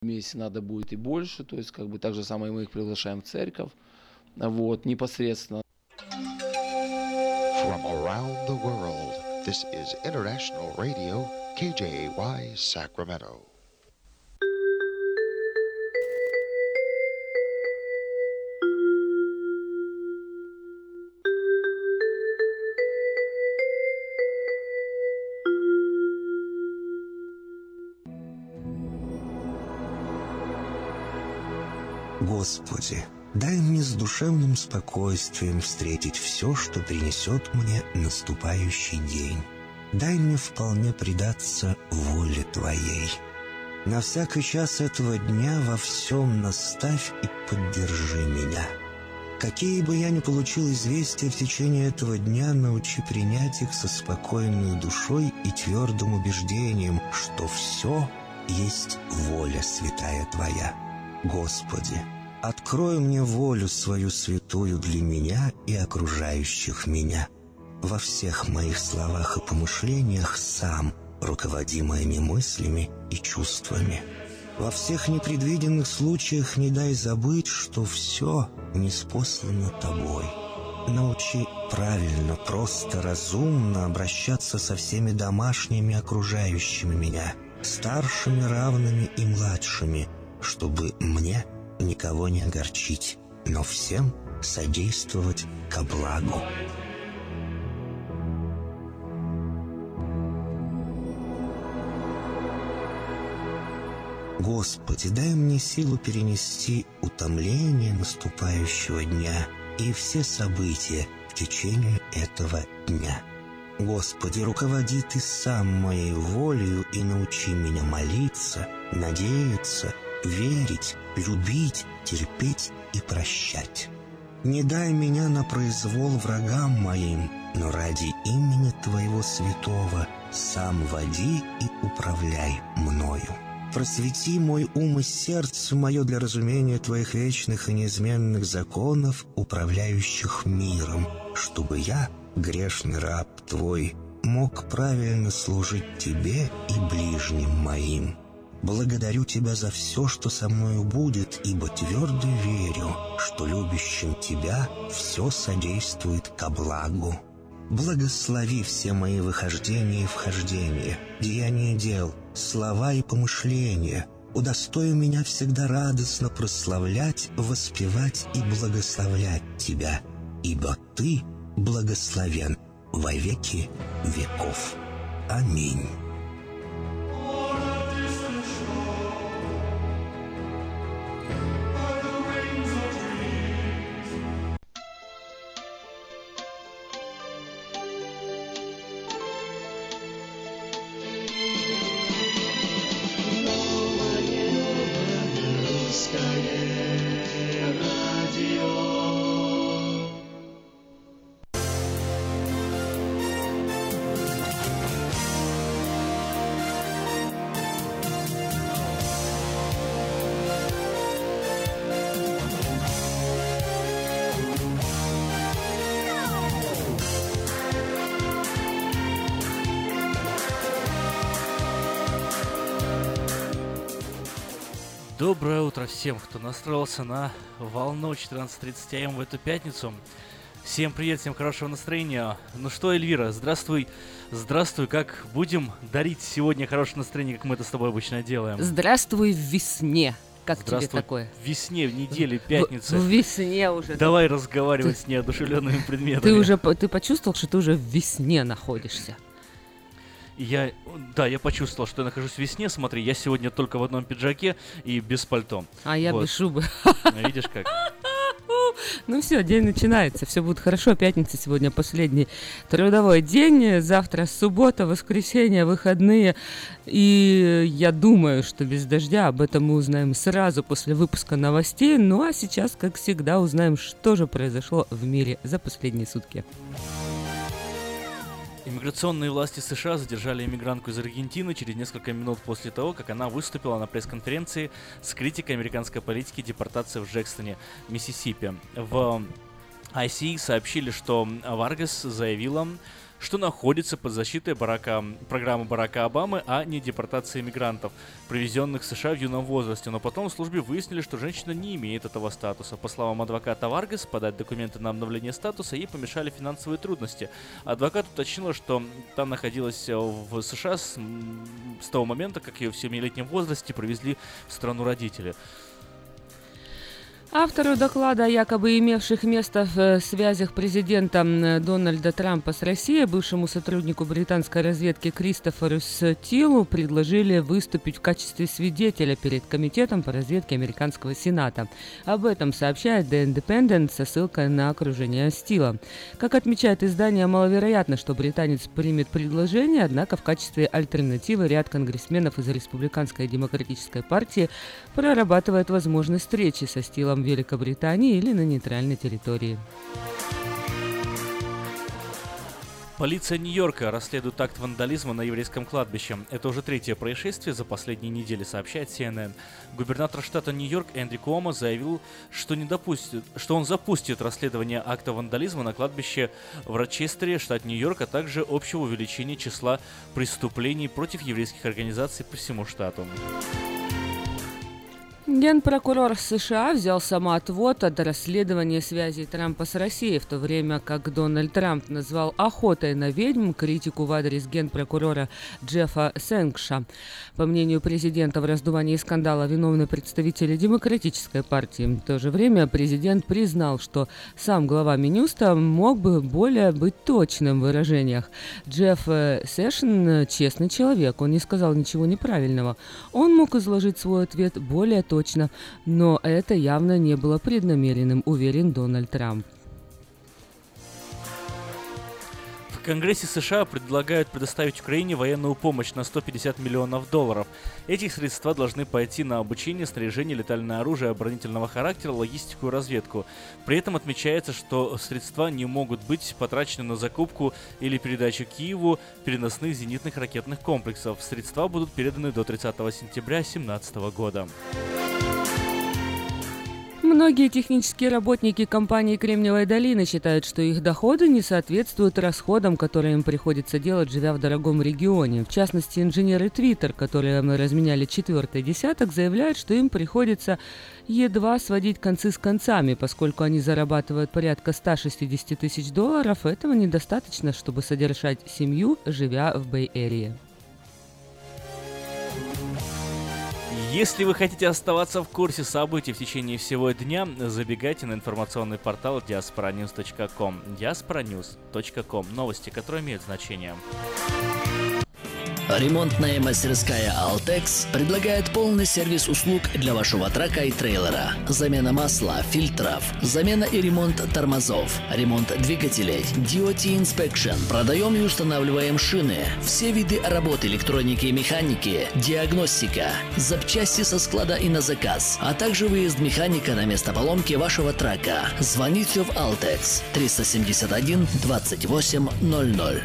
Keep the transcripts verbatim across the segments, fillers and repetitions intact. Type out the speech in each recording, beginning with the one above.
Вместе надо будет и больше, то есть как бы так же самое мы их приглашаем в церковь, вот, непосредственно. From around the world, this is International Radio, K J A Y, Sacramento. Господи, дай мне с душевным спокойствием встретить все, что принесет мне наступающий день. Дай мне вполне предаться воле Твоей. На всякий час этого дня во всем наставь и поддержи меня. Какие бы я ни получил известия в течение этого дня, научи принять их со спокойной душой и твердым убеждением, что все есть воля святая Твоя. Господи, открой мне волю свою святую для меня и окружающих меня. Во всех моих словах и помышлениях сам руководи моими мыслями и чувствами. Во всех непредвиденных случаях не дай забыть, что все ниспослано Тобой. Научи правильно, просто, разумно обращаться со всеми домашними окружающими меня, старшими, равными и младшими, чтобы мне никого не огорчить, но всем содействовать ко благу. Господи, дай мне силу перенести утомление наступающего дня и все события в течение этого дня. Господи, руководи Ты сам моей волею и научи меня молиться, надеяться, верить, любить, терпеть и прощать. Не дай меня на произвол врагам моим, но ради имени Твоего святого сам води и управляй мною. Просвети мой ум и сердце мое для разумения Твоих вечных и неизменных законов, управляющих миром, чтобы я, грешный раб Твой, мог правильно служить Тебе и ближним моим. Благодарю Тебя за все, что со мною будет, ибо твердо верю, что любящим Тебя все содействует ко благу. Благослови все мои выхождения и вхождения, деяния дел, слова и помышления. Удостой меня всегда радостно прославлять, воспевать и благословлять Тебя, ибо Ты благословен во веки веков. Аминь. Доброе утро всем, кто настроился на волну четырнадцать тридцать эй эм в эту пятницу. Всем привет, всем хорошего настроения. Ну что, Эльвира, здравствуй. Здравствуй, как будем дарить сегодня хорошее настроение, как мы это с тобой обычно делаем? Здравствуй в весне. Как Здравствуй тебе такое? В весне, в неделе, пятнице. В, в весне уже. Давай ты... разговаривать ты... с неодушевленными предметами. Ты уже ты почувствовал, что ты уже в весне находишься? Я, да, я почувствовал, что я нахожусь в весне. Смотри, я сегодня только в одном пиджаке и без пальто. А я вот. без шубы. Видишь как? Ну все, день начинается, все будет хорошо. Пятница сегодня последний трудовой день. Завтра суббота, воскресенье, выходные. И я думаю, что без дождя. Об этом мы узнаем сразу после выпуска новостей. Ну а сейчас, как всегда, узнаем, что же произошло в мире за последние сутки. Иммиграционные власти США задержали иммигрантку из Аргентины через несколько минут после того, как она выступила на пресс-конференции с критикой американской политики депортации в Джекстоне, Миссисипи. В ай си сообщили, что Варгас заявила, что находится под защитой Барака, программы Барака Обамы о недепортации мигрантов, привезенных в США в юном возрасте. Но потом в службе выяснили, что женщина не имеет этого статуса. По словам адвоката Варгас, подать документы на обновление статуса ей помешали финансовые трудности. Адвокат уточнила, что там находилась в США с, с того момента, как ее в семилетнем возрасте привезли в страну родители. Автору доклада о якобы имевших место в связях президента Дональда Трампа с Россией, бывшему сотруднику британской разведки Кристоферу Стилу, предложили выступить в качестве свидетеля перед Комитетом по разведке американского Сената. Об этом сообщает The Independent со ссылкой на окружение Стила. Как отмечает издание, маловероятно, что британец примет предложение, однако в качестве альтернативы ряд конгрессменов из Республиканской и Демократической партии прорабатывает возможность встречи со Стилом в Великобритании или на нейтральной территории. Полиция Нью-Йорка расследует акт вандализма на еврейском кладбище. Это уже третье происшествие за последние недели, сообщает си эн эн. Губернатор штата Нью-Йорк Эндрю Куомо заявил, что, не допустит, что он запустит расследование акта вандализма на кладбище в Рочестере, штат Нью-Йорк, а также общего увеличения числа преступлений против еврейских организаций по всему штату. Генпрокурор США взял самоотвод от расследования связей Трампа с Россией, в то время как Дональд Трамп назвал охотой на ведьм критику в адрес генпрокурора Джеффа Сэнгша. По мнению президента, в раздувании скандала виновны представители Демократической партии. В то же время президент признал, что сам глава Минюста мог бы более быть точным в выражениях. Джефф Сэшн честный человек, он не сказал ничего неправильного. Он мог изложить свой ответ более точно. Точно, но это явно не было преднамеренным, уверен Дональд Трамп. В Конгрессе США предлагают предоставить Украине военную помощь на сто пятьдесят миллионов долларов. Эти средства должны пойти на обучение, снаряжение, летальное оружие оборонительного характера, логистику и разведку. При этом отмечается, что средства не могут быть потрачены на закупку или передачу Киеву переносных зенитных ракетных комплексов. Средства будут переданы до тридцатого сентября две тысячи семнадцатого года. Многие технические работники компании Кремниевой долины считают, что их доходы не соответствуют расходам, которые им приходится делать, живя в дорогом регионе. В частности, инженеры Twitter, которые мы разменяли четвертый десяток, заявляют, что им приходится едва сводить концы с концами, поскольку они зарабатывают порядка сто шестьдесят тысяч долларов. Этого недостаточно, чтобы содержать семью, живя в Бэй-Эрии. Если вы хотите оставаться в курсе событий в течение всего дня, забегайте на информационный портал диаспора ньюс точка ком. диаспора ньюс точка ком. Новости, которые имеют значение. Ремонтная мастерская «Алтекс» предлагает полный сервис услуг для вашего трака и трейлера. Замена масла, фильтров, замена и ремонт тормозов, ремонт двигателей, ди о ти Inspection. Продаем и устанавливаем шины, все виды работ электроники и механики, диагностика, запчасти со склада и на заказ, а также выезд механика на место поломки вашего трака. Звоните в «Алтекс» триста семьдесят один двадцать восемь ноль ноль.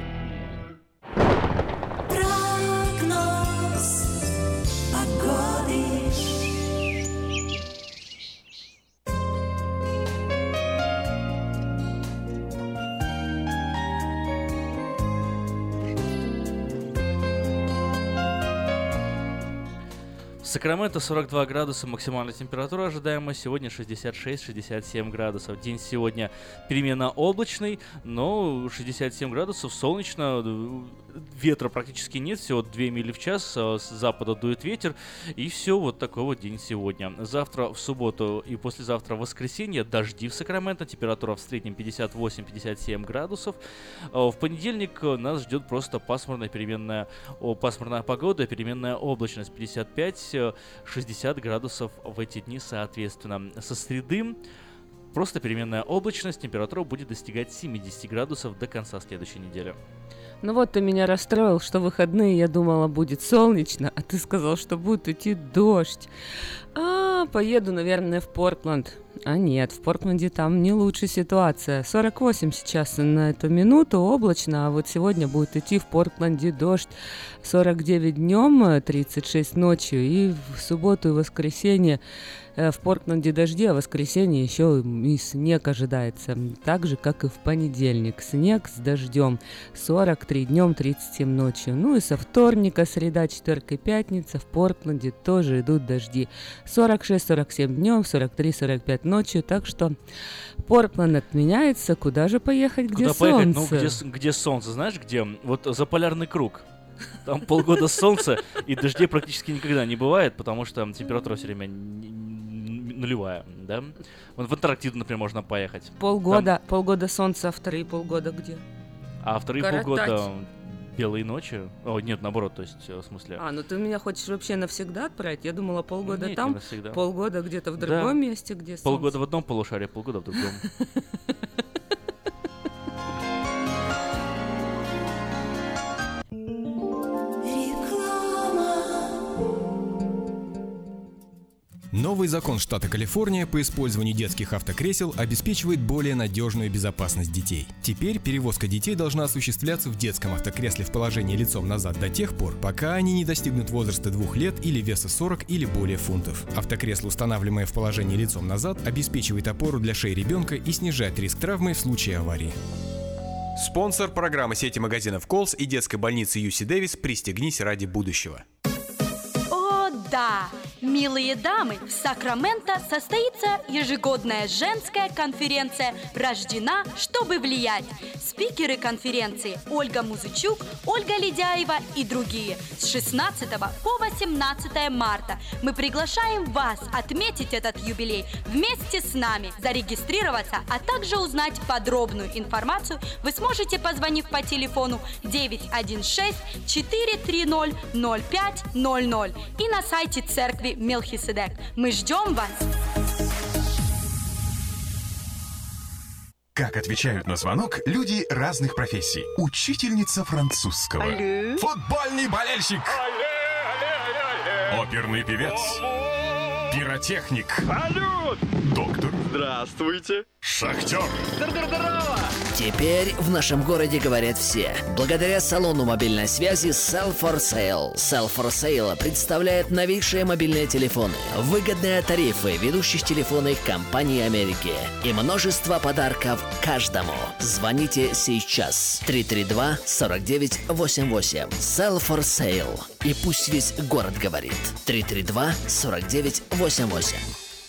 Сакраменто сорок два градуса, максимальная температура ожидаемая сегодня шестьдесят шесть - шестьдесят семь градусов. День сегодня переменно облачный, но шестьдесят семь градусов, солнечно, ветра практически нет, всего две мили в час, с запада дует ветер, и все, вот такой вот день сегодня. Завтра в субботу и послезавтра в воскресенье дожди в Сакраменто, температура в среднем пятьдесят восемь - пятьдесят семь градусов. В понедельник нас ждет просто пасмурная переменная, о, пасмурная погода, переменная облачность пятьдесят пять - шестьдесят градусов в эти дни соответственно. Со среды просто переменная облачность, температура будет достигать семьдесят градусов до конца следующей недели. Ну вот ты меня расстроил, что в выходные я думала будет солнечно, а ты сказал, что будет идти дождь. А, поеду, наверное, в Портленд. А нет, в Портленде там не лучшая ситуация. сорок восемь сейчас на эту минуту, облачно, а вот сегодня будет идти в Портленде дождь. сорок девять днем, тридцать шесть ночью, и в субботу и воскресенье в Портленде дожди, а в воскресенье еще и снег ожидается. Так же, как и в понедельник. Снег с дождем. сорок три днем, тридцать семь ночью. Ну и со вторника, среда, четверг и пятница в Портленде тоже идут дожди. сорок шесть сорок семь днем, сорок три сорок пять ночью. Так что Портленд отменяется. Куда же поехать, где Куда солнце? поехать? Ну, где, где солнце, знаешь, где? Вот за полярный круг. Там полгода солнца, и дождей практически никогда не бывает, потому что температура все время нулевая, да? Вот в Антарктиду, например, можно поехать. Полгода, Там... полгода солнца, а вторые полгода где? А вторые Коротать. полгода белые ночи. О, нет, наоборот, то есть, в смысле... А, ну ты меня хочешь вообще навсегда отправить? Я думала, полгода Нет, там, навсегда. полгода где-то в другом Да. месте, где солнце. Полгода в одном полушарии, полгода в другом. Новый закон штата Калифорния по использованию детских автокресел обеспечивает более надежную безопасность детей. Теперь перевозка детей должна осуществляться в детском автокресле в положении лицом назад до тех пор, пока они не достигнут возраста двух лет или веса сорок или более фунтов. Автокресло, устанавливаемое в положении лицом назад, обеспечивает опору для шеи ребенка и снижает риск травмы в случае аварии. Спонсор программы сети магазинов Колс и детской больницы Ю Си Дэвис «Пристегнись ради будущего». О, да! Милые дамы, в Сакраменто состоится ежегодная женская конференция «Рождена, чтобы влиять». Спикеры конференции Ольга Музычук, Ольга Ледяева и другие. С шестнадцатого по восемнадцатое марта мы приглашаем вас отметить этот юбилей вместе с нами. Зарегистрироваться, а также узнать подробную информацию вы сможете, позвонив по телефону девять один шесть четыре три ноль ноль пять ноль ноль и на сайте церкви Мелхиседек. Мы ждем вас! Как отвечают на звонок люди разных профессий. Учительница французского. Алле. Футбольный болельщик. Алле, алле, алле. Оперный певец. Алло. Пиротехник. Салют. Доктор. Здравствуйте. Шахтер. Здорово! Теперь в нашем городе говорят все. Благодаря салону мобильной связи Cell for Sale. Cell for Sale представляет новейшие мобильные телефоны, выгодные тарифы ведущих телефонных компаний Америки и множество подарков каждому. Звоните сейчас. три три два сорок девять восемьдесят восемь. Cell for Sale. И пусть весь город говорит. три три два сорок девять восемьдесят восемь.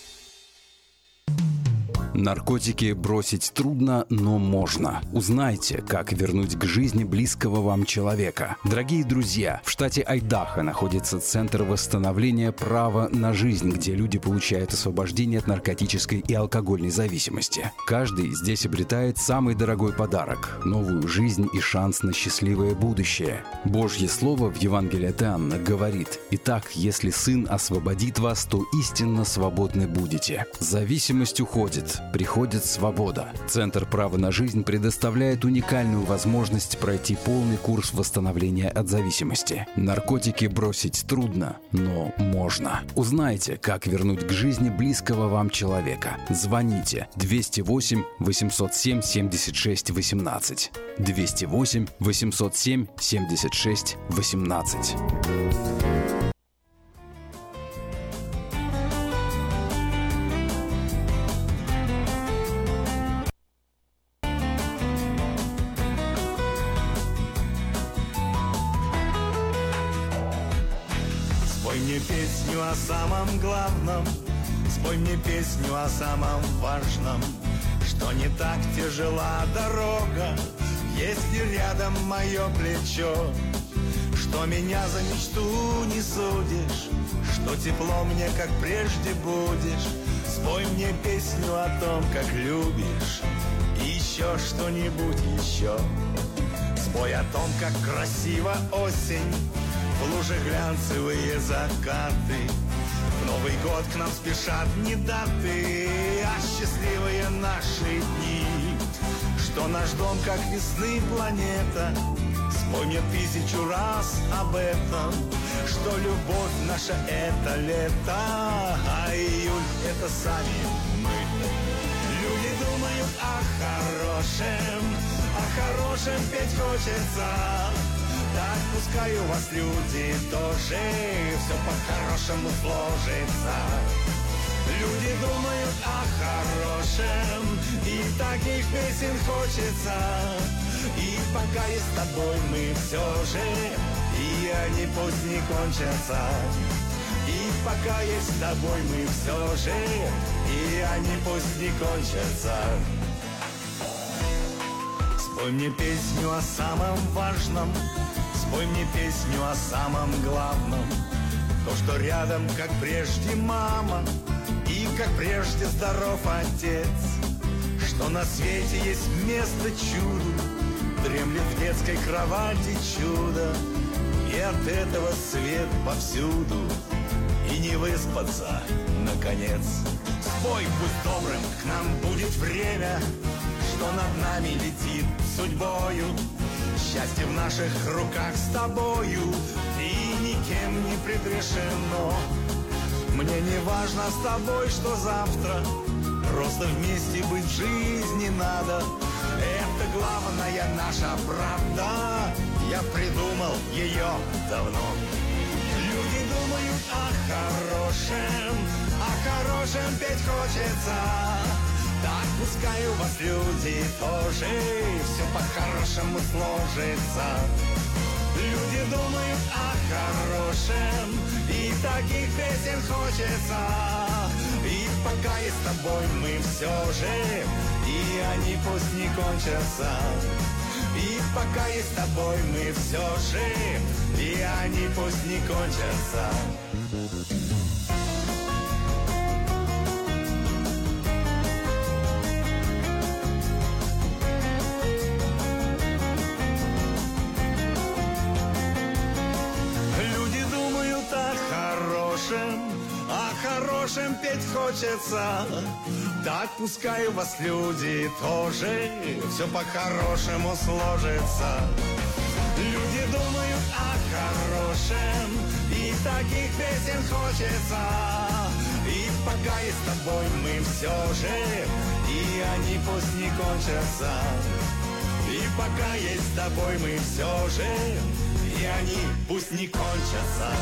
Наркотики бросить трудно, но можно. Узнайте, как вернуть к жизни близкого вам человека. Дорогие друзья, в штате Айдахо находится Центр восстановления права на жизнь, где люди получают освобождение от наркотической и алкогольной зависимости. Каждый здесь обретает самый дорогой подарок – новую жизнь и шанс на счастливое будущее. Божье Слово в Евангелии от Иоанна говорит: «Итак, если Сын освободит вас, то истинно свободны будете». Зависимость уходит. Приходит свобода. Центр права на жизнь предоставляет уникальную возможность пройти полный курс восстановления от зависимости. Наркотики бросить трудно, но можно. Узнайте, как вернуть к жизни близкого вам человека. Звоните двести восемь восемьсот семь семьдесят шесть восемнадцать. двести восемь восемьсот семь семьдесят шесть восемнадцать. Песню о самом главном, спой мне песню о самом важном, что не так тяжела дорога, если рядом мое плечо, что меня за мечту не судишь, что тепло мне, как прежде, будешь. Спой мне песню о том, как любишь, и еще что-нибудь еще. Спой о том, как красива осень, в луже глянцевые закаты. В Новый год к нам спешат не даты, а счастливые наши дни. Что наш дом, как весны планета. Спой мне тысячу раз об этом, что любовь наша — это лето, а июль — это сами мы. Люди думают о хорошем, о хорошем петь хочется. Так пускай у вас, люди, тоже все по-хорошему сложится. Люди думают о хорошем, и таких песен хочется. И пока есть с тобой мы все же, и они пусть не кончатся. И пока есть с тобой мы все же, и они пусть не кончатся. Спой мне песню о самом важном, спой мне песню о самом главном. То, что рядом, как прежде, мама, и как прежде здоров отец. Что на свете есть место чуду, дремлет в детской кровати чудо. И от этого свет повсюду, и не выспаться, наконец. Спой, будь добрым, к нам будет время, что над нами летит судьбою. Счастье в наших руках с тобою, и никем не предрешено. Мне не важно с тобой, что завтра, просто вместе быть в жизни надо. Это главная наша правда, я придумал ее давно. Люди думают о хорошем, о хорошем петь хочется. Так пускай у вас, люди, тоже все по-хорошему сложится. Люди думают о хорошем, и таких песен хочется. И пока есть с тобой мы все же, и они пусть не кончатся. И пока есть с тобой мы все же, и они пусть не кончатся. О хорошем петь хочется. Так пускай у вас, люди, тоже все по-хорошему сложится. Люди думают о хорошем, и таких песен хочется. И пока есть с тобой мы все же, и они пусть не кончатся. И пока есть с тобой мы все же, и они пусть не кончатся.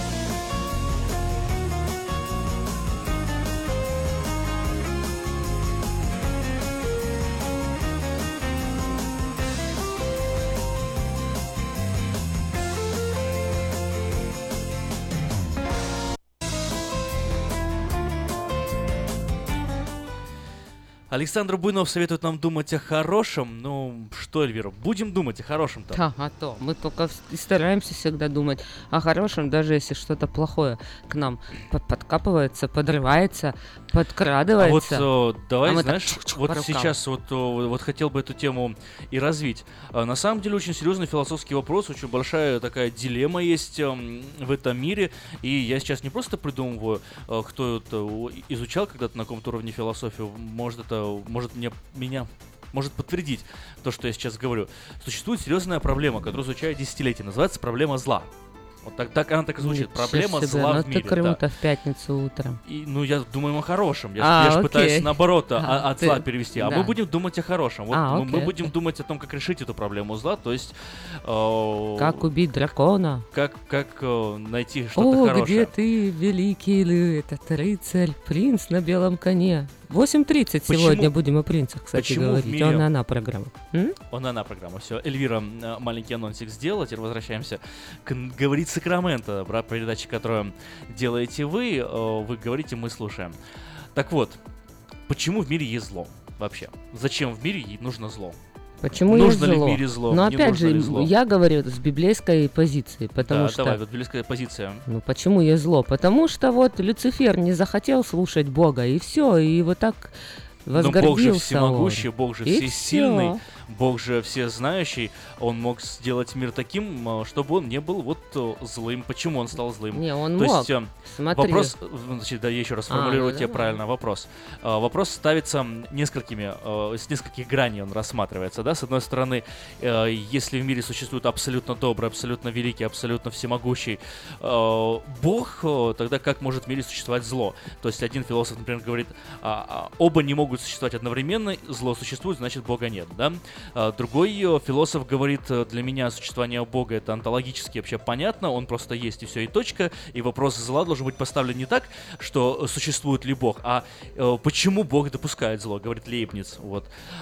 Александр Буйнов советует нам думать о хорошем. Ну, что, Эльвира, будем думать о хорошем-то? Да, а то. Мы только и стараемся всегда думать о хорошем, даже если что-то плохое к нам подкапывается, подрывается, подкрадывается. А вот о, давай, а знаешь, так, вот сейчас вот, о, вот хотел бы эту тему и развить. А, на самом деле очень серьезный философский вопрос, очень большая такая дилемма есть э, в этом мире. И я сейчас не просто придумываю, э, кто это изучал когда-то на каком-то уровне философию, может это может мне, меня может подтвердить то, что я сейчас говорю. Существует серьезная проблема, которую изучают десятилетия. Называется проблема зла. Вот так, так она так и звучит. Ничего Проблема себе, зла ну в мире. ты круто, Да. в пятницу утром. И, ну, я думаю о хорошем. Я, А, я же окей. пытаюсь наоборот А, а, от ты- зла перевести. А да. мы будем думать о хорошем. Вот А, мы, мы окей, будем окей. думать о том, как решить эту проблему зла. То есть э, Как убить дракона? как, как э, найти что-то О, хорошее. где ты, великий ли этот рыцарь, принц на белом коне? восемь тридцать Почему- сегодня будем о принцах, кстати, почему в говорить. мире- Он она программа. М? Он она программа. Все, Эльвира э, маленький анонсик сделала. Теперь возвращаемся к н- «Говорит Сакраменто», бра- передача, которую делаете вы. э, Вы говорите, мы слушаем. Так вот, почему в мире есть зло вообще? Зачем в мире е- нужно зло? Почему Нужно есть ли в зло? мире зло? Но Не опять нужно же, ли зло? я говорю с библейской позиции, потому Да, что... давай, вот библейская позиция. Ну почему есть зло? Потому что вот Люцифер не захотел слушать Бога, и все, и вот так Но возгордился Бог же он. всемогущий, Бог же И всесильный, всё. Бог же всезнающий. Он мог сделать мир таким, э, чтобы он не был вот э, злым. Почему он стал злым? Не, он То мог. есть, э, Смотри. вопрос, э, значит, да, я еще раз А, сформулирую ну тебе давай. правильно вопрос. Э, Вопрос ставится несколькими, э, с нескольких граней он рассматривается, да. С одной стороны, э, если в мире существует абсолютно добрый, абсолютно великий, абсолютно всемогущий э, Бог, э, тогда как может в мире существовать зло? То есть один философ, например, говорит, а, а, оба не могут существовать одновременно, зло существует, значит Бога нет, да? А, другой э, философ говорит, э, для меня существование Бога это онтологически вообще понятно, он просто есть и все, и точка, и вопрос зла должен быть поставлен не так, что существует ли Бог, а э, почему Бог допускает зло, говорит Лейбниц, вот.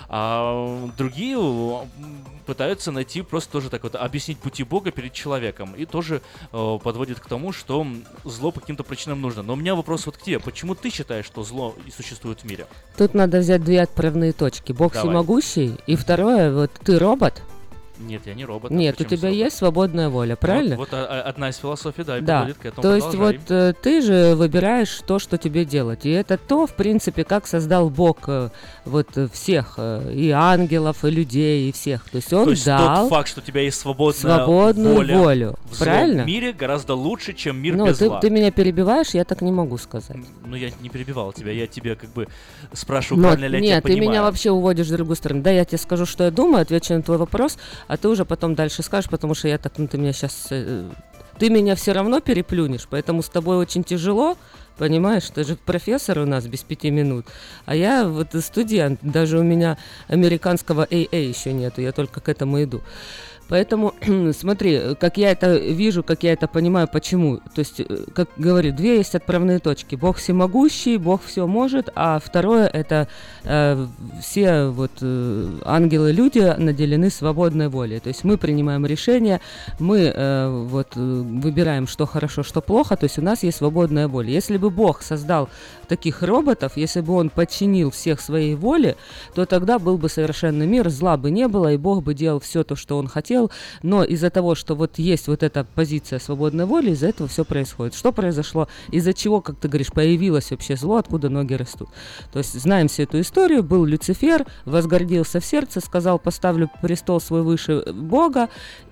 А другие э, пытаются найти просто тоже так вот, объяснить пути Бога перед человеком, и тоже э, подводит к тому, что зло по каким-то причинам нужно. Но у меня вопрос вот к тебе, почему ты считаешь, что зло и существует в мире? Тут надо взять две отправные точки. Бог Давай. всемогущий, и второе, вот ты робот. Нет, я не робот. Нет, у тебя есть свободная воля, правильно? Вот, вот а, одна из философий, да, и да. подводит к этому. То есть Продолжай. вот э, ты же выбираешь то, что тебе делать. И это то, в принципе, как создал Бог э, вот э, всех, э, и ангелов, и людей, и всех. То есть он то есть дал тот факт, что у тебя есть свободная свободную воля волю. в Правильно? злом мире, гораздо лучше, чем мир ну, без ты, зла. ты меня перебиваешь, я так не могу сказать. Ну, я не перебивал тебя, я тебе как бы спрашиваю, Но, правильно ли я нет, тебя ты понимаю. меня вообще уводишь в другую сторону. Да, я тебе скажу, что я думаю, отвечу на твой вопрос, а ты уже потом дальше скажешь, потому что я так, ну ты меня сейчас... Э, ты меня все равно переплюнешь, поэтому с тобой очень тяжело, понимаешь? Ты же профессор у нас без пяти минут, а я вот студент, даже у меня американского эй эй еще нету, я только к этому иду. Поэтому, смотри, как я это вижу, как я это понимаю, почему. То есть, как говорю, две есть отправные точки. Бог всемогущий, Бог все может, а второе, это э, все вот э, ангелы-люди наделены свободной волей. То есть мы принимаем решения, мы э, вот выбираем, что хорошо, что плохо, то есть у нас есть свободная воля. Если бы Бог создал таких роботов, если бы он подчинил всех своей воле, то тогда был бы совершенный мир, зла бы не было, и Бог бы делал все то, что он хотел. Но из-за того, что вот есть вот эта позиция свободной воли, из-за этого все происходит. Что произошло? Из-за чего, как ты говоришь, появилось вообще зло, откуда ноги растут? То есть знаем всю эту историю. Был Люцифер, возгордился в сердце, сказал, поставлю престол свой выше Бога,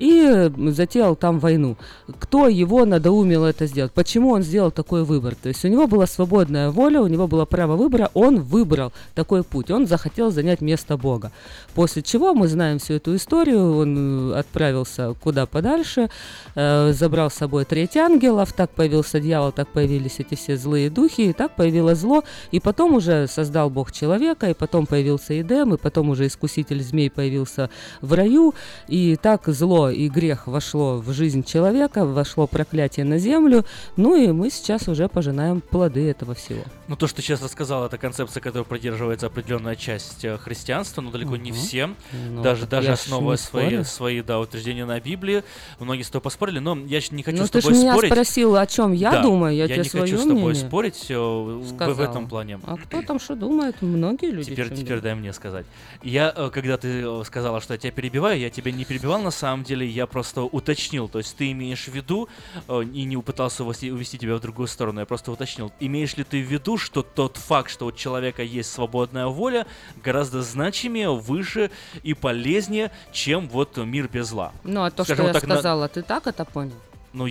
и затеял там войну. Кто его надоумил это сделать? Почему он сделал такой выбор? То есть у него была свободная воля, у него было право выбора, он выбрал такой путь, он захотел занять место Бога. После чего мы знаем всю эту историю, он отправился куда подальше, э, забрал с собой треть ангелов, так появился дьявол, так появились эти все злые духи, и так появилось зло, и потом уже создал Бог человека, и потом появился Эдем, и потом уже искуситель змей появился в раю, и так зло и грех вошло в жизнь человека, вошло проклятие на землю, ну и мы сейчас уже пожинаем плоды этого всего. Ну, то, что ты сейчас рассказал, это концепция, которой придерживается определенная часть э, христианства, но далеко uh-huh. не все, ну, даже, даже основывая свои, свои да, утверждения на Библии. Многие с тобой поспорили, но я не хочу ну, с тобой спорить. Ну, ты же меня спорить. спросил, о чем я да, думаю, я, я тебе не свое хочу с тобой мнение спорить э, в, в этом плане. А кто там что думает? Многие люди. Теперь, теперь дай мне сказать. Я, э, когда ты сказала, что я тебя перебиваю, я тебя не перебивал на самом деле, я просто уточнил. То есть ты имеешь в виду, э, и не пытался увести, увести тебя в другую сторону, я просто уточнил. Имеешь ли ты в виду, что тот факт, что у человека есть свободная воля, гораздо значимее, выше и полезнее, чем вот мир без зла? Ну, а то, Скажем что я так, сказала, на... ты так это понял? Ну,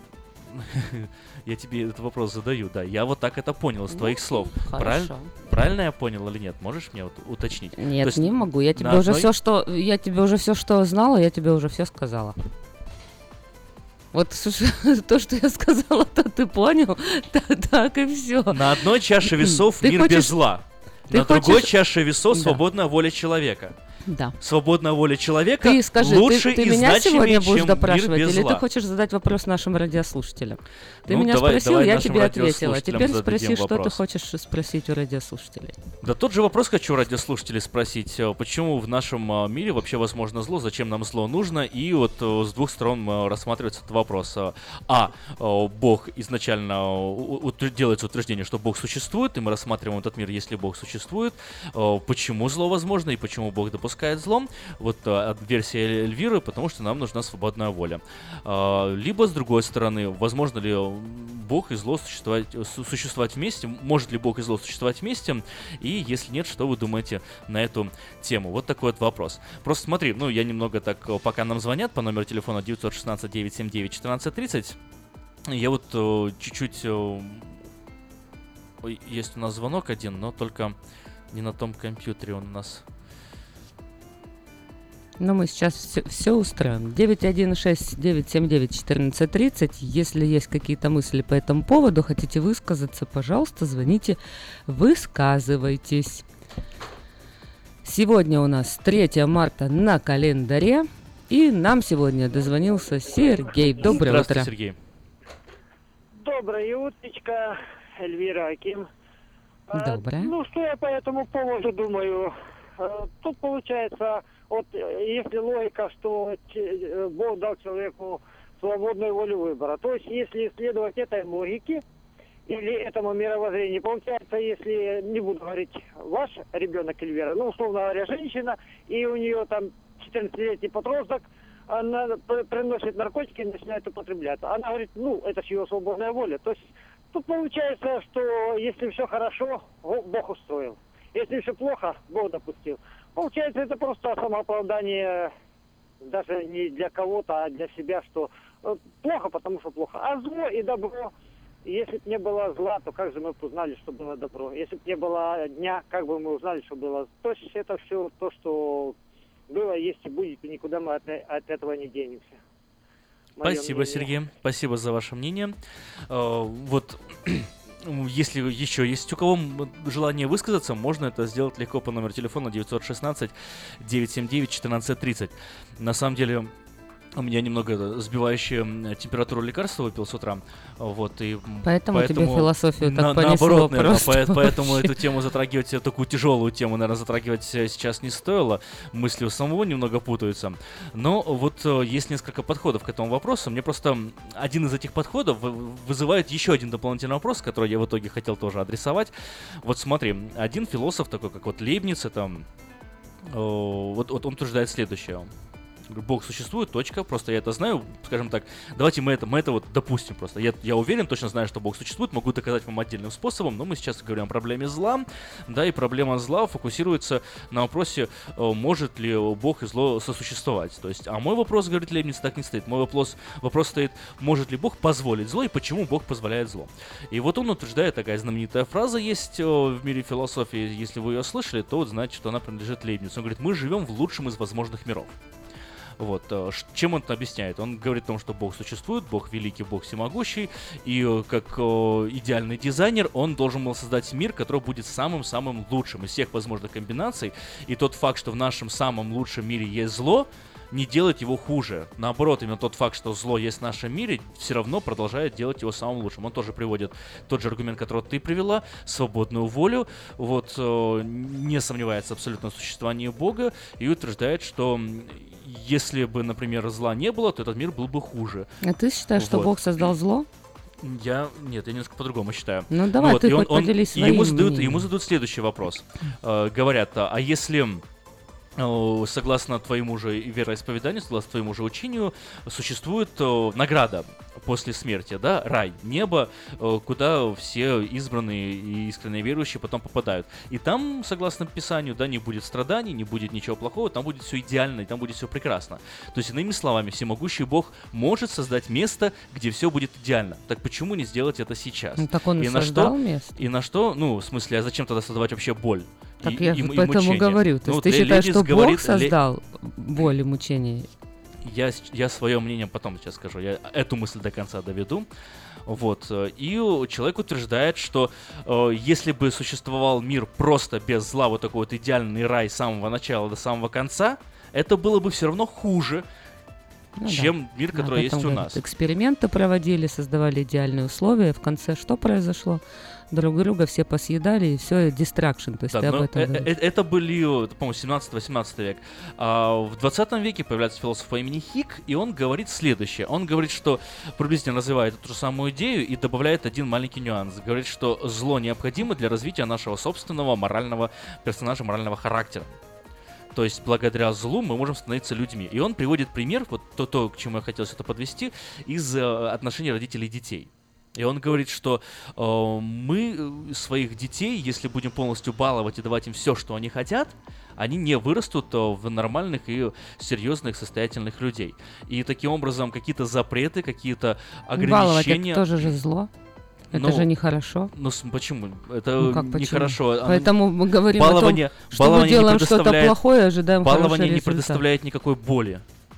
я тебе этот вопрос задаю, да. Я вот так это понял из ну, твоих слов. Правильно? Правильно я понял или нет? Можешь мне вот уточнить? Нет, есть, не могу. Я тебе уже одной... все, что я тебе уже все, что знала, я тебе уже все сказала. Вот то, что я сказала, то ты понял, так, так и все. На одной чаше весов мир хочешь... без зла. Ты На хочешь... другой чаше весов да. свободная воля человека. Да. Свободная воля человека ты скажи, лучше ты, ты и меня значимее, сегодня будешь чем допрашивать, мир без или зла. ты хочешь задать вопрос нашим радиослушателям? Ты ну, меня давай, спросил, давай я тебе ответила. Теперь спроси, вопрос. что ты хочешь спросить у радиослушателей. Да тот же вопрос хочу у радиослушателей спросить. Почему в нашем мире вообще возможно зло, зачем нам зло нужно? И вот с двух сторон рассматривается этот вопрос. А, Бог изначально делается утверждение, что Бог существует, и мы рассматриваем этот мир, если Бог существует. Почему зло возможно и почему Бог допускает зло? Вот от версии Эльвиры, потому что нам нужна свободная воля. Либо, с другой стороны, возможно ли Бог и зло существовать, существовать вместе? Может ли Бог и зло существовать вместе? И если нет, что вы думаете на эту тему? Вот такой вот вопрос. Просто смотри, ну я немного так, пока нам звонят по номеру телефона девять один шесть девять семь девять четырнадцать тридцать, я вот чуть-чуть... Есть у нас звонок один, но только не на том компьютере он у нас... Но мы сейчас все, все устроим. девять один шесть девять семь девять четырнадцать тридцать. Если есть какие-то мысли по этому поводу, хотите высказаться, пожалуйста, звоните, высказывайтесь. Сегодня у нас третьего марта на календаре, и нам сегодня дозвонился Сергей. Доброе Здравствуйте, утро. Сергей. Доброе утречко, Эльвира Аким. Доброе. А, ну, что я по этому поводу думаю? А, тут получается, вот если логика, что ч- Бог дал человеку свободную волю выбора, то есть если исследовать этой логике или этому мировоззрению, получается, если, не буду говорить, ваш ребенок Эльвира, ну, условно говоря, женщина, и у нее там четырнадцатилетний подросток, она п- приносит наркотики и начинает употреблять. Она говорит, ну, это же ее свободная воля. То есть тут получается, что если все хорошо, Бог устроил. Если все плохо, Бог допустил. Получается, это просто самооправдание даже не для кого-то, а для себя, что э, плохо, потому что плохо. А зло и добро, если бы не было зла, то как же мы бы узнали, что было добро? Если бы не было дня, как бы мы узнали, что было? То есть это все то, что было, есть и будет, и никуда мы от, от этого не денемся. Моё Спасибо, мнение. Сергей. Спасибо за ваше мнение. Э, Вот, если еще есть у кого м, желание высказаться, можно это сделать легко по номеру телефона девятьсот шестнадцать девятьсот семьдесят девять четырнадцать тридцать. На самом деле, у меня немного сбивающая температуру лекарства выпил с утра, вот, и Поэтому, поэтому тебе философию так на- понесло наоборот, наверное, просто поэ- поэтому вообще. эту тему затрагивать, э, такую тяжелую тему, наверное, затрагивать э, сейчас не стоило, мысли у самого немного путаются, но вот э, есть несколько подходов к этому вопросу, мне просто м, один из этих подходов вы- вызывает еще один дополнительный вопрос, который я в итоге хотел тоже адресовать. Вот смотри, один философ такой, как вот Лейбниц, это, э, вот, вот он утверждает следующее. Бог существует, точка, просто я это знаю, скажем так, давайте мы это, мы это вот допустим просто. Я, я уверен, точно знаю, что Бог существует, могу доказать вам отдельным способом, но мы сейчас говорим о проблеме зла, да, и проблема зла фокусируется на вопросе, э, может ли Бог и зло сосуществовать. То есть, а мой вопрос, говорит Лейбниц, так не стоит. Мой вопрос, вопрос стоит, может ли Бог позволить зло и почему Бог позволяет зло. И вот он утверждает, такая знаменитая фраза есть э, в мире философии, если вы ее слышали, то вот знаете, что она принадлежит Лейбницу. Он говорит, мы живем в лучшем из возможных миров. Вот, э, ш- чем он это объясняет? Он говорит о том, что Бог существует, Бог великий, Бог всемогущий, и э, как э, идеальный дизайнер он должен был создать мир, который будет самым-самым лучшим из всех возможных комбинаций, и тот факт, что в нашем самом лучшем мире есть зло, не делает его хуже. Наоборот, именно тот факт, что зло есть в нашем мире, все равно продолжает делать его самым лучшим. Он тоже приводит тот же аргумент, который ты привела, свободную волю, вот, э, не сомневается абсолютно в существовании Бога и утверждает, что м, если бы, например, зла не было, то этот мир был бы хуже. А ты считаешь, что Вот. Бог создал зло? Я, нет, я несколько по-другому считаю. Ну, давай, ты и он, хоть он- поделись и ему своим задают, мнением. ему задают следующий вопрос. Э, говорят, а а если, э, согласно твоему же вероисповеданию, согласно твоему же учению, существует э, награда после смерти, да, рай, небо, э, куда все избранные и искренне верующие потом попадают. И там, согласно Писанию, да, не будет страданий, не будет ничего плохого, там будет все идеально, и там будет все прекрасно. То есть, иными словами, всемогущий Бог может создать место, где все будет идеально. Так почему не сделать это сейчас? Ну, так он и на создал что, место. И на что, ну, в смысле, а зачем тогда создавать вообще боль? Так и, я и- и поэтому мучения? говорю. То Ну, есть ты Ле- считаешь, Лейбниц что говорит- Бог создал боль и мучения? Я, с- я свое мнение потом сейчас скажу, я эту мысль до конца доведу. Вот. э, И у- человек утверждает, что э, если бы существовал мир просто без зла, вот такой вот идеальный рай с самого начала до самого конца, это было бы все равно хуже, Ну да. чем мир, Да, который об этом есть у говорят. нас. Эксперименты проводили, создавали идеальные условия. В конце что произошло? Друг друга все посъедали, и все, дистракшн. То есть Да, ты об но этом э- говоришь. э- это были, по-моему, семнадцатый-восемнадцатый век. А в двадцатом веке появляется философ по имени Хик, и он говорит следующее. Он говорит, что приблизительно развивает эту же самую идею и добавляет один маленький нюанс. Говорит, что зло необходимо для развития нашего собственного морального персонажа, морального характера. То есть, благодаря злу мы можем становиться людьми. И он приводит пример, вот то, то к чему я хотел это подвести, из э, отношений родителей и детей. И он говорит, что э, мы э, своих детей, если будем полностью баловать и давать им все, что они хотят, они не вырастут э, в нормальных и серьезных, состоятельных людей. И таким образом какие-то запреты, какие-то Баловать — это ограничения... тоже же зло. Это Ну, же нехорошо. Ну с- почему? Это Ну, как почему? нехорошо. Оно- Поэтому мы говорим балование, о том, что мы балование не делаем что-то предоставляет- плохое, ожидаем хороший Балование не результат. предоставляет никакой боли.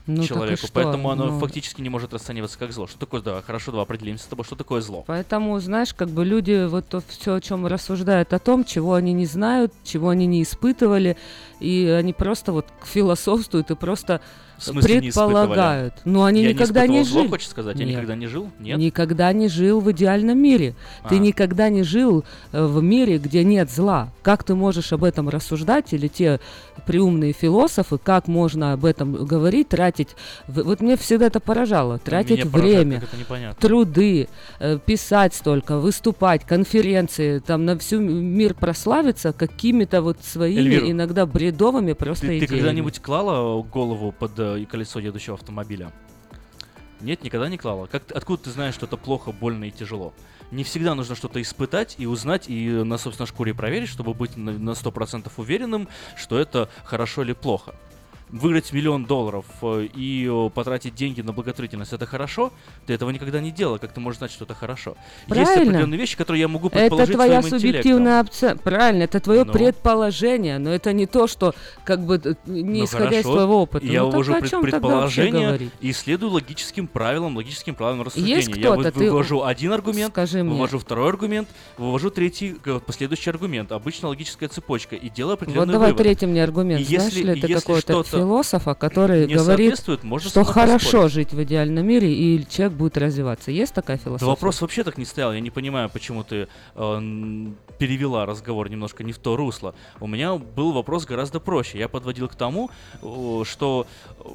Ну, человеку, что? поэтому оно ну... фактически не может расцениваться как зло. Что такое, да, хорошо, давай определимся с тобой, что такое зло. Поэтому, знаешь, как бы люди вот то все, о чем рассуждают, о том, чего они не знают, чего они не испытывали, и они просто вот философствуют и просто В смысле, предполагают. Не Но они я никогда не, не зло, жили. хочешь сказать? Я Нет. никогда не жил? Нет? Никогда не жил в идеальном мире. А. Ты никогда не жил э, в мире, где нет зла. Как ты можешь об этом рассуждать, или те преумные философы, как можно об этом говорить, тратить... В... Вот мне всегда это поражало. Тратить Меня поражает, время, как это непонятно. труды, э, писать столько, выступать, конференции, там на всю мир прославиться какими-то вот своими, Эльвира, иногда бредовыми просто Ты, идеями. ты когда-нибудь клала голову под э, колесо едущего автомобиля? Нет, никогда не клала. Как, ты- откуда ты знаешь, что это плохо, больно и тяжело? Не всегда нужно что-то испытать и узнать, и на собственной шкуре проверить, чтобы быть на на сто процентов уверенным, что это хорошо или плохо. Выиграть миллион долларов э, и э, потратить деньги на благотворительность — это хорошо? Ты этого никогда не делал, как ты можешь знать, что это хорошо? Есть Правильно. определенные вещи, которые я могу Это предположить твоя своим субъективная интеллектом. оценка. Правильно, это твое Ну. предположение, но это не то, что как бы т- не Ну, исходя из хорошо. твоего опыта. Я ну, так вывожу о пред- чем тогда вообще предположение говорить? и следую логическим правилам, логическим правилам рассуждения. Есть Я кто-то, вы- ты вывожу один аргумент, скажи мне. вывожу второй аргумент, вывожу третий, э, последующий аргумент. Обычно логическая цепочка. И делаю Вот определенный давай вывод. третий мне аргумент. И Знаешь если- ли ты если какого-то что-то философа, который не говорит, соответствует, можно что со мной хорошо поспорить. жить в идеальном мире, и человек будет развиваться? Есть такая Да философия? вопрос вообще так не стоял. Я не понимаю, почему ты э, н- перевела разговор немножко не в то русло. У меня был вопрос гораздо проще. Я подводил к тому, э, что э,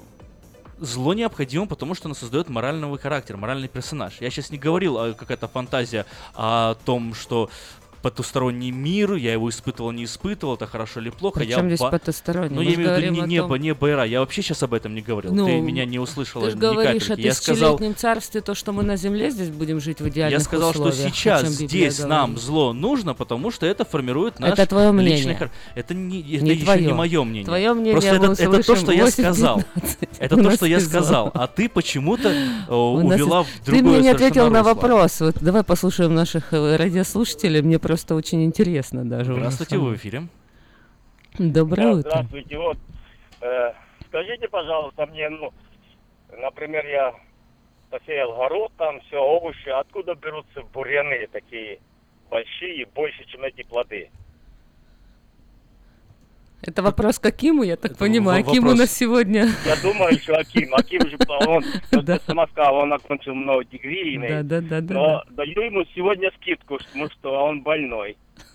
зло необходимо, потому что оно создает моральный характер, моральный персонаж. Я сейчас не говорил о какая-то фантазия о том, что потусторонний мир, я его испытывал, не испытывал, это хорошо или плохо. Причем я здесь ба- потусторонний? Ну, Мы я же имею в виду говорим не о небо, том- небо и рай. Я вообще сейчас об этом не говорил. Ну, Ты меня не услышала Ты же ни говоришь о капельки. Я сказал, тысячелетнем царстве, то, что мы на земле здесь будем жить в идеальных я сказал, что условиях, о сейчас чем Библия здесь нам говорит. зло нужно, потому что это формирует наш Это твое мнение. личный хар- Это, не, это Не еще твое. не мое мнение. Твое мнение Просто мы это, это то, услышим что я восемь сказал. пятнадцать Это у то, нас что я сезон. сказал. А ты почему-то э, У нас увела есть- в другое Ты мне не совершенно ответил на русло. вопрос. Вот давай послушаем наших э, радиослушателей. Мне просто очень интересно даже. уже Здравствуйте, самому. вы в эфире. Доброе Да, утро. здравствуйте. Вот, э, скажите, пожалуйста, мне, ну, например, я посеял город, там все, овощи, откуда берутся бурьяны такие большие, больше, чем эти плоды? Это вопрос к Акиму, я так Это понимаю. в- Аким у вопрос. нас сегодня... Я думаю, что Аким, Аким же, он, Да. сама сказала, он окончил много дегри, Да, да, да, да. но даю ему сегодня скидку, потому что он больной.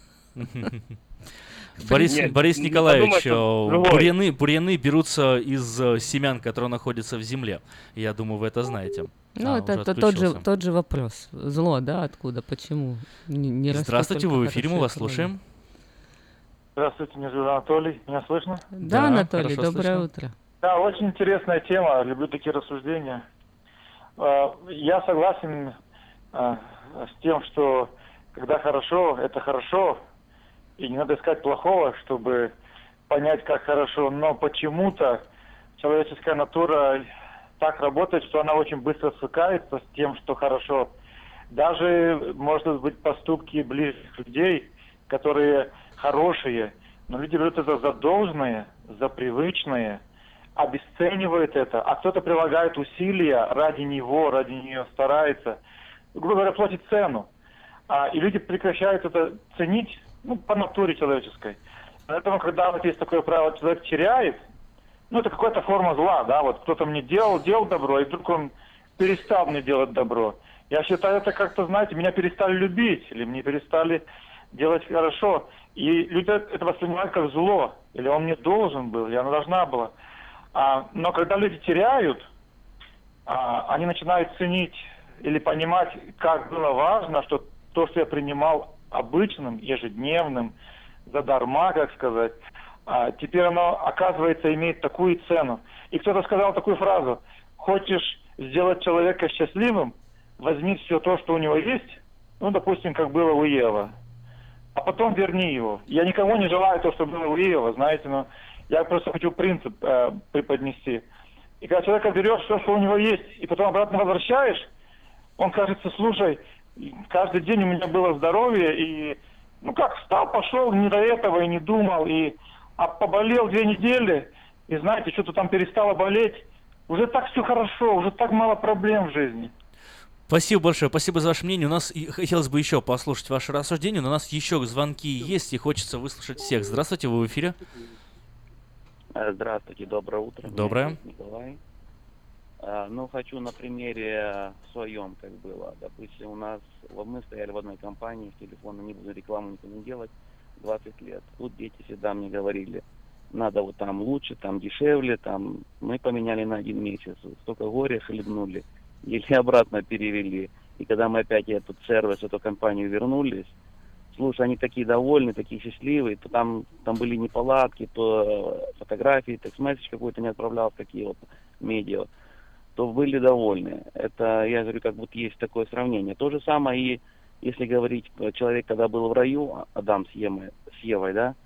Борис, Нет, Борис не Николаевич, подумай, что э, другой. бурьяны, бурьяны берутся из э, семян, которые находятся в земле. Я думаю, вы это знаете. Ну, А, это, уже это тот, же, отключился. тот же вопрос. Зло, да, откуда, почему? Не, не растет Здравствуйте, только вы в эфире, мы хорошо вас и правильно. слушаем. Здравствуйте, меня зовут Анатолий. Меня слышно? Да, Да, Анатолий, хорошо доброе слышно. утро. Да, очень интересная тема. Люблю такие рассуждения. Э, Я согласен э, с тем, что когда хорошо, это хорошо, и не надо искать плохого, чтобы понять, как хорошо. Но почему-то человеческая натура так работает, что она очень быстро свыкается с тем, что хорошо. Даже, может быть, поступки близких людей, которые хорошие, но люди берут это за должное, за привычное, обесценивают это, а кто-то прилагает усилия ради него, ради нее старается, грубо говоря, платит цену. А, и люди прекращают это ценить, ну, по натуре человеческой. Поэтому, когда вот есть такое правило, человек теряет, ну, это какая-то форма зла, да, вот кто-то мне делал, делал добро, и вдруг он перестал мне делать добро. Я считаю, это как-то, знаете, меня перестали любить, или мне перестали делать хорошо. И люди это воспринимают как зло, или он мне должен был, или она должна была. А, но когда люди теряют, а, они начинают ценить или понимать, как было важно, что то, что я принимал обычным, ежедневным, задарма, как сказать, а, теперь оно, оказывается, имеет такую цену. И кто-то сказал такую фразу: хочешь сделать человека счастливым, возьми все то, что у него есть, ну, допустим, как было у Ева, а потом верни его. Я никому не желаю то, что было у Иова, знаете, но я просто хочу принцип э, преподнести. И когда человека берешь все, что у него есть, и потом обратно возвращаешь, он кажется, слушай, каждый день у меня было здоровье, и, ну как, встал, пошел, не до этого и не думал, и а поболел две недели, и знаете, что-то там перестало болеть, Уже так все хорошо, уже так мало проблем в жизни. Спасибо большое, спасибо за ваше мнение. У нас и хотелось бы еще послушать ваше рассуждение, но у нас еще звонки есть, и хочется выслушать всех. Здравствуйте, вы в эфире. Здравствуйте, доброе утро. Доброе. Николай. А, ну, хочу на примере своем, как было. Допустим, у нас, мы стояли в одной компании, в телефоне, не буду рекламу никому не делать, двадцать лет. Тут дети всегда мне говорили, надо вот там лучше, там дешевле, там мы поменяли на один месяц, столько горя хлебнули, или обратно перевели. И когда мы опять этот сервис, эту компанию вернулись, слушай, они такие довольны, такие счастливые, то там, там были неполадки, то фотографии, текст-месседж какой-то не отправлял, такие вот медиа, то были довольны. Это, я говорю, как будто есть такое сравнение. То же самое и, если говорить, человек, когда был в раю, Адам с Евой, с Евой, да,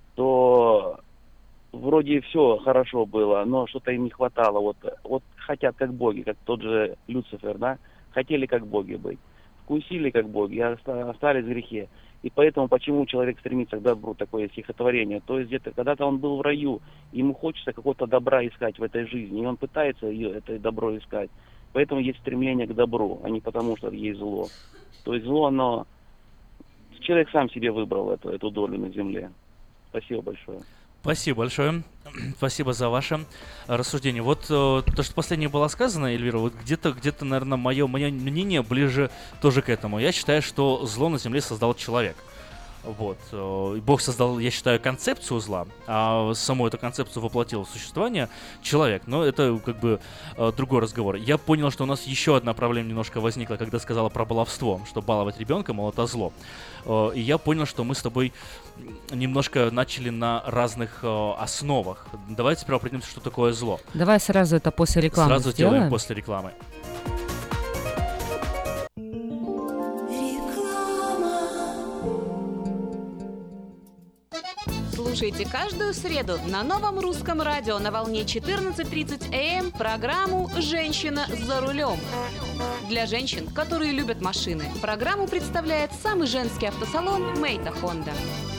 то вроде все хорошо было, но что-то им не хватало. Вот, вот хотят как боги, как тот же Люцифер, да, хотели как боги быть, вкусили как боги, остались в грехе. И поэтому почему человек стремится к добру, такое стихотворение. То есть где-то когда-то он был в раю, ему хочется какого-то добра искать в этой жизни, и он пытается ее, это добро искать. Поэтому есть стремление к добру, а не потому, что есть зло. То есть зло, оно... Человек сам себе выбрал эту, эту долю на земле. Спасибо большое. Спасибо большое. Спасибо за ваше рассуждение. Вот э, то, что последнее было сказано, Эльвира, вот где-то, где-то, наверное, мое, мое мнение ближе тоже к этому. Я считаю, что зло на земле создал человек. Вот. Э, Бог создал, я считаю, концепцию зла, а саму эту концепцию воплотил в существование человек. Но это как бы э, другой разговор. Я понял, что у нас еще одна проблема немножко возникла, когда сказала про баловство, что баловать ребенка, мол, это зло. Э, и я понял, что мы с тобой немножко начали на разных э, основах. Давайте сперва определимся, что такое зло. Давай сразу это после рекламы Сразу сделаем. сделаем после рекламы. Слушайте каждую среду на Новом Русском радио на волне четырнадцать тридцать эй эм программу «Женщина за рулем». Для женщин, которые любят машины, программу представляет самый женский автосалон «Мейта Хонда».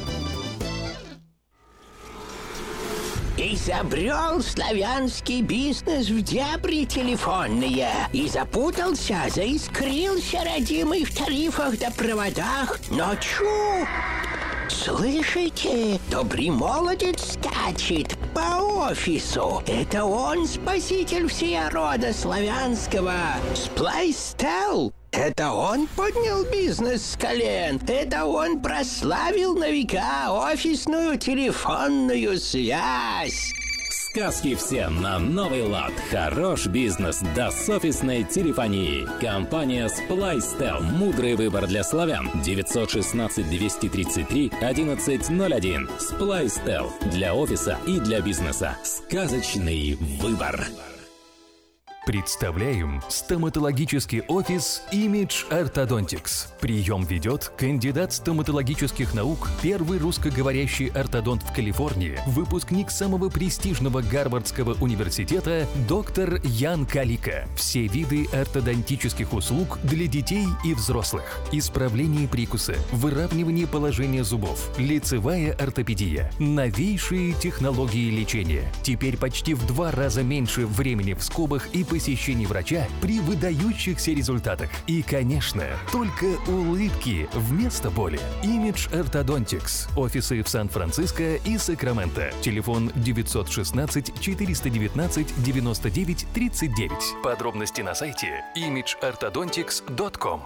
Изобрел славянский бизнес в дебри телефонные и запутался, заискрился родимый в тарифах да проводах. Но чу! Слышите? Добрый молодец скачет по офису. Это он спаситель всея рода славянского. Сплайстел. Это он поднял бизнес с колен. Это он прославил на века офисную телефонную связь. Сказки все на новый лад. Хорош бизнес до с офисной телефонии. Компания Splystel. Мудрый выбор для славян. девятьсот шестнадцать двести тридцать три одиннадцать ноль один. Splystel. Для офиса и для бизнеса. Сказочный выбор. Представляем стоматологический офис Image Orthodontics. Прием ведет кандидат стоматологических наук, первый русскоговорящий ортодонт в Калифорнии, выпускник самого престижного Гарвардского университета доктор Ян Калика. Все виды ортодонтических услуг для детей и взрослых. Исправление прикуса, выравнивание положения зубов, лицевая ортопедия, новейшие технологии лечения. Теперь почти в два раза меньше времени в скобах и посещений врача при выдающихся результатах. И, конечно, только улыбки вместо боли. Image Orthodontics. Офисы в Сан-Франциско и Сакраменто. Телефон девятьсот шестнадцать четыреста девятнадцать девяносто девять тридцать девять. Подробности на сайте имидж ортодонтикс точка ком.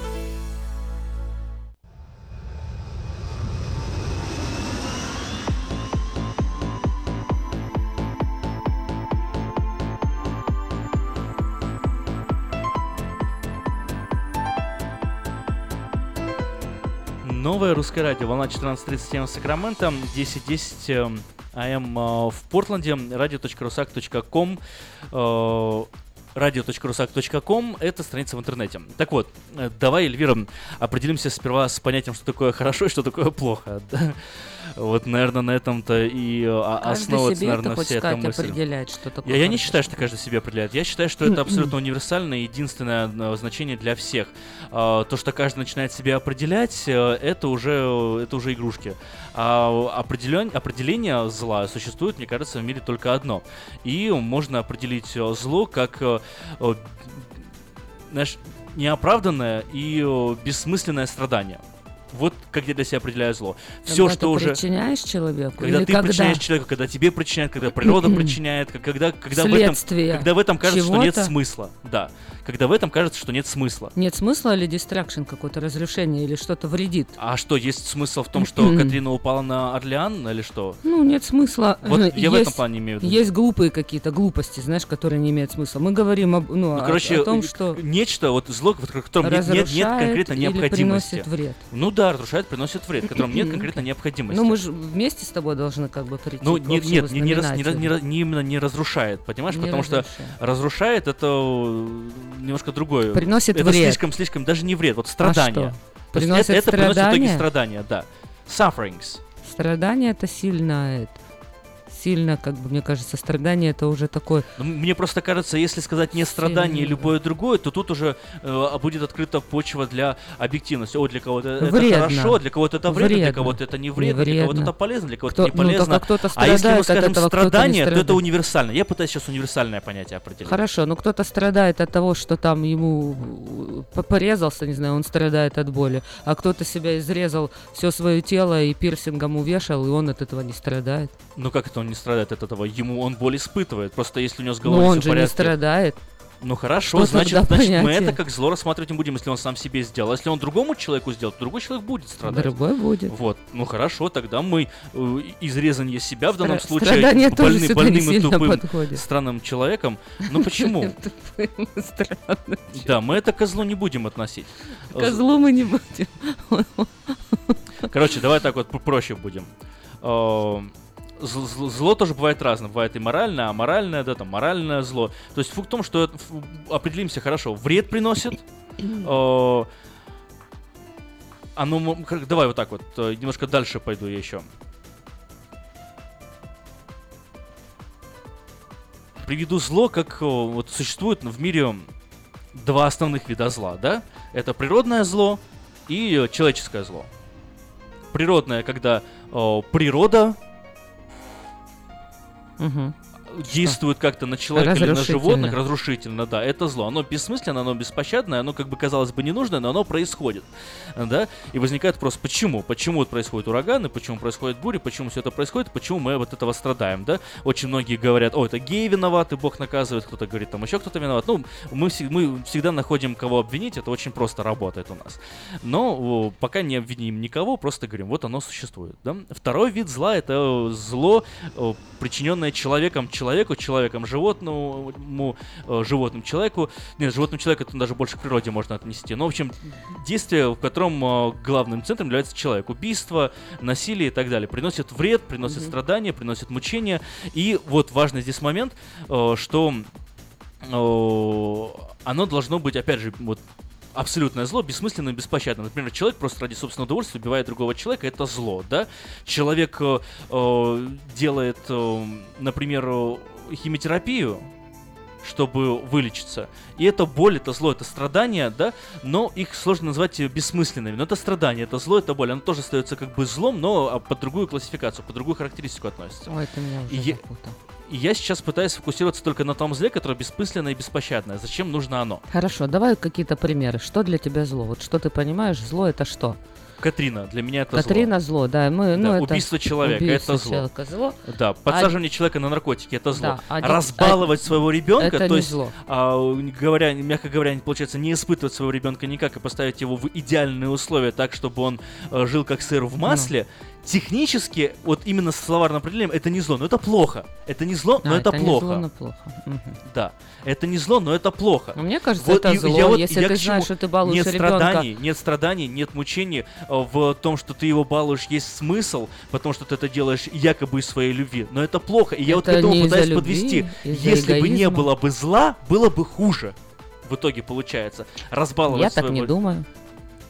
Новое русское радио, волна четырнадцать тридцать эй эм в Сакраменто, десять десять эй эм в Портленде, радио точка русак точка ком, радио точка русак точка ком — это страница в интернете. Так вот, давай, Эльвира, определимся сперва с понятием, что такое хорошо и что такое плохо. Вот, наверное, на этом-то и а, основывается, наверное, вся эта мысль. Определяет, что такое я, я не хорошо. считаю, что каждый себе определяет. Я считаю, что это абсолютно универсальное и единственное значение для всех. А, то, что каждый начинает себе определять, это уже, это уже игрушки. А определен, определение зла существует, мне кажется, в мире только одно. И можно определить зло как, знаешь, неоправданное и бессмысленное страдание. Вот как я для себя определяю зло. Все, когда что ты уже... причиняешь человеку? Когда или ты когда? причиняешь человеку, когда тебе причиняют, когда природа причиняет, когда, когда, в этом, когда в этом кажется, чего-то? что нет смысла. Да. Когда в этом кажется, что нет смысла. Нет смысла или дистракшн какое-то, разрушение или что-то вредит? А что, есть смысл в том, что Катрина упала на Орлеан или что? Ну, нет смысла. Вот я есть, в этом плане имею в виду. Есть глупые какие-то глупости, знаешь, которые не имеют смысла. Мы говорим об, ну, ну, о, короче, о том, что нечто, вот зло, в котором нет, нет, нет конкретно необходимости. Приносит вред. Ну да, разрушает, приносит вред, в котором нет конкретно необходимости. Ну мы же вместе с тобой должны как бы прийти ну, к нет, общему нет, не, не, раз, не, знаменателю. не, не именно не разрушает, понимаешь? Не Потому разрушает. что разрушает это немножко другое. Приносит это вред. слишком, слишком, даже не вред, вот страдания. А что? То есть Приносит это, это приносит в итоге страдания? страдания, да. Sufferings. Страдание это сильно, это, сильно, как бы, мне кажется, страдание это уже такое. Ну, мне просто кажется, если сказать не страдание и любое другое, то тут уже э, будет открыта почва для объективности. О, для кого-то это Вредно. хорошо, для кого-то это вредно, Вредно. для кого-то это не вредно, Не для кого-то вредно. это полезно, для кого-то Кто- не полезно. ну, только кто-то а если мы страдает от скажем этого, кто-то не страдание, то это страдает. универсально. Я пытаюсь сейчас универсальное понятие определить. Хорошо, но кто-то страдает от того, что там ему п- порезался, не знаю, он страдает от боли, а кто-то себя изрезал все свое тело и пирсингом увешал, и он от этого не страдает. Ну как это он не страдает от этого? Ему он боль испытывает. Просто если у него с головой Но он всё в же не порядке. страдает. Ну хорошо, Что значит, тогда значит мы понятие? это как зло рассматривать не будем, если он сам себе сделал. А если он другому человеку сделал, то другой человек будет страдать. Другой будет. Вот. Ну хорошо, тогда мы э, изрезание себя в данном Стра- случае страдание тоже больны- сюда больным не и сильно тупым подходит. странным человеком. Ну почему? Тупым и странным. Да, мы это к злу не будем относить. Козлу мы не будем. Короче, давай так вот проще будем. Э, зл- зл- Зло тоже бывает разным. Бывает и моральное, а моральное, да, там, моральное зло. То есть факт в том, что это, ф- определимся хорошо. Вред приносит. э, Оно, м- как- давай вот так вот, э, немножко дальше пойду я еще. Приведу зло, как э, вот существует в мире два основных вида зла, да? Это природное зло и э, человеческое зло. Природное, когда э, природа Мгм. действует как-то на человека или на Разрушительно. животных, разрушительно, да, это зло. Оно бессмысленное, оно беспощадное, оно, как бы, казалось бы, ненужное, но оно происходит, да, и возникает вопрос, почему? Почему вот происходят ураганы, почему происходят бури, почему все это происходит, почему мы от этого страдаем, да? Очень многие говорят, о, это геи виноваты, Бог наказывает, кто-то говорит, там еще кто-то виноват. Ну, мы, всег- мы всегда находим, кого обвинить, это очень просто работает у нас. Но о, пока не обвиним никого, просто говорим, вот оно существует, да? Второй вид зла — это зло, о, причиненное человеком человеку, человеком животному, э, животным человеку. Нет, животным человеку это даже больше к природе можно отнести. Но, в общем, действие, в котором э, главным центром является человек. Убийство, насилие и так далее. Приносит вред, приносит Мгм. страдания, приносит мучения. И вот важный здесь момент, э, что э, оно должно быть, опять же, вот абсолютное зло, бессмысленно и беспощадно. Например, человек просто ради собственного удовольствия убивает другого человека, это зло, да? Человек э, э, делает, э, например, э, химиотерапию, чтобы вылечиться. И это боль, это зло, это страдания, да, но их сложно назвать бессмысленными. Но это страдания, это зло, это боль. Оно тоже остается как бы злом, но а, под другую классификацию, под другую характеристику относится. Ой, ты меня уже И я- запутал. И я сейчас пытаюсь фокусироваться только на том зле, которое бессмысленное и беспощадное. Зачем нужно оно? Хорошо, давай какие-то примеры. Что для тебя зло? Вот что ты понимаешь, зло это что? Катрина, для меня это Катрина зло, да, мы, ну Да, это убийство человека, убийство это зло. человека, зло. Да, подсаживание человека на наркотики — это зло. Да, один- Разбаловать а- своего ребенка, это то не есть, зло. а, говоря, мягко говоря, получается, не испытывать своего ребенка никак и поставить его в идеальные условия так, чтобы он э, жил как сыр в масле. Технически, вот именно с словарным определением, это не зло, но это плохо. Это не зло, но А, это, это не плохо. зло, но плохо. Мгм. Да, это не зло, но это плохо. Ну, мне кажется, Вот это и зло, я вот- если я ты к чему? знаешь, что ты балуешь нет ребенка. страданий, нет страданий, нет мучений э, в том, что ты его балуешь, есть смысл, потому что ты это делаешь якобы из своей любви. Но это плохо, и я вот к Это этому не из-за пытаюсь любви, подвести. из-за Если бы не эгоизма. было бы зла, было бы хуже. В итоге получается разбаловать Я так своего- не думаю.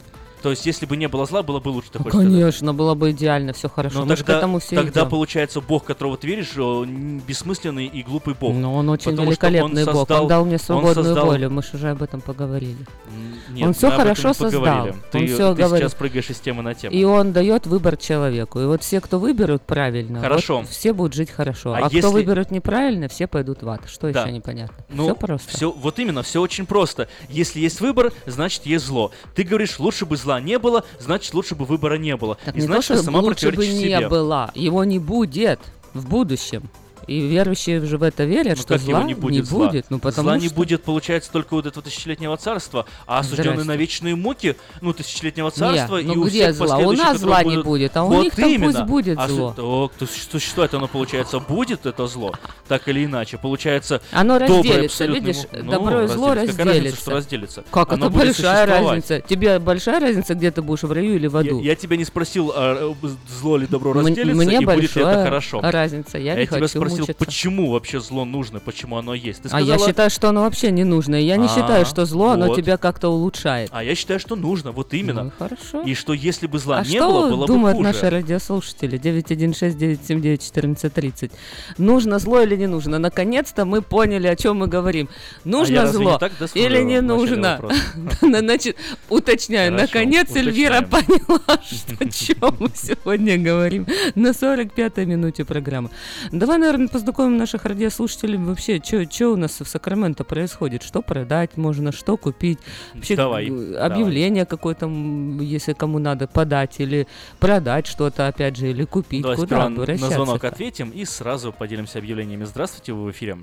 То есть, если бы не было зла, было бы лучше, ты Ну, хочешь сказать? конечно, было бы идеально, все хорошо. Но Мы же к тогда, этому все тогда идем. получается, Бог, которого ты веришь, он бессмысленный и глупый Бог. Но он очень Потому что великолепный он Бог. создал- Он дал мне свободную создал- волю. Мы же уже об этом поговорили. Нет, он все мы об этом хорошо не создал. поговорили. Ты, он все ты говорит. сейчас прыгаешь из темы на тему. И он дает выбор человеку. И вот все, кто выберут правильно, Хорошо. вот все будут жить хорошо. А А, если- кто выберет неправильно, все пойдут в ад. Что Да. еще непонятно? Ну, все просто. всё- вот именно, все очень просто. Если есть выбор, значит есть зло. Ты говоришь, лучше бы зла не было, значит лучше бы выбора не было. Так И не значит, то, ты что сама лучше бы противоречишь не себе. было. Его не будет в будущем. И верующие же в это верят, Ну, что как зла его не будет, зла? Ну, потому Зла что... не будет, получается, только вот этого тысячелетнего царства, а осужденный Здрасте. на вечные муки, ну, тысячелетнего царства, Не, и ну у где всех зла? У последующих, нас которые зла не будут- будет, а у Вот них там именно. пусть будет А зло. су- то, то существует оно, получается, будет это зло, так или иначе. Получается, Оно доброе разделится, абсолютно видишь, ему- добро и зло разделится. Какая разница, разделится. что разделится? Как Оно это будет большая существовать. разница? Тебе большая разница, где ты будешь, в раю или в аду? Я, я тебя не спросил, а, э, зло или добро М- разделится, мне и будет ли это большая хорошо. разница, я не тебя хочу спросил, мучиться. почему вообще зло нужно, почему оно есть. Ты А я сказала- считаю, что оно вообще не нужно. И я не А, считаю, что зло, оно вот. тебя как-то улучшает. А я считаю, что нужно, вот именно. Ну, хорошо. И что если бы зла А не что было, было думают бы хуже. наши радиослушатели? девять один шесть девять семь девять четырнадцать тридцать. Нужно зло или не нужно? Наконец-то мы поняли, о чем мы говорим. Нужно А я разве зло не так дослушал или не в начале нужно? вопроса? Значит, уточняю. Хорошо, Наконец Эльвира уточняем. поняла, что, о чем мы сегодня говорим на сорок пятой минуте программы. Давай, наверное, познакомим наших радиослушателей вообще, что у нас в Сакраменто происходит, что продать можно, что купить. Вообще, Давай, г- объявление какое-то, м, если кому надо, подать или продать что-то, опять же, или купить. Давай Куда сперва на обращаться? звонок ответим и сразу поделимся объявлениями. Здравствуйте, вы в эфире.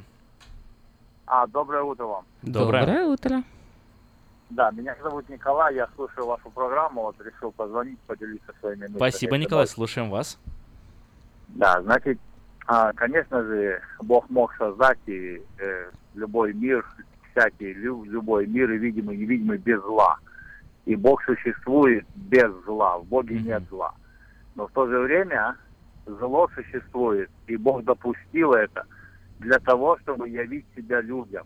А, доброе утро вам. Доброе. Доброе утро. Да, меня зовут Николай, я слушаю вашу программу, вот решил позвонить, поделиться своими мыслями. Спасибо, Это Николай, да. слушаем вас. Да, значит, а, конечно же, Бог мог создать и э, любой мир, всякий лю- любой мир, и видимый, и невидимый, без зла. И Бог существует без зла, в Боге нет зла. Но в то же время зло существует, и Бог допустил это для того, чтобы явить себя людям.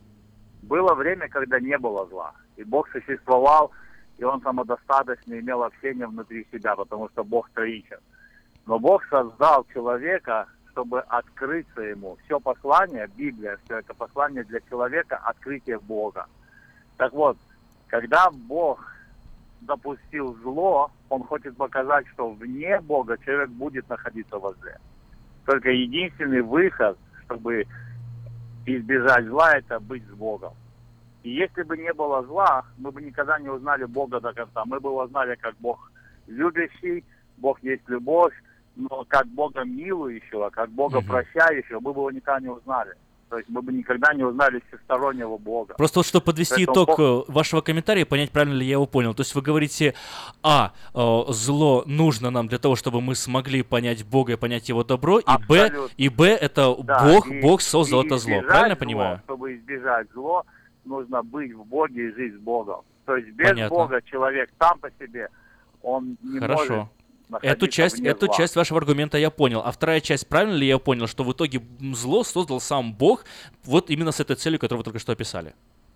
Было время, когда не было зла, и Бог существовал, и Он самодостаточно имел общение внутри себя, потому что Бог троичен. Но Бог создал человека, чтобы открыться ему. Все послание, Библия, все это послание для человека, открытие Бога. Так вот, когда Бог допустил зло, Он хочет показать, что вне Бога человек будет находиться во зле. Только единственный выход, чтобы избежать зла, это быть с Богом. И если бы не было зла, мы бы никогда не узнали Бога до конца. Мы бы его знали как Бог любящий, Бог есть любовь, но как Бога милующего, как Бога прощающего, мы бы его никогда не узнали. То есть мы бы никогда не узнали всестороннего Бога. Просто вот, чтобы подвести Поэтому итог Бог- э, вашего комментария, понять, правильно ли я его понял. То есть вы говорите, а, э, зло нужно нам для того, чтобы мы смогли понять Бога и понять его добро, и б, Абсолютно. и б, это Да, Бог, и- Бог создал и это зло. избежать Правильно я зло, понимаю? Чтобы избежать зло, нужно быть в Боге и жить с Богом. То есть без Понятно. Бога человек сам по себе, он не может Хорошо. находиться Эту часть, вне эту зла. часть вашего аргумента я понял. А вторая часть, правильно ли я понял, что в итоге м, зло создал сам Бог, вот именно с этой целью, которую вы только что описали?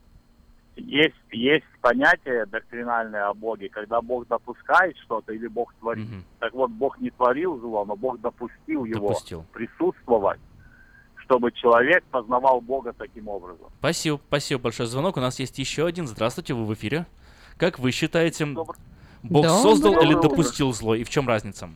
Есть, есть понятие доктринальное о Боге, когда Бог допускает что-то или Бог творит. Так вот, Бог не творил зло, но Бог допустил его Допустил. присутствовать, чтобы человек познавал Бога таким образом. Спасибо, спасибо большое за звонок. У нас есть еще один. Здравствуйте, вы в эфире. Как вы считаете, Бог Доброе создал или утро. допустил зло? И в чем разница?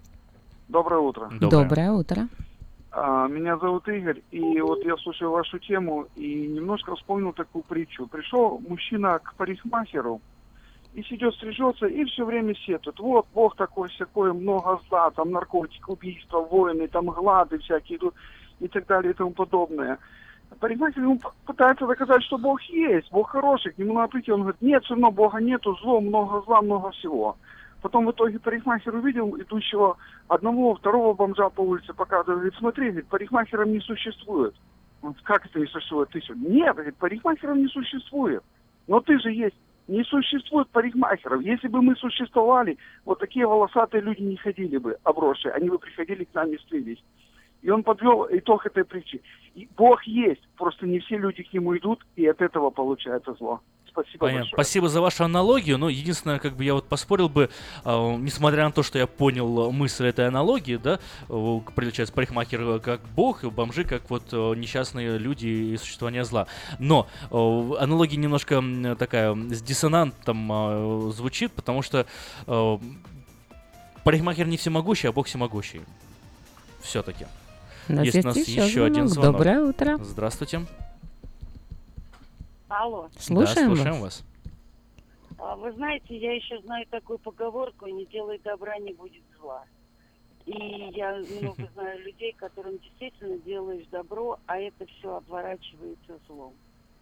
Доброе утро. Доброе. Доброе утро. А, Меня зовут Игорь, и вот я слушаю вашу тему и немножко вспомнил такую притчу. Пришел мужчина к парикмахеру и сидит, стрижется, и все время сетует. Вот, Бог такой-сякой, много зла, там наркотики, убийства, войны, там глады всякие идут и так далее и тому подобное. Парикмахер ему п- пытается доказать, что Бог есть, Бог хороший, к нему надо прийти. Он говорит, нет, все равно Бога нету, зло, много зла, много всего. Потом в итоге парикмахер увидел идущего одного, второго бомжа по улице, показывает, говорит, смотри, говорит, парикмахеров не существует. Он говорит, как это не существует? Ты что? Нет, говорит, парикмахеров не существует. Но ты же есть. Не существует парикмахеров. Если бы мы существовали, вот такие волосатые люди не ходили бы, обросшие. Они бы приходили к нам и стрелись. И он подвел итог этой притчи. И Бог есть, просто не все люди к нему идут, и от этого получается зло. Спасибо Понятно. большое. Спасибо за вашу аналогию. Но единственное, как бы я вот поспорил бы, э, несмотря на то, что я понял мысль этой аналогии, да, э, получается, парикмахер как бог, и бомжи как вот э, несчастные люди и существование зла. Но э, аналогия немножко м, такая с диссонантом э, звучит, потому что э, парикмахер не всемогущий, а бог всемогущий. Все-таки. У нас есть есть у нас еще еще один звонок. звонок. Доброе утро. Здравствуйте. Алло. Слушаем да, слушаем вас. вас. А, Вы знаете, я еще знаю такую поговорку: не делай добра, не будет зла. И я много знаю людей, которым действительно делаешь добро, а это все оборачивается злом.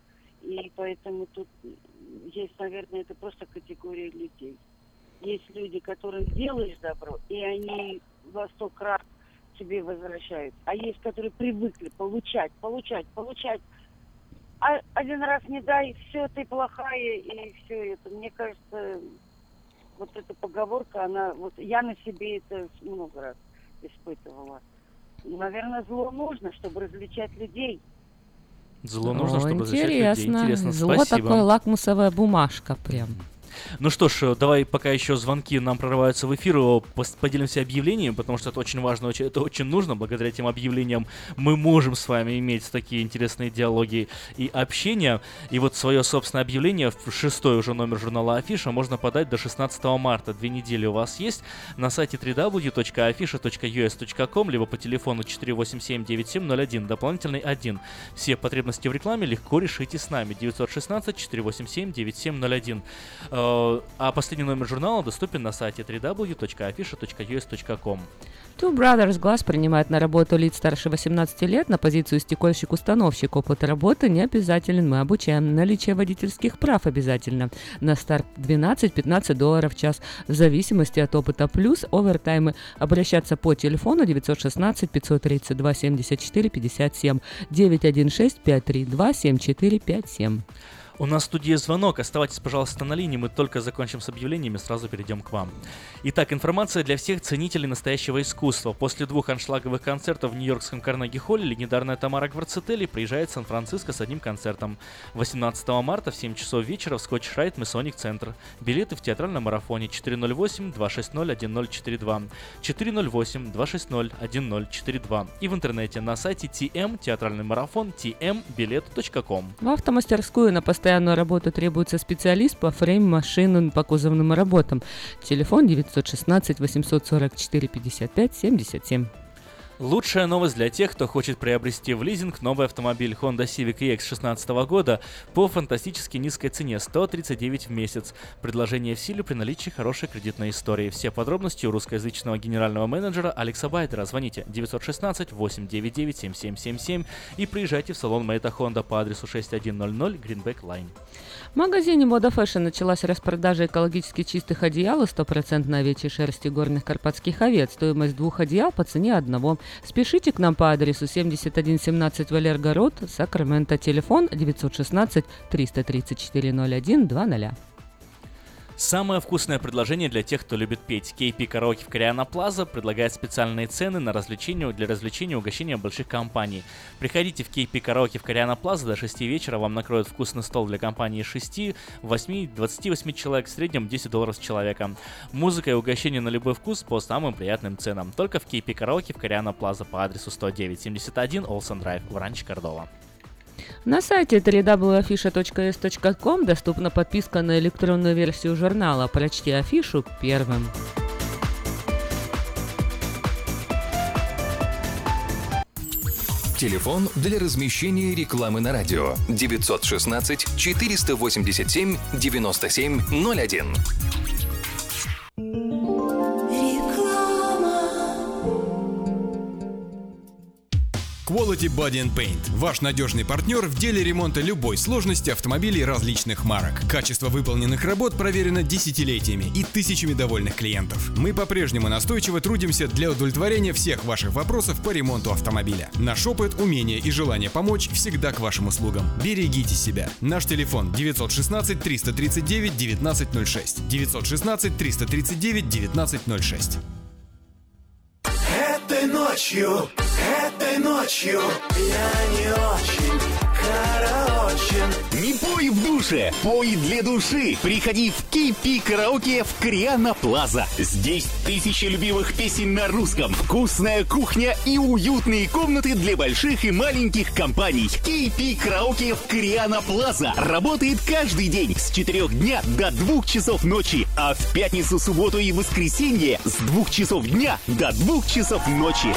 И поэтому тут есть, наверное, это просто категория людей. Есть люди, которым делаешь добро, и они во сто крат тебе возвращают. А есть, которые привыкли получать, получать, получать. А один раз не дай, все, ты плохая, и все это. Мне кажется, вот эта поговорка, она, вот я на себе это много раз испытывала. Наверное, зло нужно, чтобы различать людей. Зло нужно, О, чтобы интересно. различать людей. Интересно, Зло спасибо. такое, лакмусовая бумажка прям. Ну что ж, давай, пока еще звонки нам прорываются в эфир, пос- поделимся объявлениями, потому что это очень важно, очень- это очень нужно. Благодаря этим объявлениям мы можем с вами иметь такие интересные диалоги и общения. И вот свое собственное объявление, в шестой уже номер журнала Афиша, можно подать до шестнадцатого марта. Две недели у вас есть на сайте дабл ю дабл ю дабл ю точка афиша точка ю эс точка ком, либо по телефону четыре восемь семь девять семь ноль один, дополнительный один. Все потребности в рекламе легко решите с нами. девятьсот шестнадцать четыреста восемьдесят семь девяносто семь ноль один. А последний номер журнала доступен на сайте дабл ю дабл ю дабл ю точка афиша точка ю эс точка ком. Two Brothers Glass принимает на работу лиц старше восемнадцати лет на позицию стекольщик-установщик. Опыт работы не обязателен, мы обучаем. Наличие водительских прав обязательно. На старт двенадцать-пятнадцать долларов в час в зависимости от опыта. Плюс овертаймы. Обращаться по телефону девятьсот шестнадцать пятьсот тридцать два семьдесят четыре пятьдесят семь девять один шесть пять три два семь четыре пять семь. У нас в студии звонок. Оставайтесь, пожалуйста, на линии. Мы только закончим с объявлениями, сразу перейдем к вам. Итак, информация для всех ценителей настоящего искусства. После двух аншлаговых концертов в нью-йоркском Карнеги-холле легендарная Тамара Гварцетели приезжает в Сан-Франциско с одним концертом. восемнадцатого марта в семь часов вечера в Скотч-Райт Масоник Центр. Билеты в театральном марафоне четыре ноль восемь два шесть ноль один ноль четыре два, четыре ноль восемь два шесть ноль один ноль четыре два и в интернете на сайте ти эм театральный марафон ти эм билет точка ком. В автомастерскую на постоянную работу требуется специалист по фрейм-машинам по кузовным работам. Телефон девятьсот шестнадцать восемьсот сорок четыре пятьдесят пять семьдесят семь. Лучшая новость для тех, кто хочет приобрести в лизинг новый автомобиль Honda Civic и экс шестнадцатого года по фантастически низкой цене сто тридцать девять в месяц. Предложение в силе при наличии хорошей кредитной истории. Все подробности у русскоязычного генерального менеджера Алекса Байдера. Звоните девятьсот шестнадцать восемьсот девяносто девять семь семь семь семь и приезжайте в салон Мэйта Honda по адресу шесть тысяч сто Greenback Line. В магазине Moda Fashion началась распродажа экологически чистых одеял из стопроцентной овечьей шерсти горных карпатских овец. Стоимость двух одеял по цене одного. Спешите к нам по адресу семьдесят один семнадцать Валерго Роуд, Сакраменто. Телефон девятьсот шестнадцать триста тридцать четыре ноль один двадцать. Самое вкусное предложение для тех, кто любит петь. кей пи Караоке в Кориана Плаза предлагает специальные цены на развлечения для развлечения и угощения больших компаний. Приходите в кей пи Караоке в Кориана Плаза до шести вечера, вам накроют вкусный стол для компании шести, восьми, двадцати восьми человек, в среднем десять долларов с человека. Музыка и угощение на любой вкус по самым приятным ценам. Только в кей пи Караоке в Кориана Плаза по адресу сто девять семьдесят один Олсен Драйв в Ранчо Кордова. На сайте дабл ю дабл ю дабл ю точка афиша точка ю эс точка ком доступна подписка на электронную версию журнала. Прочти афишу первым. Телефон для размещения рекламы на радио девятьсот шестнадцать четыреста восемьдесят семь девяносто семь ноль один. Quality Body and Paint – ваш надежный партнер в деле ремонта любой сложности автомобилей различных марок. Качество выполненных работ проверено десятилетиями и тысячами довольных клиентов. Мы по-прежнему настойчиво трудимся для удовлетворения всех ваших вопросов по ремонту автомобиля. Наш опыт, умение и желание помочь всегда к вашим услугам. Берегите себя. Наш телефон девятьсот шестнадцать триста тридцать девять девятнадцать ноль шесть. девятьсот шестнадцать триста тридцать девять девятнадцать ноль шесть. Этой ночью, этой ночью я не очень караоке. Не пой в душе, пой для души. Приходи в кей пи караоке в Кориана Плаза. Здесь тысячи любимых песен на русском, вкусная кухня и уютные комнаты для больших и маленьких компаний. кей пи караоке в Кориана Плаза работает каждый день с четырёх дня до двух часов ночи, а в пятницу, субботу и воскресенье с двух часов дня до двух часов ночи.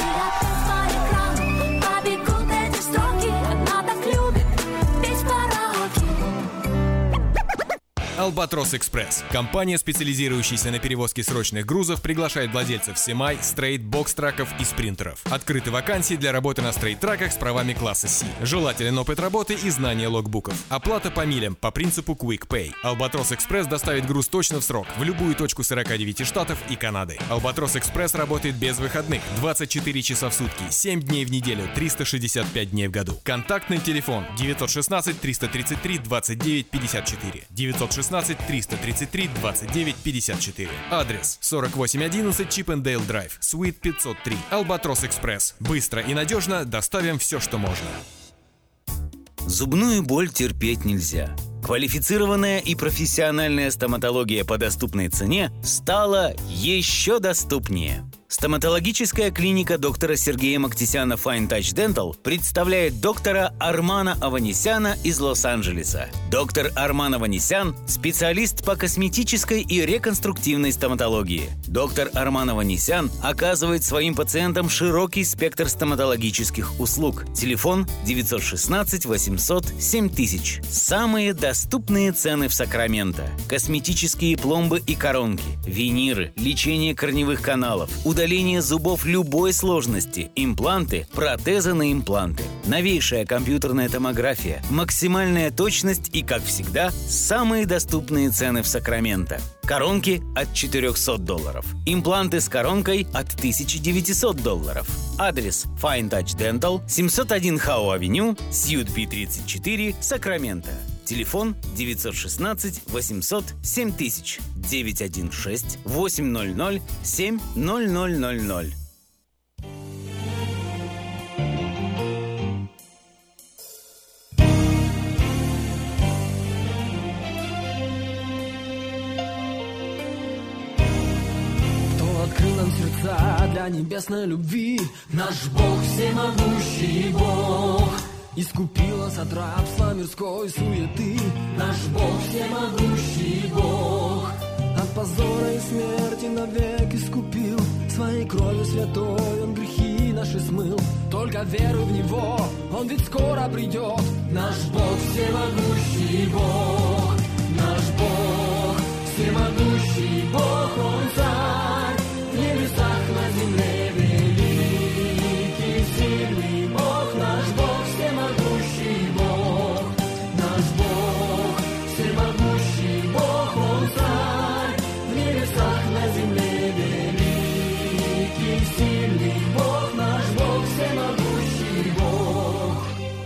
Albatros Express. Компания, специализирующаяся на перевозке срочных грузов, приглашает владельцев семай, стрейт, бокс-траков и спринтеров. Открыты вакансии для работы на стрейт-траках с правами класса C. Желателен опыт работы и знание логбуков. Оплата по милям по принципу Quick Pay. Albatros Express доставит груз точно в срок в любую точку сорока девяти штатов и Канады. Albatros Express работает без выходных, двадцать четыре часа в сутки, семь дней в неделю, триста шестьдесят пять дней в году. Контактный телефон девятьсот шестнадцать триста тридцать три двадцать девять пятьдесят четыре. девятьсот шестнадцать триста тридцать три двадцать девять пятьдесят четыре. Адрес сорок восемь одиннадцать Чиппендейл Драйв, Суит пятьсот три. Albatros Express. Быстро и надежно доставим все, что можно. Зубную боль терпеть нельзя. Квалифицированная и профессиональная стоматология по доступной цене стала еще доступнее. Стоматологическая клиника доктора Сергея Мактисяна Fine Touch Dental представляет доктора Армана Аванесяна из Лос-Анджелеса. Доктор Арман Аванесян – специалист по косметической и реконструктивной стоматологии. Доктор Арман Аванесян оказывает своим пациентам широкий спектр стоматологических услуг. Телефон девятьсот шестнадцать восемьсот семь тысяч. Самые доступные цены в Сакраменто. Косметические пломбы и коронки, виниры, лечение корневых каналов, удаление зубов любой сложности, импланты, протезы на импланты, новейшая компьютерная томография, максимальная точность и, как всегда, самые доступные цены в Сакраменто. Коронки от четырехсот долларов. Импланты с коронкой от тысяча девятьсот долларов. Адрес Fine Touch Dental, семьсот один Хау-авеню, Сьют Би тридцать четыре, Сакраменто. Телефон девятьсот шестнадцать восемьсот семь тысяч, девятьсот шестнадцать восемьсот семь ноль ноль ноль ноль. Кто открыл нам сердца для небесной любви? Наш Бог, всемогущий Бог. Искупил нас от рабства мирской суеты. Наш Бог, всемогущий Бог. От позора и смерти навек искупил. Своей кровью святой Он грехи наши смыл. Только веруй в Него, Он ведь скоро придет. Наш Бог, всемогущий Бог. Наш Бог, всемогущий Бог. Он царь в небесах, на земле великий, сильный Бог. Наш Бог, всемогущий Бог, наш Бог, всемогущий Бог, Он царь в небесах, на земле великий, сильный Бог, наш Бог, всемогущий Бог.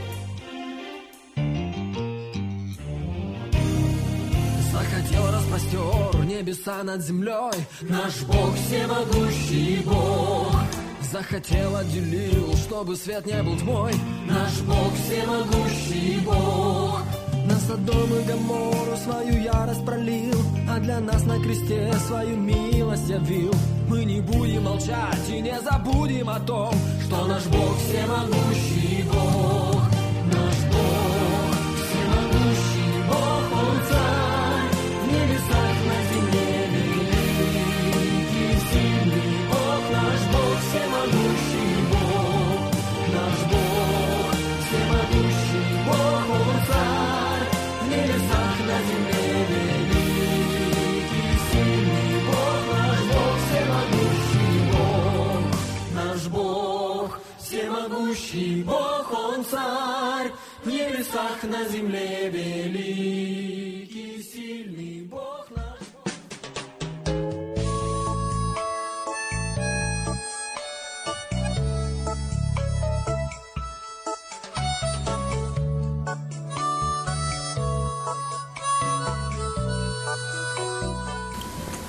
Захотел, распростер небеса над землей, наш Бог, всемогущий Бог. Захотел, отделил, чтобы свет не был тьмой. Наш Бог, всемогущий Бог. На Содом и Гоморру свою ярость пролил, а для нас на кресте свою милость явил. Мы не будем молчать и не забудем о том, что наш Бог, всемогущий Бог. Наш Бог, всемогущий Бог, Он царь в небесах, на земле великий, сильный Бог. Наш Бог, всемогущий Бог, наш Бог, всемогущий Бог, Он царь в небесах, на земле великий, сильный Бог. Наш Бог, всемогущий Бог, наш Бог, всемогущий Бог, Он царь в небесах, на земле великий, сильный Бог. Наш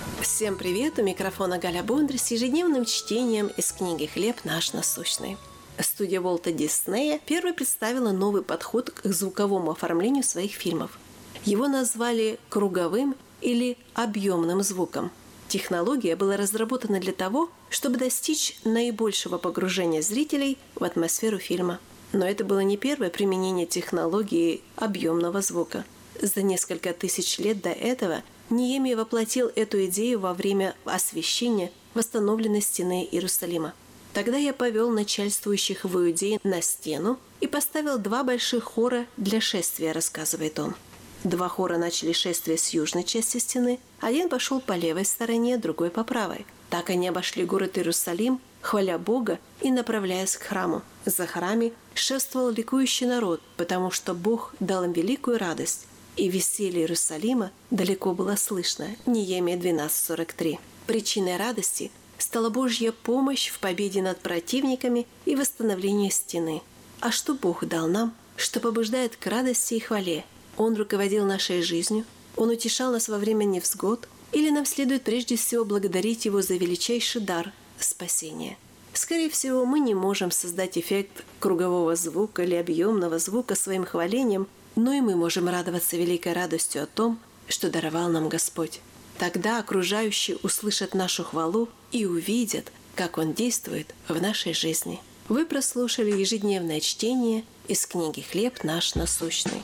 Всем привет! У микрофона Галя Бондарь с ежедневным чтением из книги «Хлеб наш насущный». Студия Уолта Диснея первой представила новый подход к звуковому оформлению своих фильмов. Его назвали круговым или объемным звуком. Технология была разработана для того, чтобы достичь наибольшего погружения зрителей в атмосферу фильма. Но это было не первое применение технологии объемного звука. За несколько тысяч лет до этого Неемия воплотил эту идею во время освящения восстановленной стены Иерусалима. «Тогда я повел начальствующих в Иудее на стену и поставил два больших хора для шествия», — рассказывает он. Два хора начали шествие с южной части стены, один пошел по левой стороне, другой по правой. Так они обошли город Иерусалим, хваля Бога и направляясь к храму. За хорами шествовал ликующий народ, потому что Бог дал им великую радость, и веселье Иерусалима далеко было слышно. Неемия двенадцать сорок три. Причиной радости стала Божья помощь в победе над противниками и восстановлении стены. А что Бог дал нам, что побуждает к радости и хвале? Он руководил нашей жизнью, Он утешал нас во время невзгод, или нам следует прежде всего благодарить Его за величайший дар – спасение? Скорее всего, мы не можем создать эффект кругового звука или объемного звука своим хвалением, но и мы можем радоваться великой радостью о том, что даровал нам Господь. Тогда окружающие услышат нашу хвалу и увидят, как Он действует в нашей жизни. Вы прослушали ежедневное чтение из книги «Хлеб наш насущный».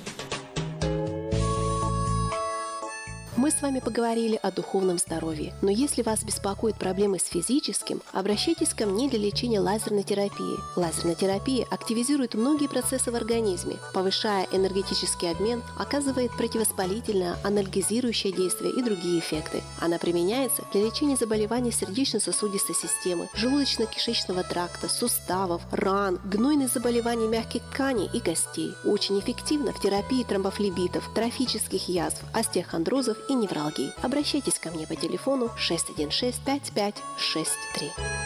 Мы с вами поговорили о духовном здоровье, но если вас беспокоят проблемы с физическим, обращайтесь ко мне для лечения лазерной терапии. Лазерная терапия активизирует многие процессы в организме, повышая энергетический обмен, оказывает противовоспалительное, анальгезирующее действие и другие эффекты. Она применяется для лечения заболеваний сердечно-сосудистой системы, желудочно-кишечного тракта, суставов, ран, гнойных заболеваний мягких тканей и костей. Очень эффективно в терапии тромбофлебитов, трофических язв, остеохондрозов и невралгии. Обращайтесь ко мне по телефону шесть один шесть пять пять шесть три.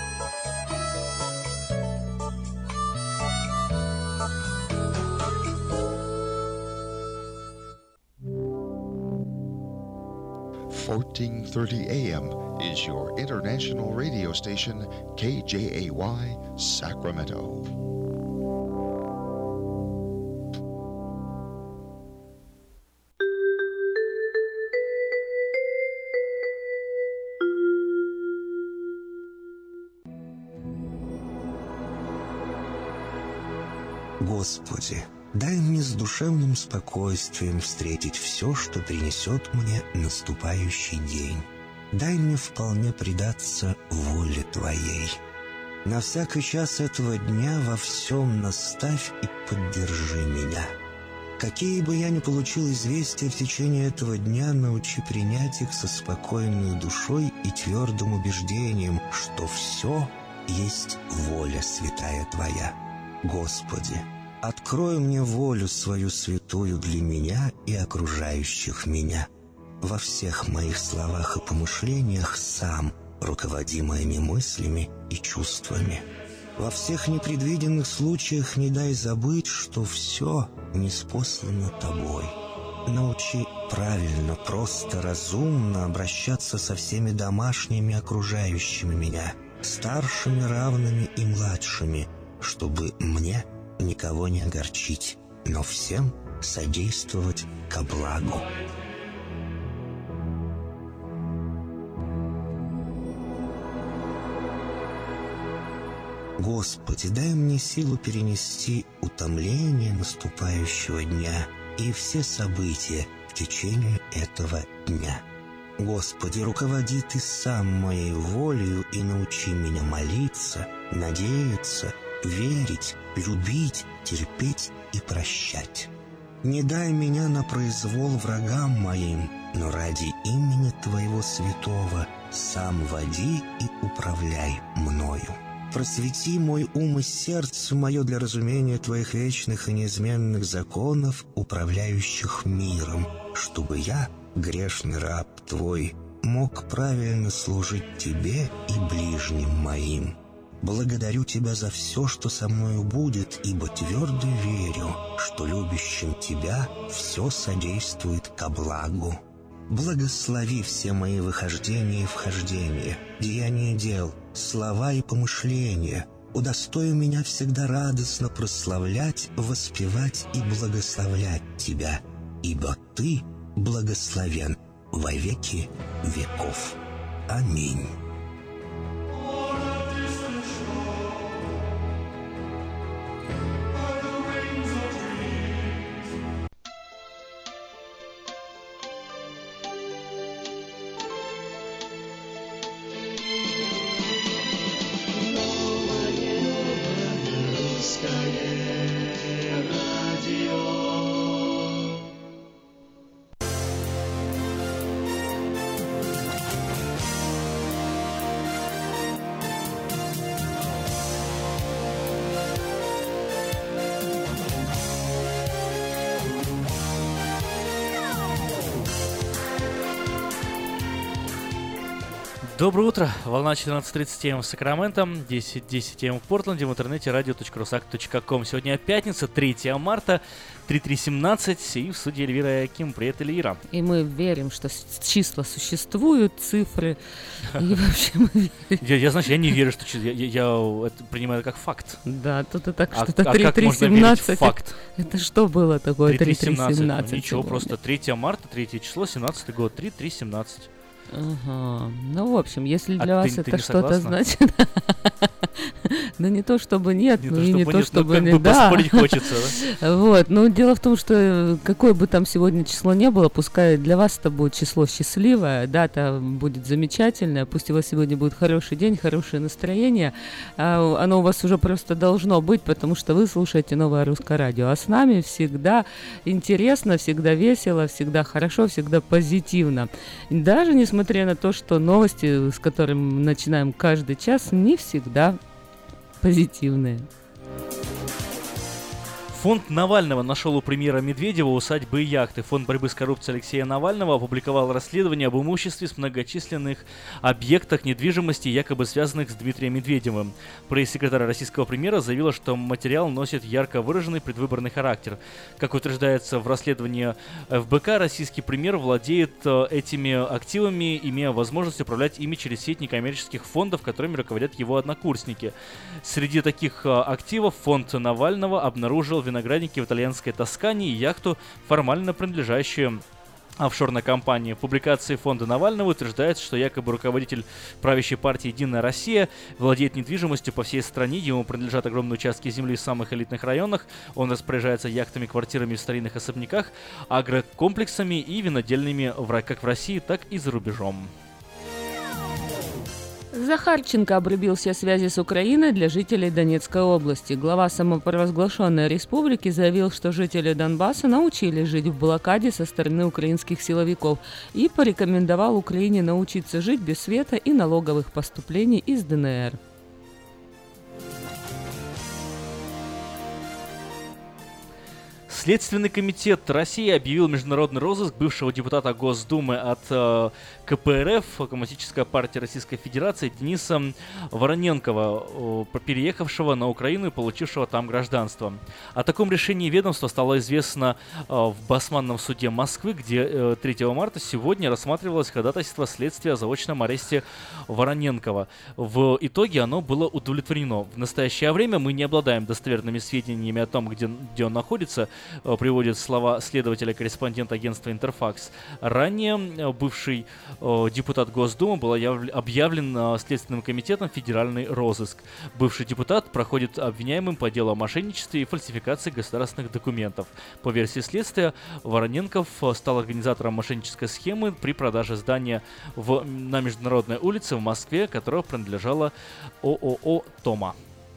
fourteen thirty A M is your international radio station K J A Y Sacramento. Господи, дай мне с душевным спокойствием встретить все, что принесет мне наступающий день. Дай мне вполне предаться воле Твоей. На всякий час этого дня во всем наставь и поддержи меня. Какие бы я ни получил известия в течение этого дня, научи принять их со спокойной душой и твердым убеждением, что все есть воля святая Твоя. Господи, открой мне волю свою святую для меня и окружающих меня. Во всех моих словах и помышлениях сам руководи моими мыслями и чувствами. Во всех непредвиденных случаях не дай забыть, что все ниспослано Тобой. Научи правильно, просто, разумно обращаться со всеми домашними окружающими меня, старшими, равными и младшими, чтобы мне никого не огорчить, но всем содействовать ко благу. Господи, дай мне силу перенести утомление наступающего дня и все события в течение этого дня. Господи, руководи Ты сам моей волею и научи меня молиться, надеяться, верить, любить, терпеть и прощать. Не дай меня на произвол врагам моим, но ради имени Твоего святого сам води и управляй мною. Просвети мой ум и сердце мое для разумения Твоих вечных и неизменных законов, управляющих миром, чтобы я, грешный раб Твой, мог правильно служить Тебе и ближним моим. Благодарю Тебя за все, что со мною будет, ибо твердо верю, что любящим Тебя все содействует ко благу. Благослови все мои выхождения и вхождения, деяния дел, слова и помышления, удостою меня всегда радостно прославлять, воспевать и благословлять Тебя, ибо Ты благословен во веки веков. Аминь. Доброе утро. Волна четырнадцать тридцать эм в Сакраменто, десять десять эм в Портленде, в интернете радио точка русак точка ком. Сегодня пятница, третье марта, три три семнадцать, и в студии Эльвира Яким. Привет, Эльвира. И мы верим, что числа существуют, цифры, и вообще мы верим. Я, я, знаешь, я не верю, что числа, я, я, я это принимаю как факт. Да, тут и так а, что-то а три три семнадцать. Факт? Это что было такое три три семнадцать? Ну, ничего, просто третье марта, третье число, семнадцатый год, три три семнадцать. Ага. Ну, в общем, если для а вас ты, это ты что-то значит... Ну, не то, чтобы нет, не ну то, и не то, нет, чтобы ну, не как бы да. поспорить хочется, да? Вот, ну, дело в том, что какое бы там сегодня число не было, пускай для вас это будет число счастливое, дата будет замечательная, пусть у вас сегодня будет хороший день, хорошее настроение, а оно у вас уже просто должно быть, потому что вы слушаете Новое Русское Радио, а с нами всегда интересно, всегда весело, всегда хорошо, всегда позитивно. Даже несмотря на то, что новости, с которыми мы начинаем каждый час, не всегда позитивные. Фонд Навального нашел у премьера Медведева усадьбы и яхты. Фонд борьбы с коррупцией Алексея Навального опубликовал расследование об имуществе с многочисленных объектах недвижимости, якобы связанных с Дмитрием Медведевым. Пресс-секретарь российского премьера заявила, что материал носит ярко выраженный предвыборный характер. Как утверждается в расследовании эф бэ ка, российский премьер владеет этими активами, имея возможность управлять ими через сеть некоммерческих фондов, которыми руководят его однокурсники. Среди таких активов фонд Навального обнаружил виноградники в итальянской Тоскане и яхту, формально принадлежащую офшорной компании. В публикации фонда Навального утверждается, что якобы руководитель правящей партии «Единая Россия» владеет недвижимостью по всей стране, ему принадлежат огромные участки земли в самых элитных районах, он распоряжается яхтами, квартирами в старинных особняках, агрокомплексами и винодельными как в России, так и за рубежом. Захарченко обрубил все связи с Украиной для жителей Донецкой области. Глава самопровозглашенной республики заявил, что жители Донбасса научились жить в блокаде со стороны украинских силовиков и порекомендовал Украине научиться жить без света и налоговых поступлений из дэ эн эр. Следственный комитет России объявил международный розыск бывшего депутата Госдумы от э, ка пэ эр эф, Коммунистическая партия Российской Федерации, Дениса Вороненкова, э, переехавшего на Украину и получившего там гражданство. О таком решении ведомства стало известно э, в Басманном суде Москвы, где э, третьего марта сегодня рассматривалось ходатайство следствия о заочном аресте Вороненкова. В итоге оно было удовлетворено. В настоящее время мы не обладаем достоверными сведениями о том, где, где он находится, приводит слова следователя-корреспондента агентства «Интерфакс». Ранее бывший э, депутат Госдумы был объявлен э, Следственным комитетом федеральный розыск. Бывший депутат проходит обвиняемым по делу о мошенничестве и фальсификации государственных документов. По версии следствия, Вороненков стал организатором мошеннической схемы при продаже здания в, на Международной улице в Москве, которое принадлежало о о о «Тома».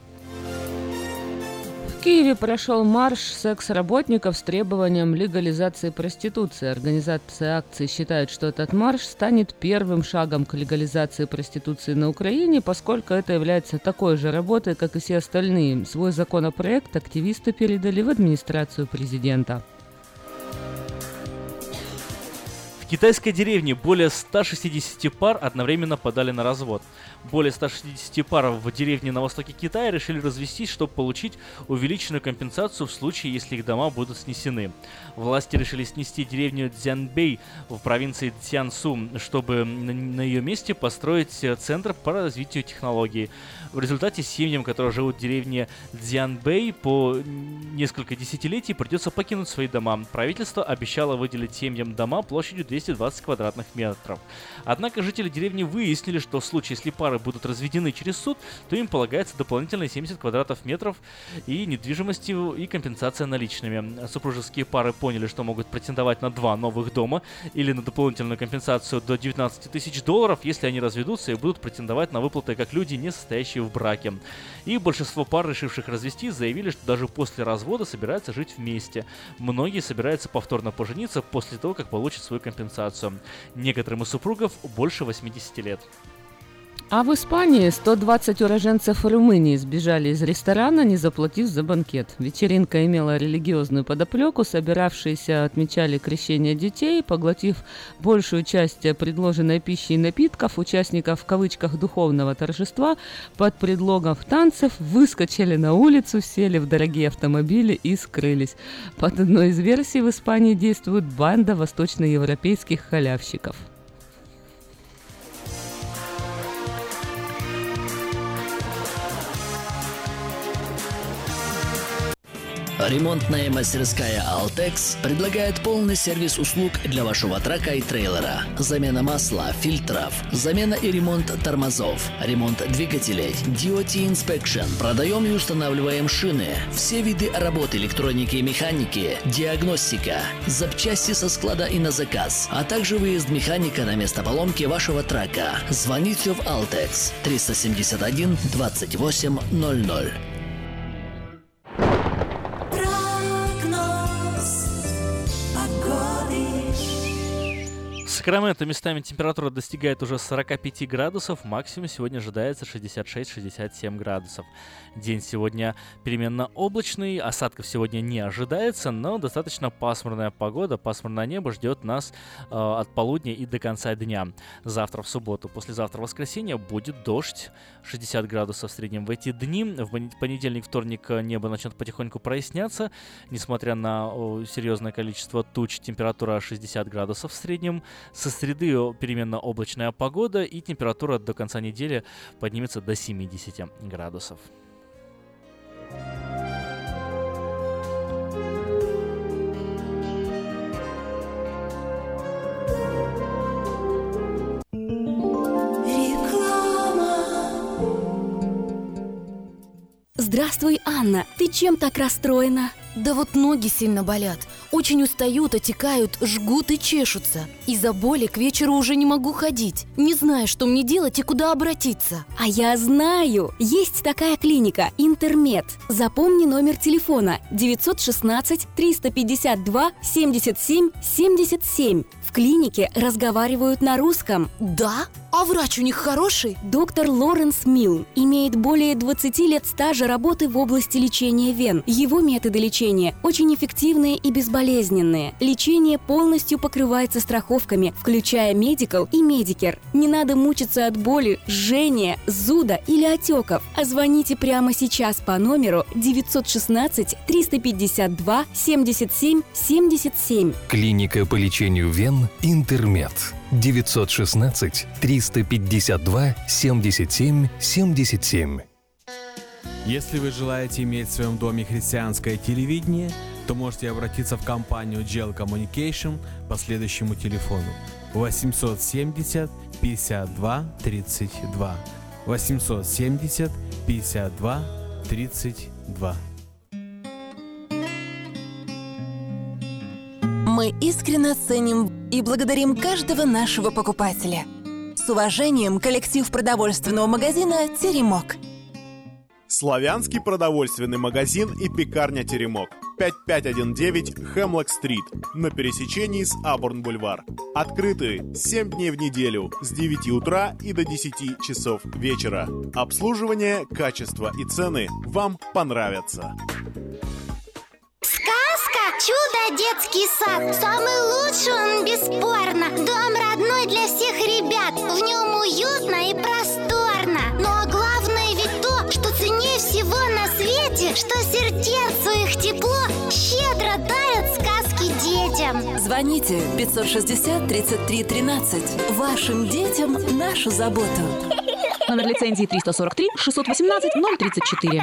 В Киеве прошел марш секс-работников с требованием легализации проституции. Организация акции считает, что этот марш станет первым шагом к легализации проституции на Украине, поскольку это является такой же работой, как и все остальные. Свой законопроект активисты передали в администрацию президента. В китайской деревне более ста шестидесяти пар одновременно подали на развод. Более ста шестидесяти пар в деревне на востоке Китая решили развестись, чтобы получить увеличенную компенсацию в случае, если их дома будут снесены. Власти решили снести деревню Цзянбэй в провинции Цзянсу, чтобы на ее месте построить центр по развитию технологий. В результате семьям, которые живут в деревне Цзянбэй, по несколько десятилетий придется покинуть свои дома. Правительство обещало выделить семьям дома площадью двести двадцать квадратных метров. Однако жители деревни выяснили, что в случае, если пары будут разведены через суд, то им полагается дополнительные семьдесят квадратов метров и недвижимости и компенсация наличными. Супружеские пары поняли, что могут претендовать на два новых дома или на дополнительную компенсацию до девятнадцати тысяч долларов, если они разведутся и будут претендовать на выплаты как люди, не состоящие в браке. И большинство пар, решивших развестись, заявили, что даже после развода собираются жить вместе. Многие собираются повторно пожениться после того, как получат свою компенсацию. Некоторым из супругов больше восьмидесяти лет. А в Испании сто двадцать уроженцев Румынии сбежали из ресторана, не заплатив за банкет. Вечеринка имела религиозную подоплеку, собиравшиеся отмечали крещение детей. Поглотив большую часть предложенной пищи и напитков, участников в кавычках духовного торжества под предлогом танцев выскочили на улицу, сели в дорогие автомобили и скрылись. Под одной из версий в Испании действует банда восточноевропейских халявщиков. Ремонтная мастерская «Алтекс» предлагает полный сервис услуг для вашего трака и трейлера. Замена масла, фильтров, замена и ремонт тормозов, ремонт двигателей, ди о ти Inspection. Продаем и устанавливаем шины, все виды работы электроники и механики, диагностика, запчасти со склада и на заказ, а также выезд механика на место поломки вашего трака. Звоните в «Алтекс» триста семьдесят один двадцать восемь ноль ноль. В Сакраменто местами температура достигает уже сорока пяти градусов, максимум сегодня ожидается шестьдесят шесть - шестьдесят семь градусов. День сегодня переменно облачный, осадков сегодня не ожидается, но достаточно пасмурная погода, пасмурное небо ждет нас э, от полудня и до конца дня. Завтра в субботу, послезавтра в воскресенье будет дождь, шестьдесят градусов в среднем в эти дни. В понедельник, вторник небо начнет потихоньку проясняться, несмотря на о, серьезное количество туч, температура шестьдесят градусов в среднем. Со среды переменно облачная погода, и температура до конца недели поднимется до семидесяти градусов. Здравствуй, Анна. Ты чем так расстроена? Да вот ноги сильно болят. Очень устают, отекают, жгут и чешутся. Из-за боли к вечеру уже не могу ходить. Не знаю, что мне делать и куда обратиться. А я знаю! Есть такая клиника «Интермед». Запомни номер телефона девятьсот шестнадцать триста пятьдесят два семьдесят семь семьдесят семь. В клинике разговаривают на русском. Да? А врач у них хороший? Доктор Лоренс Милн имеет более двадцати лет стажа работы в области лечения вен. Его методы лечения очень эффективные и безболезненные. Лечение полностью покрывается страховками, включая Medical и Medicare. Не надо мучиться от боли, жжения, зуда или отеков. А звоните прямо сейчас по номеру девятьсот шестнадцать триста пятьдесят два семьдесят семь семьдесят семь. Клиника по лечению вен «Интермед». девятьсот шестнадцать триста пятьдесят два семьдесят семь семьдесят семь. Если вы желаете иметь в своем доме христианское телевидение, то можете обратиться в компанию джи эл Communication по следующему телефону восемьсот семьдесят пятьдесят два тридцать два. восемьсот семьдесят пятьдесят два тридцать два. Мы искренне ценим и благодарим каждого нашего покупателя. С уважением, коллектив продовольственного магазина «Теремок». Славянский продовольственный магазин и пекарня «Теремок». пять пять один девять Хемлок-стрит на пересечении с Абурн-бульвар. Открыты семь дней в неделю с девяти утра и до десяти часов вечера. Обслуживание, качество и цены вам понравятся. Сказка чудо детский сад. Самый лучший он, бесспорно. Дом родной для всех ребят. В нем уютно и просторно. Но главное ведь то, что ценнее всего на свете, что сердцу их тепло щедро дарят сказки детям. Звоните пятьсот шестьдесят тридцать три тринадцать. Вашим детям нашу заботу. Номер лицензии триста сорок три шестьсот восемнадцать ноль тридцать четыре.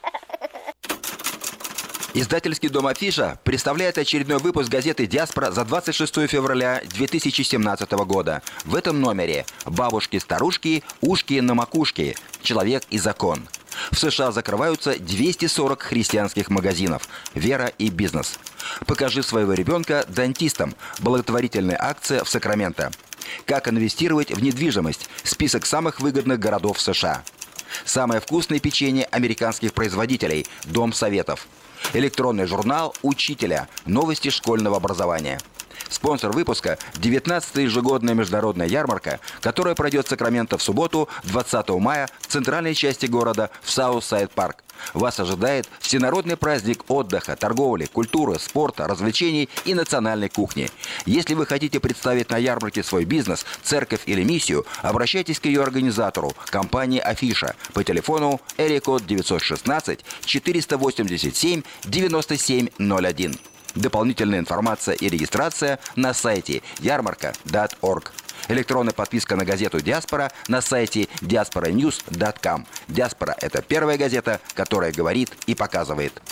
Издательский дом «Афиша» представляет очередной выпуск газеты «Диаспора» за двадцать шестое февраля две тысячи семнадцатого года. В этом номере «Бабушки-старушки, ушки на макушке. Человек и закон». В США закрываются двести сорок христианских магазинов. Вера и бизнес. «Покажи своего ребенка дантистам». Благотворительная акция в Сакраменто. Как инвестировать в недвижимость. Список самых выгодных городов США. Самое вкусное печенье американских производителей. Дом советов. Электронный журнал «Учителя». Новости школьного образования. Спонсор выпуска – девятнадцатая ежегодная международная ярмарка, которая пройдет в Сакраменто в субботу, двадцатого мая, в центральной части города, в Саут-Сайд-Парк. Вас ожидает всенародный праздник отдыха, торговли, культуры, спорта, развлечений и национальной кухни. Если вы хотите представить на ярмарке свой бизнес, церковь или миссию, обращайтесь к ее организатору, компании «Афиша», по телефону эрикод девятьсот шестнадцать четыреста восемьдесят семь девяносто семь ноль один. Дополнительная информация и регистрация на сайте ярмарка точка орг. Электронная подписка на газету «Диаспора» на сайте диаспора ньюс точка ком. «Диаспора» — это первая газета, которая говорит и показывает.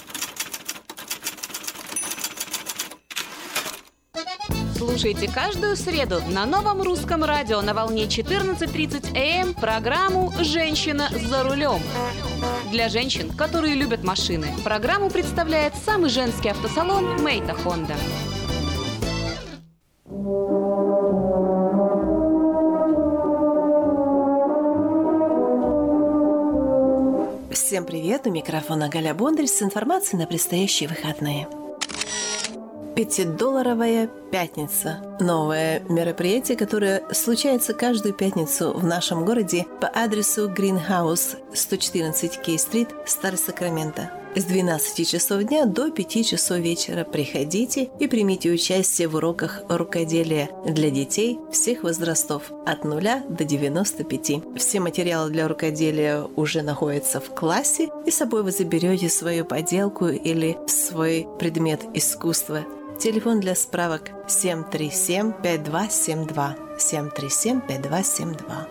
Слушайте каждую среду на новом русском радио на волне четырнадцать тридцать эй эм программу «Женщина за рулем». Для женщин, которые любят машины, программу представляет самый женский автосалон «Мейта Хонда». Всем привет! У микрофона Галя Бондарь с информацией на предстоящие выходные. Пятидолларовая пятница. Новое мероприятие, которое случается каждую пятницу в нашем городе по адресу Greenhouse сто четырнадцать Кей-стрит, Старый Сакраменто. С двенадцати часов дня до пяти часов вечера приходите и примите участие в уроках рукоделия для детей всех возрастов от нуля до девяноста пяти. Все материалы для рукоделия уже находятся в классе, и с собой вы заберете свою поделку или свой предмет искусства. Телефон для справок семь три семь пять два семь два. семь три семь пять два семь два.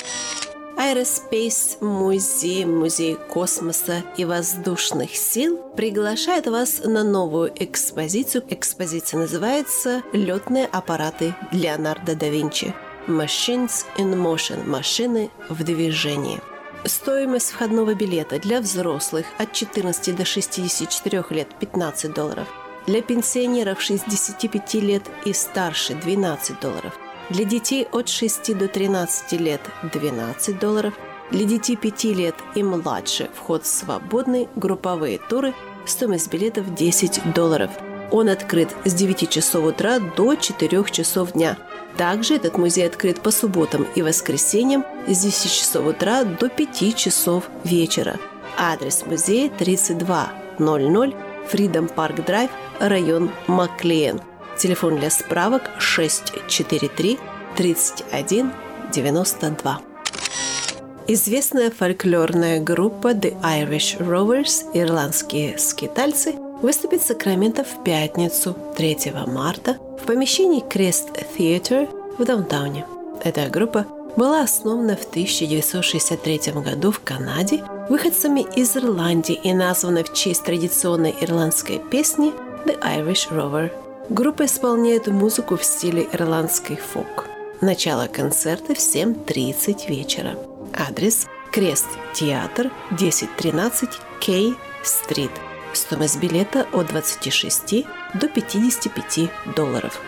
Aerospace музей, музей космоса и воздушных сил приглашает вас на новую экспозицию. Экспозиция называется «Летные аппараты Леонардо да Винчи». Machines in Motion – машины в движении. Стоимость входного билета для взрослых от четырнадцати до шестидесяти четырёх лет – пятнадцать долларов. Для пенсионеров шестидесяти пяти лет и старше – двенадцать долларов. Для детей от шести до тринадцати лет – двенадцать долларов. Для детей пяти лет и младше вход свободный, групповые туры, стоимость билетов десять долларов. Он открыт с девяти часов утра до четырёх часов дня. Также этот музей открыт по субботам и воскресеньям с десяти часов утра до пяти часов вечера. Адрес музея тридцать два ноль ноль Freedom Park Drive, район Маклеен. Телефон для справок шесть четыре три тридцать один девяносто два. Известная фольклорная группа The Irish Rovers, ирландские скитальцы, выступит в Сакраменто в пятницу, третьего марта, в помещении Crest Theatre в даунтауне. Эта группа была основана в тысяча девятьсот шестьдесят третьем году в Канаде выходцами из Ирландии и названа в честь традиционной ирландской песни The Irish Rover. Группа исполняет музыку в стиле ирландский фолк. Начало концерта в семь тридцать вечера. Адрес – Крест Театр, десять тринадцать Кей-стрит. Стоимость билета от двадцати шести до пятидесяти пяти долларов.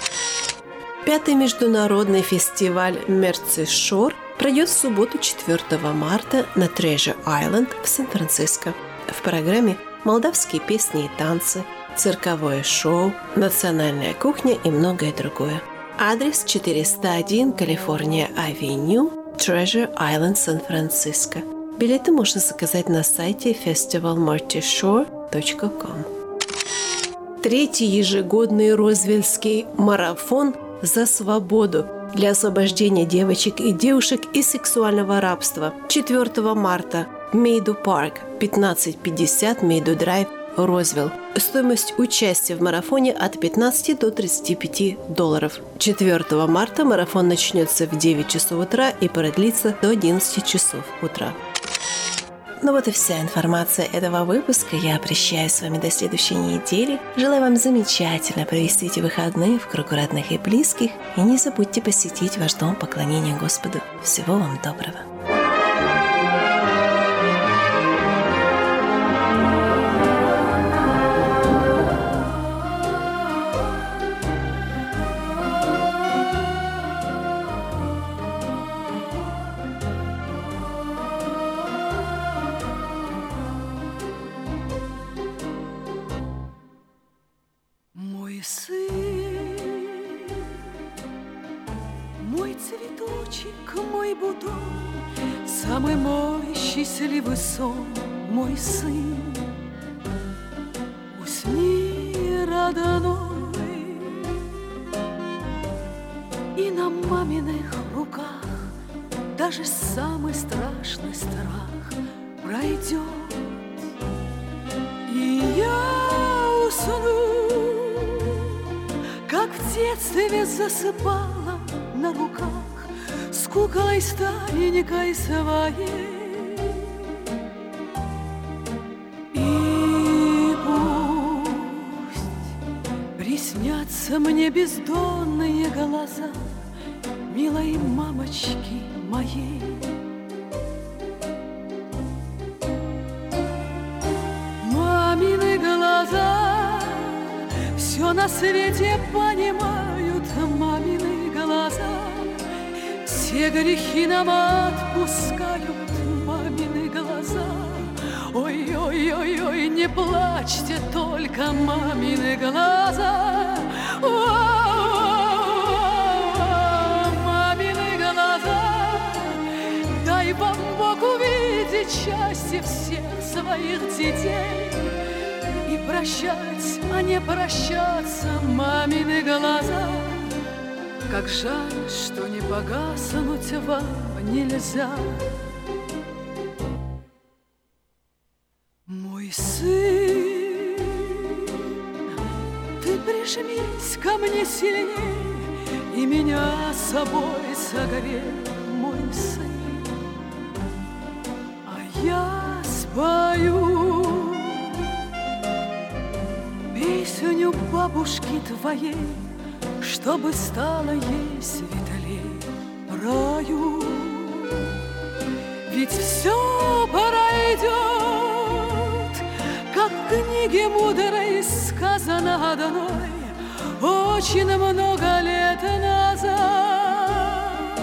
Пятый международный фестиваль Мерси Шор пройдет в субботу четвёртого марта на Treasure Island в Сан-Франциско. В программе молдавские песни и танцы, цирковое шоу, национальная кухня и многое другое. Адрес четыреста один Калифорния Авеню, Treasure Island, Сан-Франциско. Билеты можно заказать на сайте фестивал мерси шор точка ком. Третий ежегодный Розвиллский марафон за свободу для освобождения девочек и девушек из сексуального рабства. четвёртого марта. Мейду Парк, пятнадцать пятьдесят, Мейду Драйв, Розвилл. Стоимость участия в марафоне от пятнадцати до тридцати пяти долларов. четвёртого марта марафон начнется в девять часов утра и продлится до одиннадцати часов утра. Ну вот и вся информация этого выпуска. Я прощаюсь с вами до следующей недели. Желаю вам замечательно провести эти выходные в кругу родных и близких. И не забудьте посетить ваш дом поклонения Господу. Всего вам доброго. Самый мой счастливый сон, мой сын, усни, родной, и на маминых руках даже самый страшный страх пройдет, и я усну, как в детстве засыпала на руках с куклой старенькой своей. И пусть приснятся мне бездонные глаза милой мамочки моей. Мамины глаза все на свете понимают, мамины глаза все грехи нам отпускают, мамины глаза. Ой-ой-ой-ой, не плачьте только, мамины глаза. О-о-о-о, мамины глаза, дай вам Бог увидеть счастье всех своих детей и прощать, а не прощаться, мамины глаза. Как жаль, что не погаснуть вам нельзя. Мой сын, ты прижмись ко мне сильней и меня собой согрей, мой сын. А я спою песню бабушки твоей, чтобы стало ей светлей раю. Ведь все пройдет, как в книге мудрой сказано одной очень много лет назад.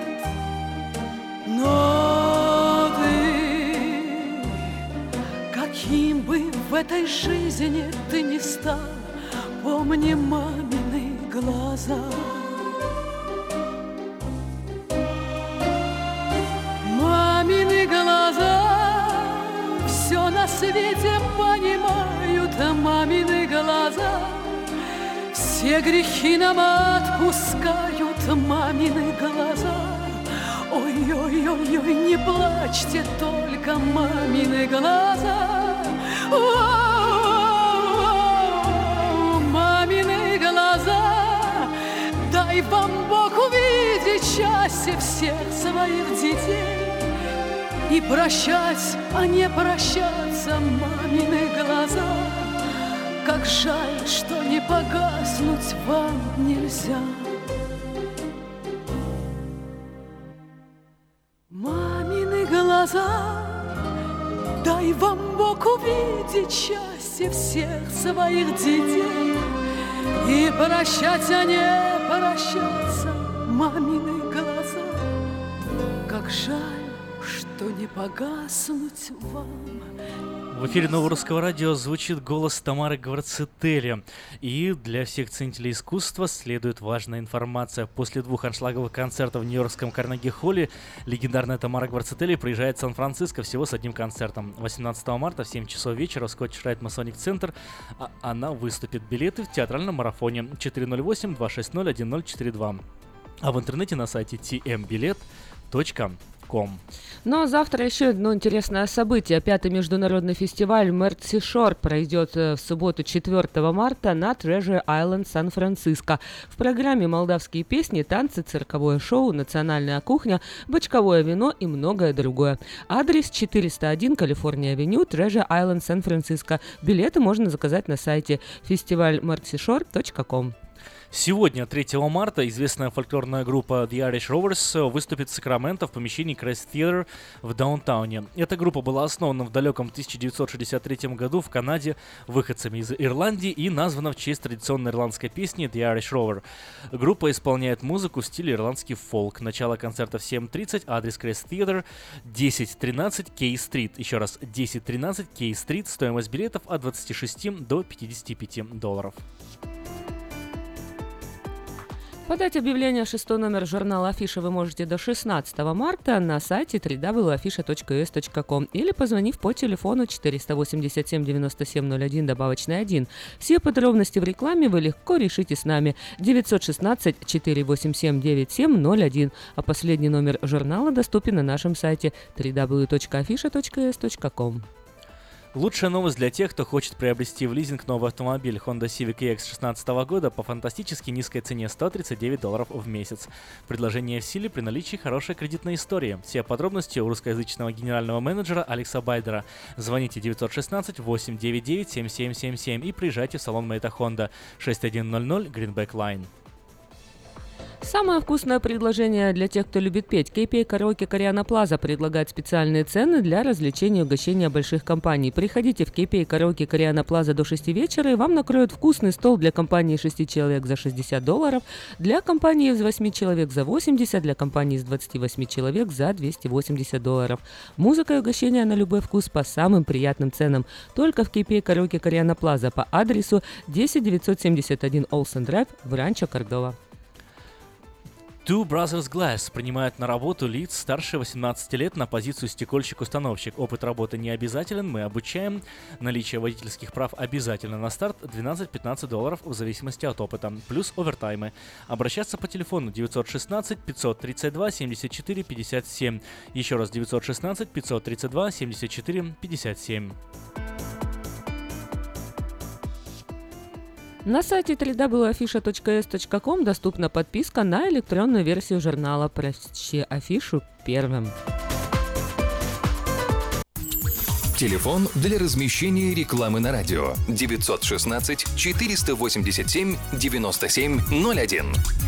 Но ты, каким бы в этой жизни ты ни стал, помни мамины глаза. Мамины глаза все на свете понимают, мамины глаза все грехи нам отпускают, мамины глаза. Ой-ой-ой-ой, не плачьте только, мамины глаза. О-о-о-о, мамины глаза, дай вам Бог увидеть счастье всех своих детей и прощать, а не прощаться, мамины глаза. Как жаль, что не погаснуть вам нельзя. Мамины глаза, дай вам Бог увидеть счастье всех своих детей и прощать, а не прощаться, мамины глаза. Как жаль, что не погаснуть вам В эфире Нового Русского Радио звучит голос Тамары Гварцетели. И для всех ценителей искусства следует важная информация. После двух аншлаговых концертов в Нью-Йоркском Карнеги-холле легендарная Тамара Гварцетели приезжает в Сан-Франциско всего с одним концертом. восемнадцатого марта в семь часов вечера в Scotch-Rite Masonic Center а она выступит. Билеты в театральном марафоне четыре ноль восемь два шесть ноль один ноль четыре два. А в интернете на сайте ти эм билет точка ком. Ну а завтра еще одно интересное событие. Пятый международный фестиваль Mercy Shore пройдет в субботу четвёртого марта на Treasure Island, Сан-Франциско. В программе молдавские песни, танцы, цирковое шоу, национальная кухня, бочковое вино и многое другое. Адрес четыреста один Калифорния-авеню, Treasure Island, Сан-Франциско. Билеты можно заказать на сайте фестиваль мерси шор точка ком. Сегодня, третьего марта, известная фольклорная группа The Irish Rovers выступит в Сакраменто в помещении Crest Theatre в даунтауне. Эта группа была основана в далеком тысяча девятьсот шестьдесят третьем году в Канаде выходцами из Ирландии и названа в честь традиционной ирландской песни The Irish Rover. Группа исполняет музыку в стиле ирландский фолк. Начало концерта в семь тридцать, адрес Crest Theatre, десять тринадцать Кей-стрит. Еще раз, десять тринадцать Кей-стрит, стоимость билетов от двадцати шести до пятидесяти пяти долларов. Подать объявление шестой номер журнала «Афиша» вы можете до шестнадцатого марта на сайте дабл ю дабл ю дабл ю точка афиша точка ю эс точка ком или позвонив по телефону четыреста восемьдесят семь девяносто семь ноль один добавочный один. Все подробности в рекламе вы легко решите с нами. девятьсот шестнадцать четыреста восемьдесят семь девяносто семь ноль один. А последний номер журнала доступен на нашем сайте дабл ю дабл ю дабл ю точка афиша точка ю эс точка ком. Лучшая новость для тех, кто хочет приобрести в лизинг новый автомобиль Honda Civic и экс шестнадцатого года по фантастически низкой цене сто тридцать девять долларов в месяц. Предложение в силе при наличии хорошей кредитной истории. Все подробности у русскоязычного генерального менеджера Алекса Байдера. Звоните девятьсот шестнадцать восемьсот девяносто девять семь семь семь семь и приезжайте в салон Мэйта Honda шесть один ноль ноль Greenback Line. Самое вкусное предложение для тех, кто любит петь. кей пи эй Караоке Кориана Плаза предлагает специальные цены для развлечения и угощения больших компаний. Приходите в кей пи эй Караоке Кориана Плаза до шести вечера, и вам накроют вкусный стол для компании шести человек за шестьдесят долларов, для компании из восьми человек за восемьдесят, для компании из двадцати восьми человек за двести восемьдесят долларов. Музыка и угощения на любой вкус по самым приятным ценам. Только в кей пи эй Караоке Кориана Плаза по адресу десять девятьсот семьдесят один Олсен Драйв в Ранчо Кордова. Two Brothers Glass принимает на работу лиц старше восемнадцати лет на позицию стекольщик-установщик. Опыт работы не обязателен, мы обучаем. Наличие водительских прав обязательно на старт, двенадцать-пятнадцать долларов в зависимости от опыта, плюс овертаймы. Обращаться по телефону девятьсот шестнадцать пятьсот тридцать два семьдесят четыре пятьдесят семь. Еще раз девятьсот шестнадцать пятьсот тридцать два семьдесят четыре пятьдесят семь. На сайте дабл ю дабл ю дабл ю точка афиша точка ю эс точка ком доступна подписка на электронную версию журнала. Прочти афишу первым. Телефон для размещения рекламы на радио девятьсот шестнадцать четыреста восемьдесят семь девяносто семь ноль один.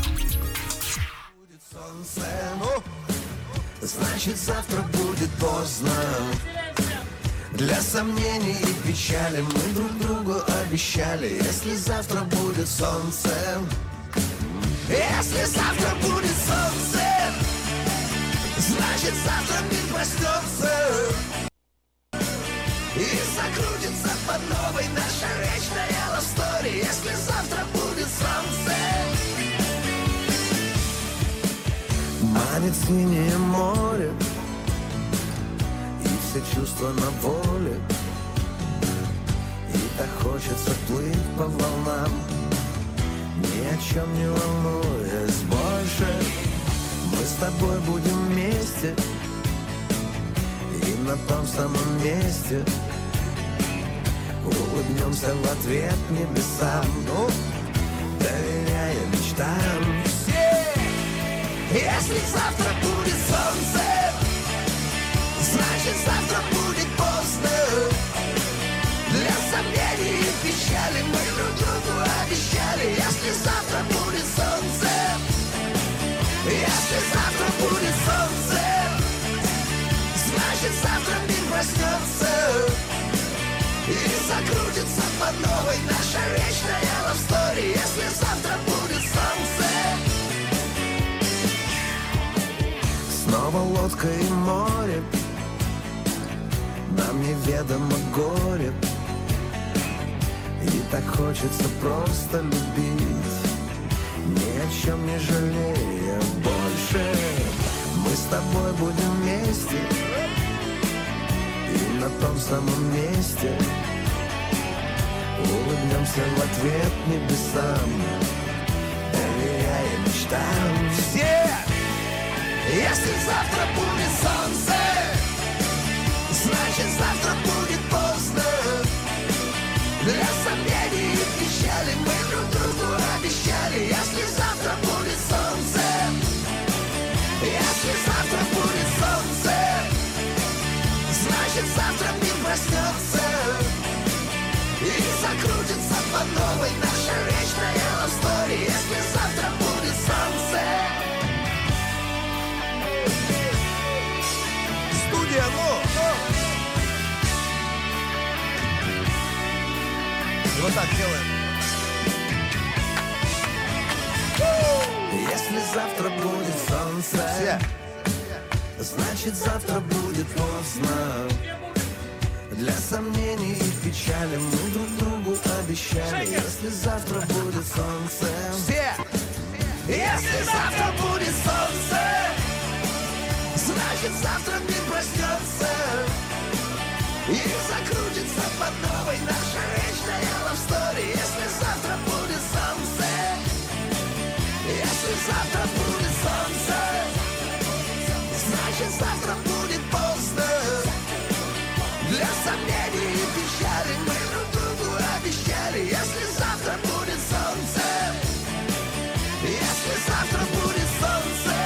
Значит, завтра будет поздно. Для сомнений и печали мы друг другу обещали: если завтра будет солнце, если завтра будет солнце, значит, завтра мир проснется и закрутится под новой наша вечная love story. Если завтра будет солнце, манит синее море, все чувства на воле, и так хочется плыть по волнам, ни о чем не волнуясь больше. Мы с тобой будем вместе и на том самом месте улыбнемся в ответ небесам, ну, доверяя мечтам. Все, если завтра будет солнце, значит, завтра будет поздно. Для сомнений и печали мы друг другу обещали: если завтра будет солнце, если завтра будет солнце, значит, завтра мир проснется и закрутится по новой наша вечная love story. Если завтра будет солнце, снова лодка и море, нам неведомо горе, и так хочется просто любить, ни о чем не жалея больше. Мы с тобой будем вместе, и на том самом месте улыбнемся в ответ небесам. Я и мечтаю все. Если завтра будет солнце, значит завтра будет поздно. Для сомнений и печали мы друг другу обещали. Если завтра будет солнце, если завтра будет солнце, значит завтра мир проснется и закрутится по новой наша вечная love story. Если завтра будет солнце. Студия, ну, ну. И вот так делаем. Если завтра будет солнце, все. Значит завтра будет поздно. Для сомнений и печали мы друг другу обещали. Если завтра будет солнце, все. Если завтра будет солнце, значит завтра мир проснется и закрутится по новой наша вечная love story. Если завтра будет солнце, если завтра будет солнце, значит завтра будет поздно. Для сомнений и печали мы друг другу обещали. Если завтра будет солнце, если завтра будет солнце,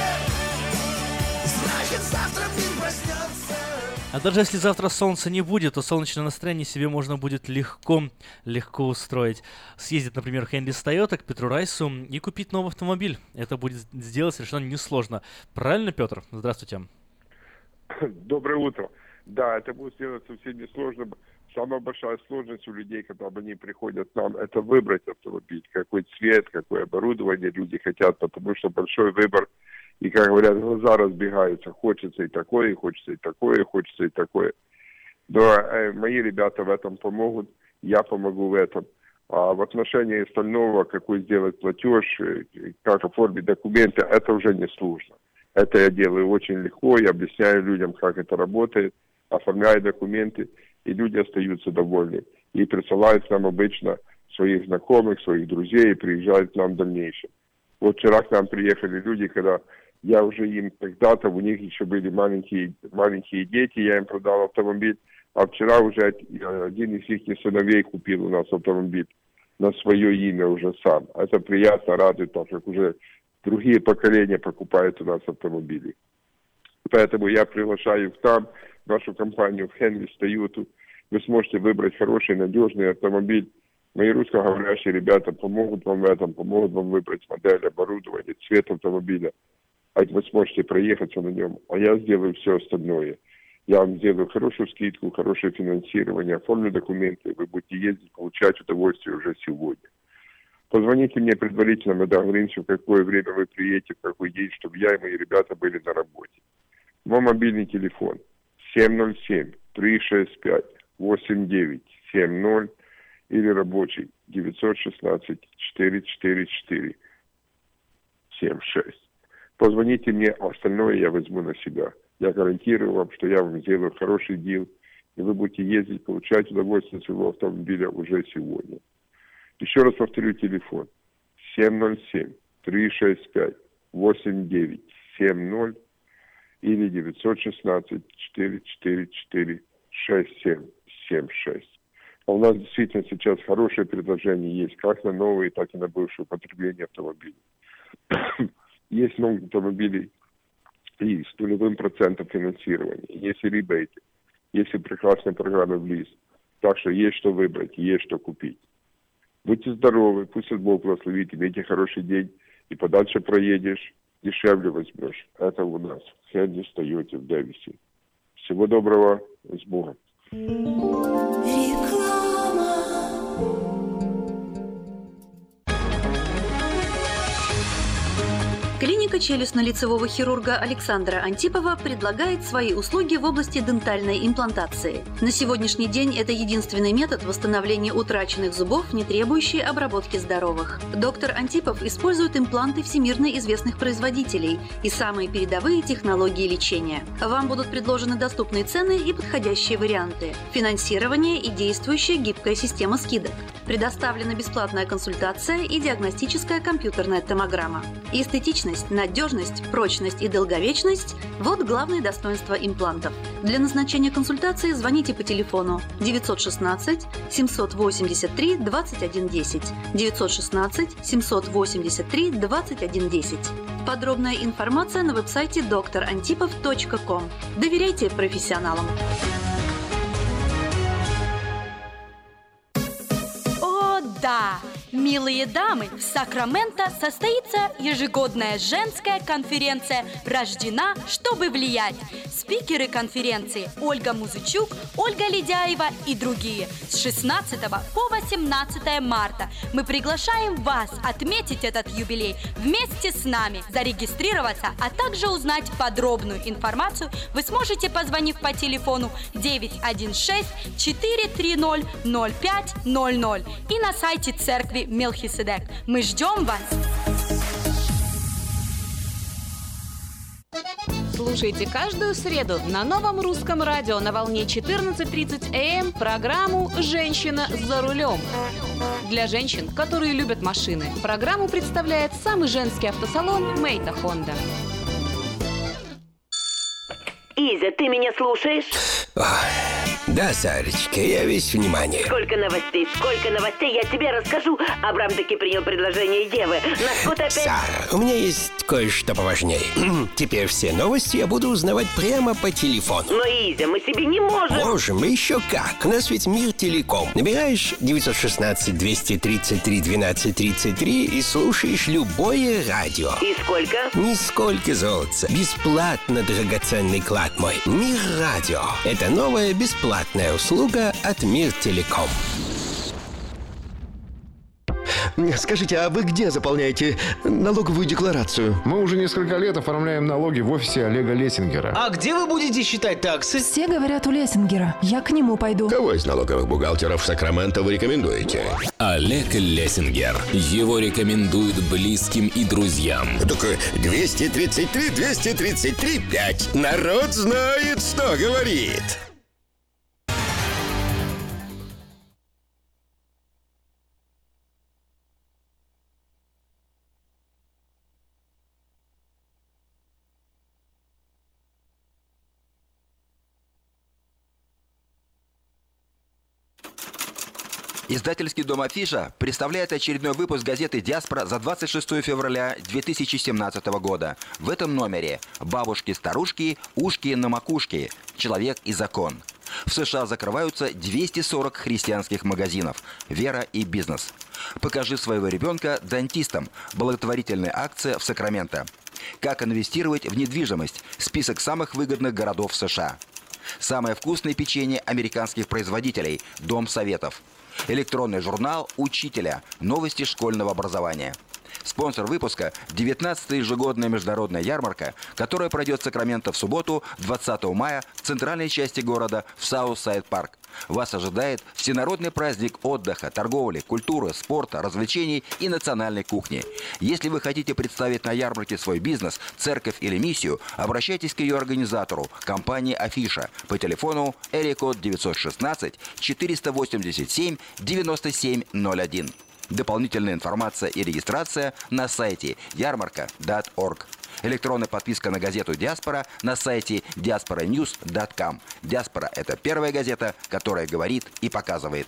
значит завтра мир проснется. А даже если завтра солнца не будет, то солнечное настроение себе можно будет легко, легко устроить. Съездить, например, в Хенлис Тойота к Петру Райсу и купить новый автомобиль. Это будет сделать совершенно несложно. Правильно, Петр? Здравствуйте. Доброе утро. Да, это будет сделать совсем несложно. Самая большая сложность у людей, когда они приходят к нам, это выбрать автомобиль. Какой цвет, какое оборудование люди хотят, потому что большой выбор. И, как говорят, глаза разбегаются. Хочется и такое, и хочется и такое, и хочется и такое. Но э, мои ребята в этом помогут, я помогу в этом. А в отношении остального, какой сделать платеж, как оформить документы, это уже не сложно. Это я делаю очень легко, я объясняю людям, как это работает, оформляю документы, и люди остаются довольны. И присылают к нам обычно своих знакомых, своих друзей, и приезжают к нам в дальнейшем. Вот вчера к нам приехали люди, когда я уже им когда-то, у них еще были маленькие, маленькие дети, я им продал автомобиль, а вчера уже один из их сыновей купил у нас автомобиль на свое имя уже сам. Это приятно, радует, так как уже другие поколения покупают у нас автомобили. Поэтому я приглашаю к нам, в нашу компанию, в Хенлис Тойоту. Вы сможете выбрать хороший, надежный автомобиль. Мои русскоговорящие ребята помогут вам в этом, помогут вам выбрать модель, оборудование, цвет автомобиля. А вы сможете проехаться на нем, а я сделаю все остальное. Я вам сделаю хорошую скидку, хорошее финансирование, оформлю документы, вы будете ездить, получать удовольствие уже сегодня. Позвоните мне предварительно, мы договоримся, в какое время вы приедете, в какой день, чтобы я и мои ребята были на работе. Мой мобильный телефон семь ноль семь три шесть пять восемь девять семь ноль или рабочий девятьсот шестнадцать четыреста четырьдесят четыре семь шесть. Позвоните мне, а остальное я возьму на себя. Я гарантирую вам, что я вам сделаю хороший дил, и вы будете ездить, получать удовольствие от своего автомобиля уже сегодня. Еще раз повторю телефон семь ноль семь три шесть пять восемь девять семь ноль или девятьсот шестнадцать четыреста четырьдесят четыре шесть семь семь шесть. А у нас действительно сейчас хорошее предложение есть как на новые, так и на бывшее употребление автомобилей. Есть много автомобилей и с нулевым процентом финансирования, есть и ребейты, есть и прекрасные программы в лист. Так что есть что выбрать, есть что купить. Будьте здоровы, пусть Бог благословит, имейте хороший день, и подальше проедешь, дешевле возьмешь. Это у нас в Хенлис Тойоте в Дэвисе. Всего доброго, с Богом. Клиника челюстно-лицевого хирурга Александра Антипова предлагает свои услуги в области дентальной имплантации. На сегодняшний день это единственный метод восстановления утраченных зубов, не требующий обработки здоровых. Доктор Антипов использует импланты всемирно известных производителей и самые передовые технологии лечения. Вам будут предложены доступные цены и подходящие варианты. Финансирование и действующая гибкая система скидок. Предоставлена бесплатная консультация и диагностическая компьютерная томограмма. Эстетичность, надежность, прочность и долговечность – вот главные достоинства имплантов. Для назначения консультации звоните по телефону девятьсот шестнадцать семьсот восемьдесят три двадцать один десять, девятьсот шестнадцать семьсот восемьдесят три двадцать один десять. Подробная информация на веб-сайте доктор антипов точка ком. Доверяйте профессионалам. О, да! Милые дамы, в Сакраменто состоится ежегодная женская конференция «Рождена, чтобы влиять». Спикеры конференции Ольга Музычук, Ольга Ледяева и другие. С шестнадцатого по восемнадцатое марта мы приглашаем вас отметить этот юбилей вместе с нами. Зарегистрироваться, а также узнать подробную информацию вы сможете, позвонив по телефону девять один шесть четыре три ноль ноль пять ноль ноль и на сайте церкви Мелхиседек. Мы ждем вас! Слушайте каждую среду на новом русском радио на волне четырнадцать тридцать эй эм программу «Женщина за рулем». Для женщин, которые любят машины, программу представляет самый женский автосалон «Мейта Хонда». Изя, ты меня слушаешь? Ох, да, Сарочка, я весь внимание. Сколько новостей, сколько новостей, я тебе расскажу. Абрам таки принял предложение Евы. Нас тут опять... Сара, у меня есть кое-что поважнее. Теперь все новости я буду узнавать прямо по телефону. Но, Изя, мы себе не можем. Можем, еще как. У нас ведь Мир Телеком. Набираешь девятьсот шестнадцать двести тридцать три двенадцать тридцать три и слушаешь любое радио. И сколько? Нисколько, золотца. Бесплатно, драгоценный клад мой. Мир Радио. Это новая бесплатная услуга от Мир Телеком. Скажите, а вы где заполняете налоговую декларацию? Мы уже несколько лет оформляем налоги в офисе Олега Лессингера. А где вы будете считать таксы? Все говорят у Лессингера. Я к нему пойду. Кого из налоговых бухгалтеров Сакраменто вы рекомендуете? Олег Лессингер. Его рекомендуют близким и друзьям. Так двести тридцать три двести тридцать три пять. Народ знает, что говорит. Издательский дом «Афиша» представляет очередной выпуск газеты «Диаспора» за двадцать шестое февраля две тысячи семнадцатого года. В этом номере «Бабушки-старушки, ушки на макушке. Человек и закон». В США закрываются двести сорок христианских магазинов. Вера и бизнес. «Покажи своего ребенка дантистам». Благотворительная акция в Сакраменто. Как инвестировать в недвижимость. Список самых выгодных городов США. Самое вкусное печенье американских производителей. Дом советов. Электронный журнал «Учителя». Новости школьного образования. Спонсор выпуска – девятнадцатая ежегодная международная ярмарка, которая пройдет в Сакраменто в субботу, двадцатого мая, в центральной части города, в Саутсайд-парк. Вас ожидает всенародный праздник отдыха, торговли, культуры, спорта, развлечений и национальной кухни. Если вы хотите представить на ярмарке свой бизнес, церковь или миссию, обращайтесь к ее организатору, компании «Афиша», по телефону эрикод девятьсот шестнадцать четыреста восемьдесят семь девяносто семь ноль один. Дополнительная информация и регистрация на сайте ярмарка точка орг. Электронная подписка на газету «Диаспора» на сайте диаспора ньюс точка ком. «Диаспора» — это первая газета, которая говорит и показывает.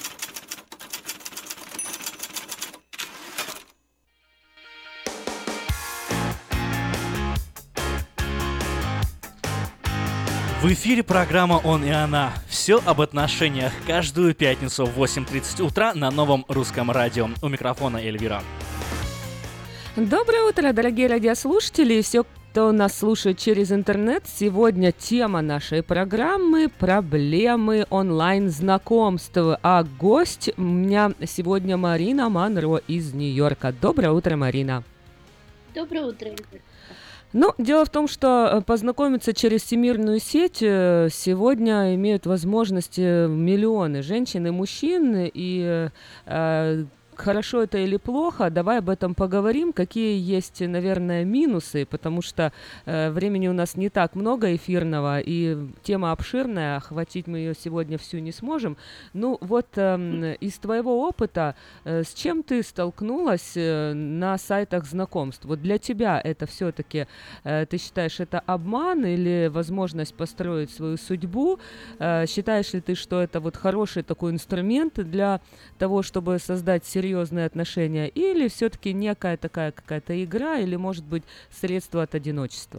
В эфире программа «Он и она». Все об отношениях каждую пятницу в восемь тридцать утра на новом русском радио. У микрофона Эльвира. Доброе утро, дорогие радиослушатели и все, кто нас слушает через интернет. Сегодня тема нашей программы – проблемы онлайн-знакомств. А гость у меня сегодня Марина Монро из Нью-Йорка. Доброе утро, Марина. Доброе утро, Эльвира. Ну, дело в том, что познакомиться через всемирную сеть сегодня имеют возможность миллионы женщин и мужчин, и э, хорошо это или плохо, давай об этом поговорим, какие есть, наверное, минусы, потому что э, времени у нас не так много эфирного, и тема обширная, охватить мы ее сегодня всю не сможем. Ну вот э, из твоего опыта, э, с чем ты столкнулась э, на сайтах знакомств? Вот для тебя это все-таки, э, ты считаешь, это обман или возможность построить свою судьбу? Э, считаешь ли ты, что это вот хороший такой инструмент для того, чтобы создать серьезную серьезные отношения, или все-таки некая такая какая-то игра, или, может быть, средство от одиночества?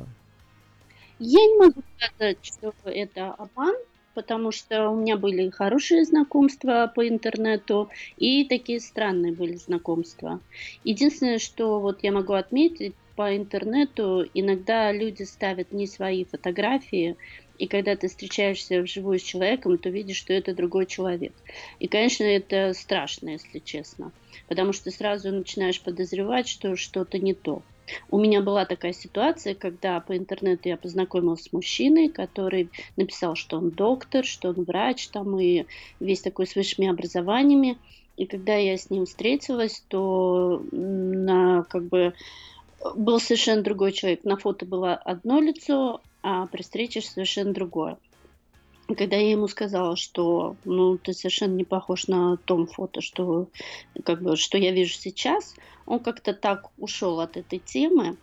Я не могу сказать, что это обман, потому что у меня были хорошие знакомства по интернету, и такие странные были знакомства. Единственное, что вот я могу отметить, по интернету иногда люди ставят не свои фотографии, и когда ты встречаешься вживую с человеком, то видишь, что это другой человек. И, конечно, это страшно, если честно, потому что сразу начинаешь подозревать, что что-то не то. У меня была такая ситуация, когда по интернету я познакомилась с мужчиной, который написал, что он доктор, что он врач, там и весь такой с высшими образованиями. И когда я с ним встретилась, то на, как бы, был совершенно другой человек. На фото было одно лицо, а при встрече совершенно другое. И когда я ему сказала, что ну, ты совершенно не похож на том фото, что, как бы, что я вижу сейчас, он как-то так ушел от этой темы.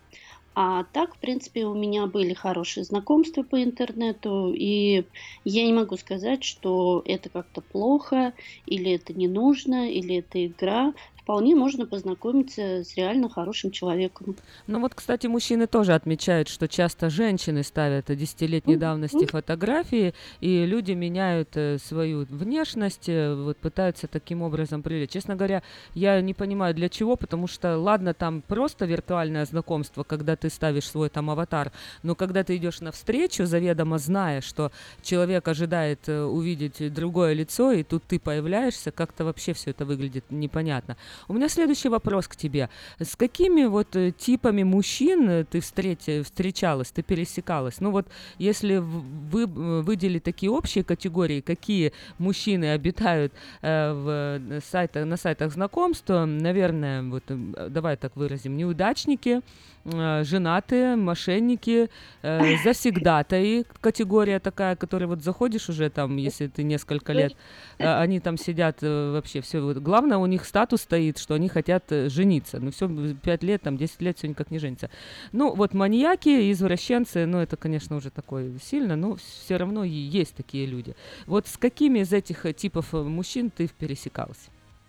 А так, в принципе, у меня были хорошие знакомства по интернету, и я не могу сказать, что это как-то плохо, или это не нужно, или это игра. Вполне можно познакомиться с реально хорошим человеком. Ну вот, кстати, мужчины тоже отмечают, что часто женщины ставят десятилетней давности фотографии, и люди меняют свою внешность, вот пытаются таким образом привлечь. Честно говоря, я не понимаю, для чего, потому что, ладно, там просто виртуальное знакомство, когда ты ставишь свой там аватар, но когда ты идешь навстречу, заведомо зная, что человек ожидает увидеть другое лицо, и тут ты появляешься, как-то вообще все это выглядит непонятно. У меня следующий вопрос к тебе. С какими вот типами мужчин ты встреч- встречалась, ты пересекалась? Ну вот, если вы выделить такие общие категории, какие мужчины обитают э, в сайтах, на сайтах знакомств, наверное, вот давай так выразим, неудачники, э, женатые, мошенники, э, завсегдатаи, категория такая, которая вот заходишь уже там, если ты несколько лет, э, они там сидят э, вообще все. Вот, главное, у них статус стоит, что они хотят жениться. Ну, все, пять лет, там, десять лет все никак не женятся. Ну, вот маньяки, извращенцы, ну, это, конечно, уже такое сильно, но все равно есть такие люди. Вот с какими из этих типов мужчин ты пересекалась?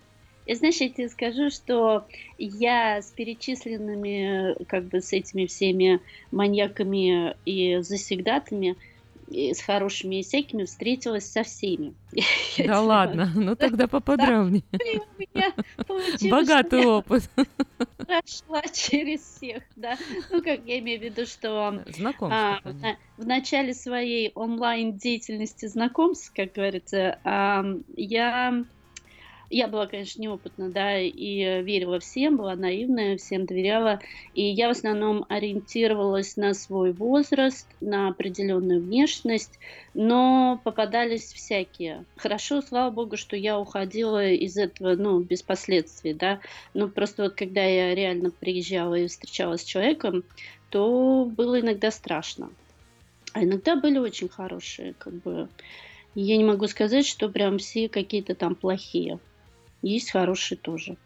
И знаешь, я тебе скажу, что я с перечисленными, как бы, с этими всеми маньяками и завсегдатами, с хорошими и всякими встретилась со всеми. Да ладно, ну тогда поподробнее. Богатый опыт. Прошла через всех, да. Ну, как я имею в виду, что а, в начале своей онлайн-деятельности знакомств, как говорится, а, я... Я была, конечно, неопытна, да, и верила всем, была наивная, всем доверяла. И я в основном ориентировалась на свой возраст, на определенную внешность, но попадались всякие. Хорошо, слава богу, что я уходила из этого, ну, без последствий, да. Ну, просто вот когда я реально приезжала и встречалась с человеком, то было иногда страшно. А иногда были очень хорошие, как бы. Я не могу сказать, что прям все какие-то там плохие. Есть хорошие тоже.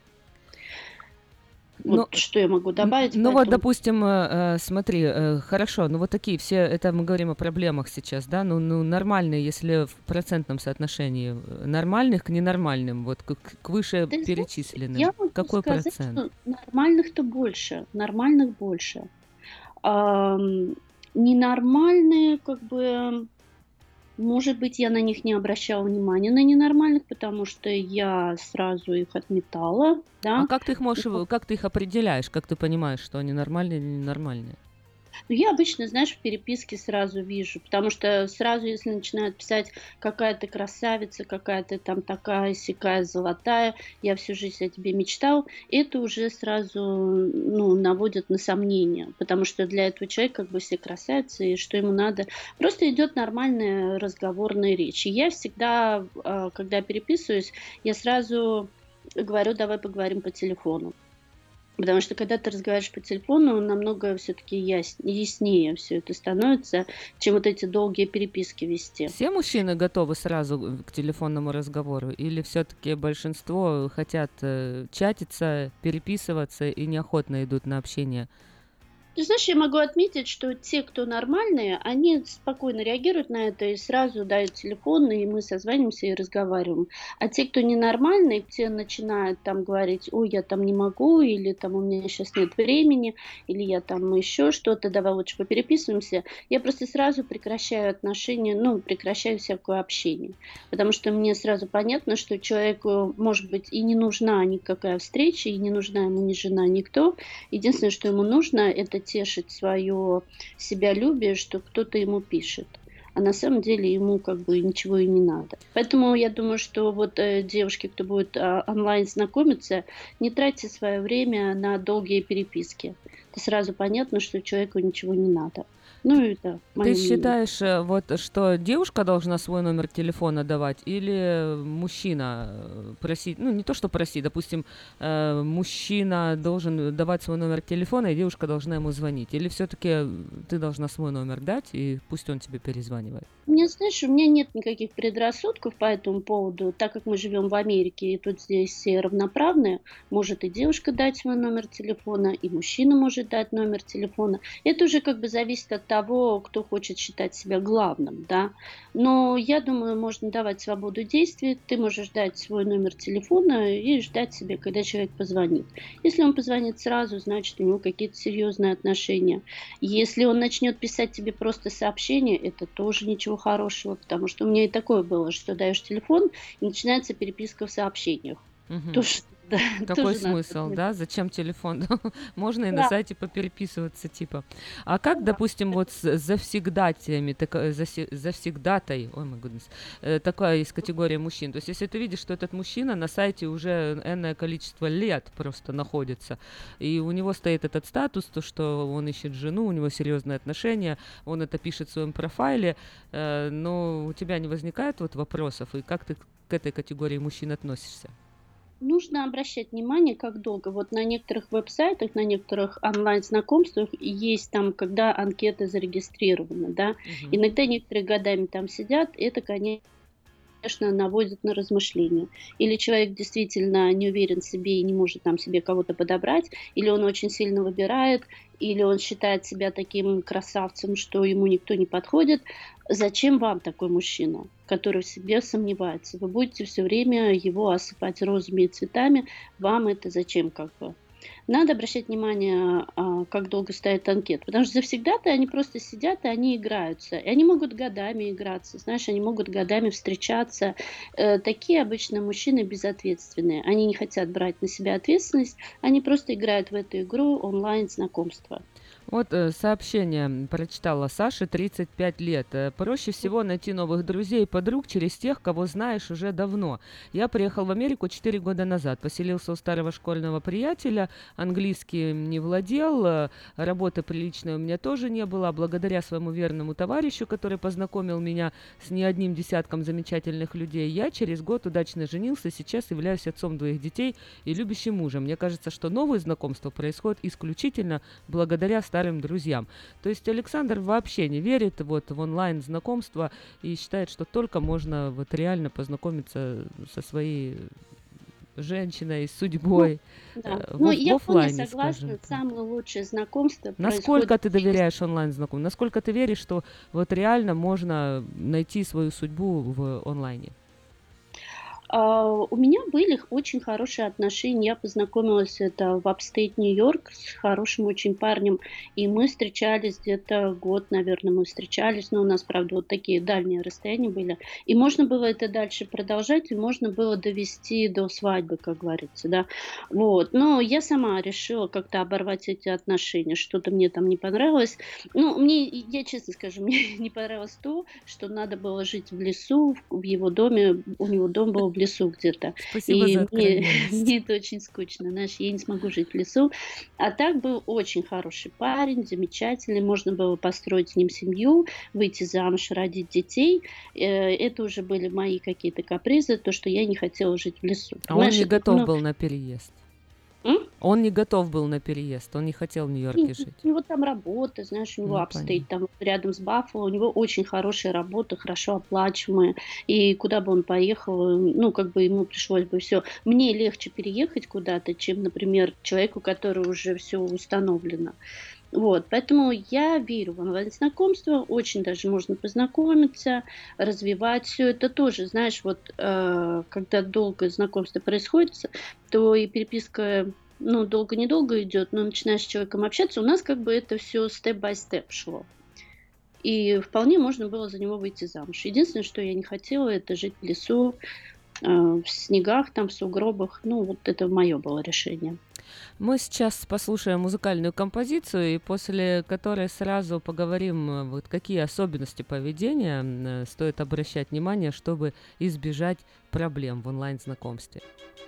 Вот ну, что я могу добавить? Ну поэтому... вот, допустим, э, смотри, э, хорошо, ну вот такие все, это мы говорим о проблемах сейчас, да, ну, ну нормальные, если в процентном соотношении нормальных к ненормальным, вот к, к выше да, перечисленным, я могу какой сказать, процент? Что нормальных-то больше, нормальных больше. А, ненормальные, как бы... Может быть, я на них не обращала внимания, на ненормальных, потому что я сразу их отметала, да. А как ты их можешь, как ты их определяешь, как ты понимаешь, что они нормальные или ненормальные? Ну, я обычно, знаешь, в переписке сразу вижу, потому что сразу, если начинают писать, какая ты красавица, какая ты там такая, сякая, золотая, я всю жизнь о тебе мечтал, это уже сразу, ну, наводит на сомнения, потому что для этого человека как бы все красавицы, и что ему надо. Просто идет нормальная разговорная речь. И я всегда, когда переписываюсь, я сразу говорю, давай поговорим по телефону. Потому что когда ты разговариваешь по телефону, намного все-таки яс- яснее все это становится, чем вот эти долгие переписки вести. Все мужчины готовы сразу к телефонному разговору? Или все-таки большинство хотят э, чатиться, переписываться и неохотно идут на общение? Ты знаешь, я могу отметить, что те, кто нормальные, они спокойно реагируют на это и сразу дают телефон, и мы созваниваемся и разговариваем. А те, кто ненормальные, те начинают там говорить, ой, я там не могу, или там у меня сейчас нет времени, или я там еще что-то, давай лучше попереписываемся. Я просто сразу прекращаю отношения, ну, прекращаю всякое общение. Потому что мне сразу понятно, что человеку, может быть, и не нужна никакая встреча, и не нужна ему ни жена, никто. Единственное, что ему нужно, это тешить свое себялюбие, что кто-то ему пишет. А на самом деле ему как бы ничего и не надо. Поэтому я думаю, что вот э, девушки, кто будет э, онлайн знакомиться, не тратьте свое время на долгие переписки. Это сразу понятно, что человеку ничего не надо. Ну, это Ты считаешь, мнение. Вот, что девушка должна свой номер телефона давать или мужчина просить, ну, не то, что просить, допустим, э, мужчина должен давать свой номер телефона, и девушка должна ему звонить? Или все-таки ты должна свой номер дать, и пусть он тебе перезванивает? Мне, знаешь, у меня нет никаких предрассудков по этому поводу, так как мы живем в Америке, и тут здесь все равноправные, может и девушка дать свой номер телефона, и мужчина может дать номер телефона. Это уже как бы зависит от того, кто хочет считать себя главным, да. Но я думаю, можно давать свободу действий. Ты можешь дать свой номер телефона и ждать себе, когда человек позвонит. Если он позвонит сразу, значит, у него какие-то серьезные отношения. Если он начнет писать тебе просто сообщение, это тоже ничего хорошего, потому что у меня и такое было, что даешь телефон, и начинается переписка в сообщениях. Угу. Тоже, да, Какой тоже смысл, надо. да? Зачем телефон? Можно и Да. на сайте попереписываться, типа. А как, допустим, вот с завсегдатаями, так, засе- завсегдатай, ой, мой гуднес, э, такая есть категория мужчин. То есть, если ты видишь, что этот мужчина на сайте уже энное количество лет просто находится, и у него стоит этот статус, то, что он ищет жену, у него серьезные отношения, он это пишет в своем профайле, э, но у тебя не возникает вот вопросов, и как ты к этой категории мужчин относишься? Нужно обращать внимание, как долго. Вот на некоторых веб-сайтах, на некоторых онлайн-знакомствах есть там, когда анкеты зарегистрированы, да. Мгм. Иногда некоторые годами там сидят, это, конечно, наводит на размышления. Или человек действительно не уверен в себе и не может там себе кого-то подобрать, или он очень сильно выбирает, или он считает себя таким красавцем, что ему никто не подходит. Зачем вам такой мужчина, который в себе сомневается? Вы будете все время его осыпать розами и цветами. Вам это зачем как бы? Надо обращать внимание, а, как долго стоит анкета. Потому что завсегда-то они просто сидят и они играются. И они могут годами играться, знаешь, они могут годами встречаться. Э, такие обычно мужчины безответственные. Они не хотят брать на себя ответственность, они просто играют в эту игру онлайн-знакомства. Вот э, сообщение прочитала Саше, тридцать пять лет. Э, Проще всего найти новых друзей и подруг через тех, кого знаешь уже давно. Я приехал в Америку четыре года назад, поселился у старого школьного приятеля, английский не владел, э, работы приличной у меня тоже не было. Благодаря своему верному товарищу, который познакомил меня с не одним десятком замечательных людей, я через год удачно женился, сейчас являюсь отцом двоих детей и любящим мужем. Мне кажется, что новые знакомства происходят исключительно благодаря старым друзьям. То есть Александр вообще не верит вот в онлайн знакомства и считает, что только можно вот реально познакомиться со своей женщиной, судьбой. Ну, да. э, Ну, в, я в оффлайне, вполне согласна, скажем. самое лучшее знакомство Насколько происходит ты доверяешь онлайн знакомству? Насколько ты веришь, что вот реально можно найти свою судьбу в онлайне? А, у меня были очень хорошие отношения. Я познакомилась это в апстейт Нью-Йорк с хорошим очень парнем, и мы встречались где-то год, наверное, мы встречались, но у нас, правда, вот такие дальние расстояния были. И можно было это дальше продолжать, и можно было довести до свадьбы, как говорится, да. Вот. Но я сама решила как-то оборвать эти отношения, что-то мне там не понравилось. Ну, мне, я честно скажу, мне не понравилось то, что надо было жить в лесу, в его доме, у него дом был в лесу где-то. Спасибо И за мне, откровенность. мне это очень скучно, знаешь, я не смогу жить в лесу. А так был очень хороший парень, замечательный, можно было построить с ним семью, выйти замуж, родить детей. Э, Это уже были мои какие-то капризы, то, что я не хотела жить в лесу. А он Понимаешь, не это, готов ну, был на переезд. м? Он не готов был на переезд, он не хотел в Нью-Йорке И жить. У него там работа, знаешь, у него Ну, апстейт, там рядом с Баффало, у него очень хорошая работа, хорошо оплачиваемая, и куда бы он поехал, ну, как бы ему пришлось бы все. Мне легче переехать куда-то, чем, например, человеку, который уже все установлено. Вот, поэтому я верю в онлайн-знакомство, очень даже можно познакомиться, развивать все это тоже. Знаешь, вот э, когда долгое знакомство происходит, то и переписка, ну, долго-недолго идет, но начинаешь с человеком общаться, у нас как бы это все степ-бай-степ шло. И вполне можно было за него выйти замуж. Единственное, что я не хотела, это жить в лесу, э, в снегах, там, в сугробах. Ну, вот это мое было решение. Мы сейчас послушаем музыкальную композицию, и после которой сразу поговорим, э, вот какие особенности поведения э, стоит обращать внимание, чтобы избежать проблем в онлайн-знакомстве.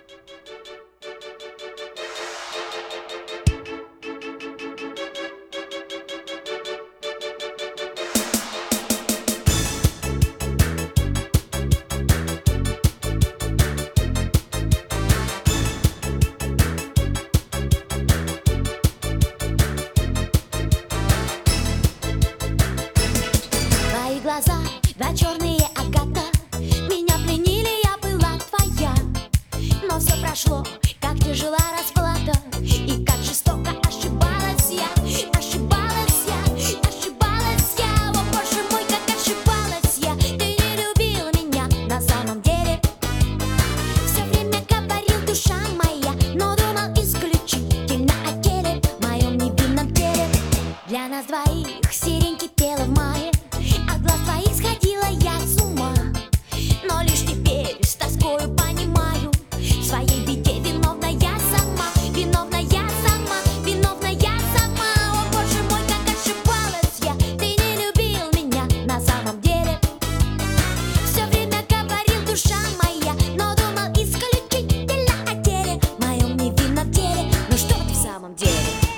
Твои глаза, да черные агата, меня пленили, я была твоя. Но все прошло, как тяжела расплата, и как жестоко ошибалась я, ошибалась я, ошибалась я. О, боже мой, как ошибалась я. Ты не любил меня на самом деле. Все время говорил, душа моя, но думал исключительно о теле, моем невинном теле. Для нас двоих сирень кипела в мае, от глаз твоих сходила я с ума. Но лишь теперь с тоскою понимаю, в своей беде виновна я сама, виновна я сама, виновна я сама. О, боже мой, как ошибалась я. Ты не любил меня на самом деле. Все время говорил, душа моя, но думал исключительно о теле, моем невинном теле. Ну что ты в самом деле?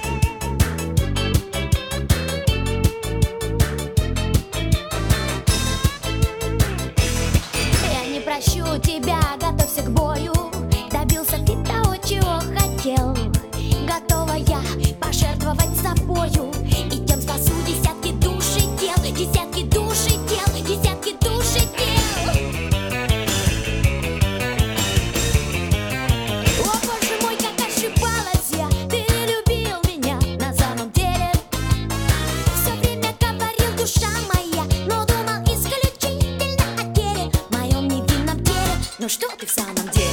Я не прощу тебя, готовься к бою. Добился ты того, чего хотел. Готова я пожертвовать собою, и тем спасу десятки душ и тел, десятки душ и тел, десятки душ и тел. О, боже мой, как ошибалась я. Ты не любил меня на самом деле. Все время говорил, душа моя, но думал исключительно о теле, моем невинном теле. Ну что ты в самом деле?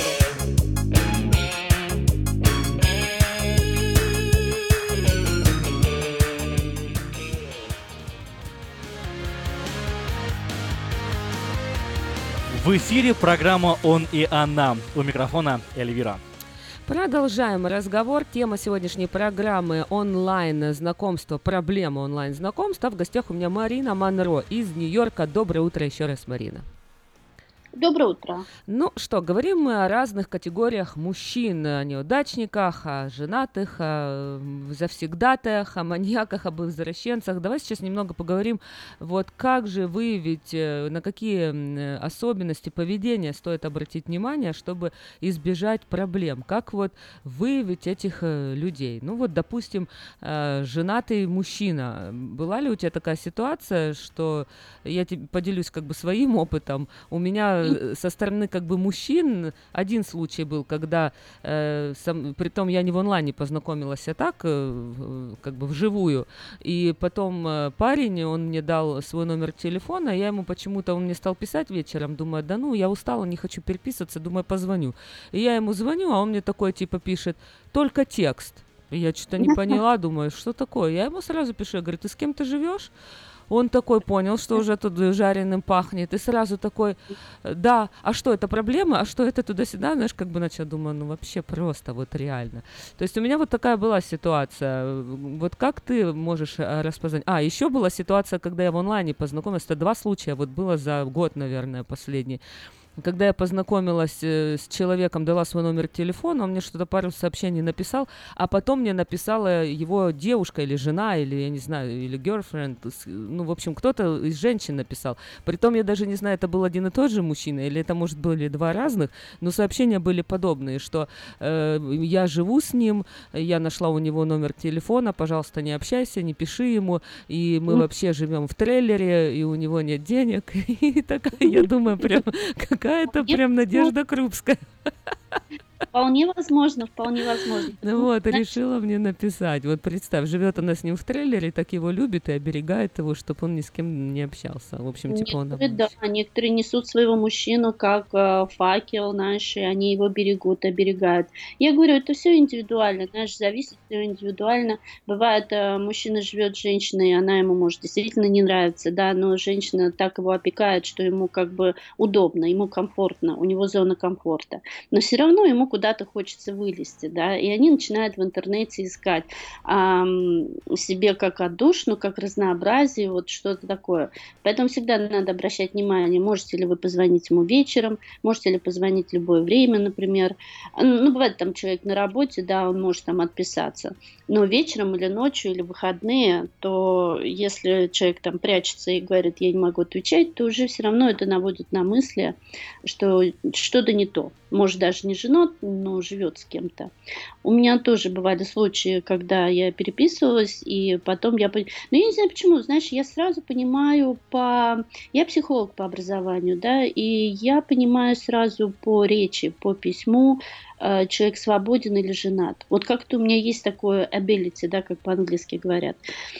В эфире программа «Он и она». У микрофона Эльвира. Продолжаем разговор. Тема сегодняшней программы — онлайн-знакомство, проблемы онлайн-знакомства. В гостях у меня Марина Монро из Нью-Йорка. Доброе утро еще раз, Марина. Доброе утро. Ну что, говорим мы о разных категориях мужчин, о неудачниках, о женатых, о завсегдатаях, о маньяках, об извращенцах. Давай сейчас немного поговорим, вот как же выявить, на какие особенности поведения стоит обратить внимание, чтобы избежать проблем. Как вот выявить этих людей? Ну вот, допустим, женатый мужчина. Была ли у тебя такая ситуация, что я тебе поделюсь как бы своим опытом? У меня меня со стороны как бы мужчин один случай был, когда, э, сам, притом я не в онлайне познакомилась, а так, э, как бы вживую, и потом э, парень, он мне дал свой номер телефона, я ему почему-то, он мне стал писать вечером, думаю, да ну, я устала, не хочу переписываться, думаю, позвоню. И я ему звоню, а он мне такой типа пишет, только текст. И я что-то не поняла, думаю, что такое? Я ему сразу пишу, я говорю, ты с кем-то живешь? Он такой понял, что уже тут жареным пахнет, и сразу такой, да, а что, это проблема? А что это туда-сюда? Знаешь, как бы начал, думаю, ну вообще просто, вот реально. То есть у меня вот такая была ситуация. Вот как ты можешь распознать? А, еще была ситуация, когда я в онлайне познакомилась, это два случая, вот было за год, наверное, последний. Когда я познакомилась э, с человеком, дала свой номер телефона, он мне что-то пару сообщений написал, а потом мне написала его девушка или жена, или, я не знаю, или girlfriend, ну, в общем, кто-то из женщин написал. Притом я даже не знаю, это был один и тот же мужчина, или это, может, были два разных, но сообщения были подобные, что э, я живу с ним, я нашла у него номер телефона, пожалуйста, не общайся, не пиши ему, и мы mm. вообще живем в трейлере, и у него нет денег, и такая, я думаю, прям какая это прям Надежда Крупская. Вполне возможно, вполне возможно. Ну вот, решила мне написать. Вот представь, живет она с ним в трейлере, так его любит и оберегает его, чтобы он ни с кем не общался. В общем, типа он... Некоторые, да, некоторые несут своего мужчину как э, факел, знаешь, и они его берегут, оберегают. Я говорю, это все индивидуально, знаешь, зависит все индивидуально. Бывает, э, мужчина живет с женщиной, и она ему, может, действительно не нравится, да, но женщина так его опекает, что ему как бы удобно, ему комфортно, у него зона комфорта. Но все равно ему куда-то хочется вылезти, да, и они начинают в интернете искать эм, себе как отдушину, как разнообразие, вот что-то такое. Поэтому всегда надо обращать внимание, можете ли вы позвонить ему вечером, можете ли позвонить в любое время, например. Ну, бывает, там человек на работе, да, он может там отписаться, но вечером или ночью, или в выходные, то если человек там прячется и говорит, я не могу отвечать, то уже все равно это наводит на мысли, что что-то не то. Может, даже не женат, но живет с кем-то. У меня тоже бывали случаи, когда я переписывалась, и потом я... Ну, я не знаю почему, знаешь, я сразу понимаю по... Я психолог по образованию, да, и я понимаю сразу по речи, по письму, человек свободен или женат. Вот как-то у меня есть такое ability, да, как по-английски говорят.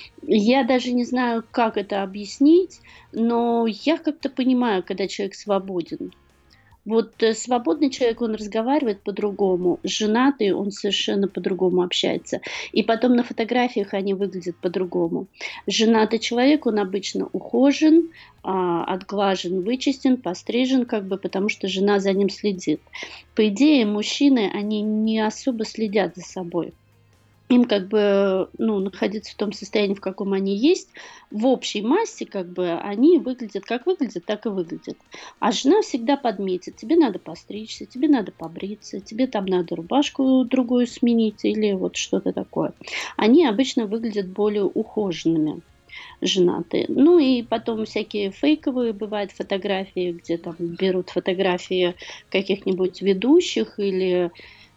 Я даже не знаю, как это объяснить, но я как-то понимаю, когда человек свободен. Вот свободный человек, он разговаривает по-другому, женатый, он совершенно по-другому общается. И потом на фотографиях они выглядят по-другому. Женатый человек, он обычно ухожен, отглажен, вычистен, пострижен, как бы, потому что жена за ним следит. По идее, мужчины, они не особо следят за собой. Им как бы, ну, находиться в том состоянии, в каком они есть, в общей массе, как бы, они выглядят, как выглядят, так и выглядят. А жена всегда подметит, тебе надо постричься, тебе надо побриться, тебе там надо рубашку другую сменить или вот что-то такое. Они обычно выглядят более ухоженными, женатые. Ну и потом всякие фейковые бывают фотографии, где там берут фотографии каких-нибудь ведущих или...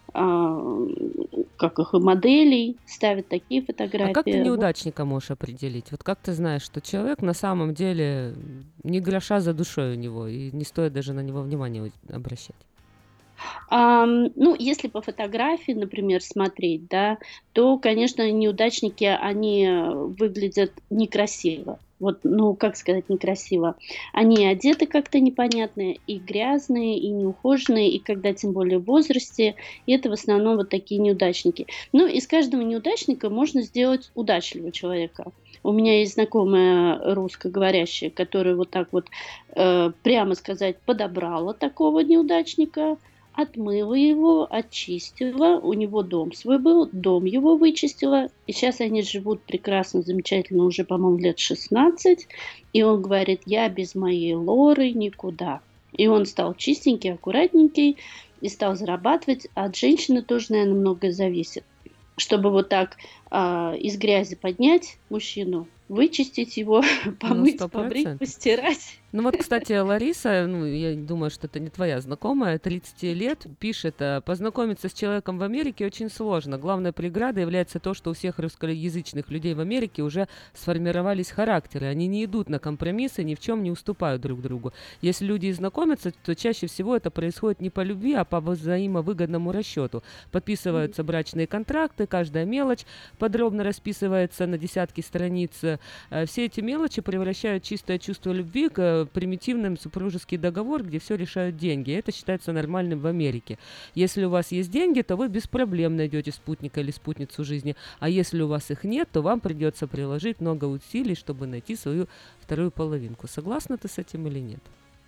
как их, моделей, ставят такие фотографии. А как ты неудачника можешь определить? Вот как ты знаешь, что человек на самом деле ни гроша за душой у него, и не стоит даже на него внимания обращать? А, ну, если по фотографии, например, смотреть, да, то, конечно, неудачники, они выглядят некрасиво. Вот, ну, как сказать, некрасиво. Они одеты как-то непонятно, и грязные, и неухоженные, и когда тем более в возрасте, и это в основном вот такие неудачники. Ну, из каждого неудачника можно сделать удачливого человека. У меня есть знакомая русскоговорящая, которая вот так вот, э, прямо сказать, подобрала такого неудачника, отмыла его, очистила, у него дом свой был, дом его вычистила, и сейчас они живут прекрасно, замечательно, уже, по-моему, лет шестнадцать, и он говорит, я без моей Лоры никуда. И он стал чистенький, аккуратненький, и стал зарабатывать, а от женщины тоже, наверное, многое зависит. Чтобы вот так а, из грязи поднять мужчину, вычистить его, помыть, ну, побрить, постирать. Ну вот, кстати, Лариса, ну, я думаю, что это не твоя знакомая, тридцать лет, пишет, познакомиться с человеком в Америке очень сложно. Главной преградой является то, что у всех русскоязычных людей в Америке уже сформировались характеры. Они не идут на компромиссы, ни в чем не уступают друг другу. Если люди и знакомятся, то чаще всего это происходит не по любви, а по взаимовыгодному расчету. Подписываются брачные контракты, каждая мелочь подробно расписывается на десятки страниц. Все эти мелочи превращают чистое чувство любви к примитивным супружеский договор, где все решают деньги. Это считается нормальным в Америке. Если у вас есть деньги, то вы без проблем найдете спутника или спутницу жизни. А если у вас их нет, то вам придется приложить много усилий, чтобы найти свою вторую половинку. Согласна ты с этим или нет?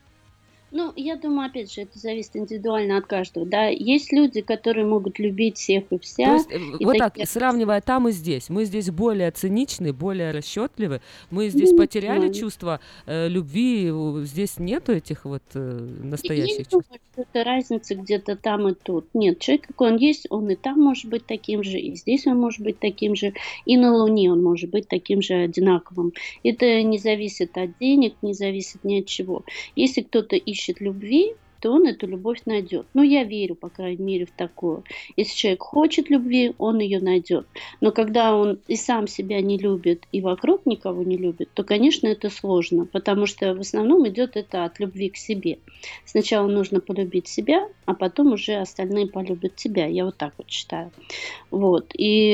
Ну, я думаю, опять же, это зависит индивидуально от каждого, да. Есть люди, которые могут любить всех и вся. То есть, и вот такие... так, сравнивая там и здесь, мы здесь более циничны, более расчетливы, мы здесь ну, потеряли да. чувство э, любви, здесь нету этих вот э, настоящих я не чувств. думаю, что это разница где-то там и тут. Нет, человек, какой он есть, он и там может быть таким же, и здесь он может быть таким же, и на Луне он может быть таким же одинаковым. Это не зависит от денег, не зависит ни от чего. Если кто-то ищет любви, то он эту любовь найдет. Ну, я верю, по крайней мере, в такое. Если человек хочет любви, он ее найдет. Но когда он и сам себя не любит, и вокруг никого не любит, то, конечно, это сложно, потому что в основном идет это от любви к себе. Сначала нужно полюбить себя, а потом уже остальные полюбят тебя. Я вот так вот считаю. Вот.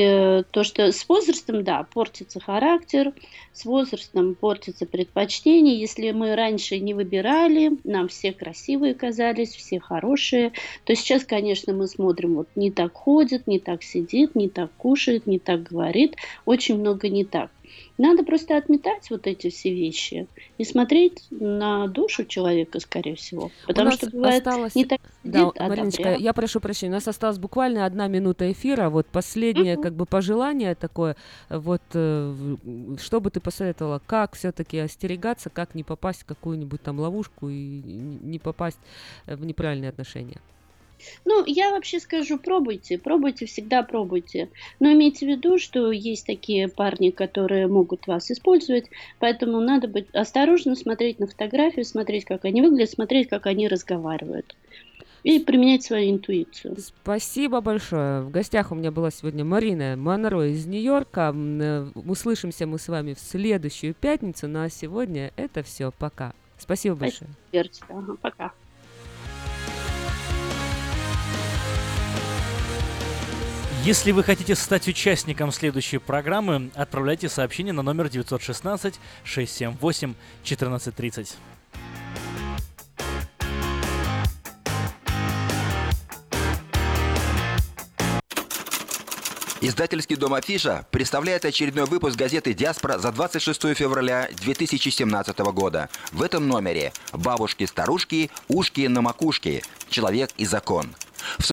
И то, что с возрастом, да, портится характер, с возрастом портится предпочтение. Если мы раньше не выбирали, нам все красивые казались, все хорошие, то сейчас, конечно, мы смотрим, вот не так ходит, не так сидит, не так кушает, не так говорит, очень много не так. Надо просто отметать вот эти все вещи и смотреть на душу человека, скорее всего. Потому что бывает осталось... не так сидит, да, а Мариночка, добряк. я прошу прощения, у нас осталась буквально одна минута эфира. Вот последнее Мгм. как бы пожелание такое. Вот э, в- что бы ты посоветовала, как все-таки остерегаться, как не попасть в какую-нибудь там ловушку и не попасть э, в неправильные отношения? Ну, я вообще скажу, пробуйте, пробуйте, всегда пробуйте. Но имейте в виду, что есть такие парни, которые могут вас использовать, поэтому надо быть осторожно, смотреть на фотографии, смотреть, как они выглядят, смотреть, как они разговаривают. И применять свою интуицию. Спасибо большое. В гостях у меня была сегодня Марина Монро из Нью-Йорка. М, э, Услышимся мы с вами в следующую пятницу. Ну а сегодня это все. Пока. Спасибо большое. Верьте. Ага, пока. Если вы хотите стать участником следующей программы, отправляйте сообщение на номер девять один шесть шесть семь восемь четырнадцать тридцать. Издательский дом «Афиша» представляет очередной выпуск газеты «Диаспора» за двадцать шестое февраля две тысячи семнадцатого года. В этом номере «Бабушки-старушки, ушки на макушке. Человек и закон».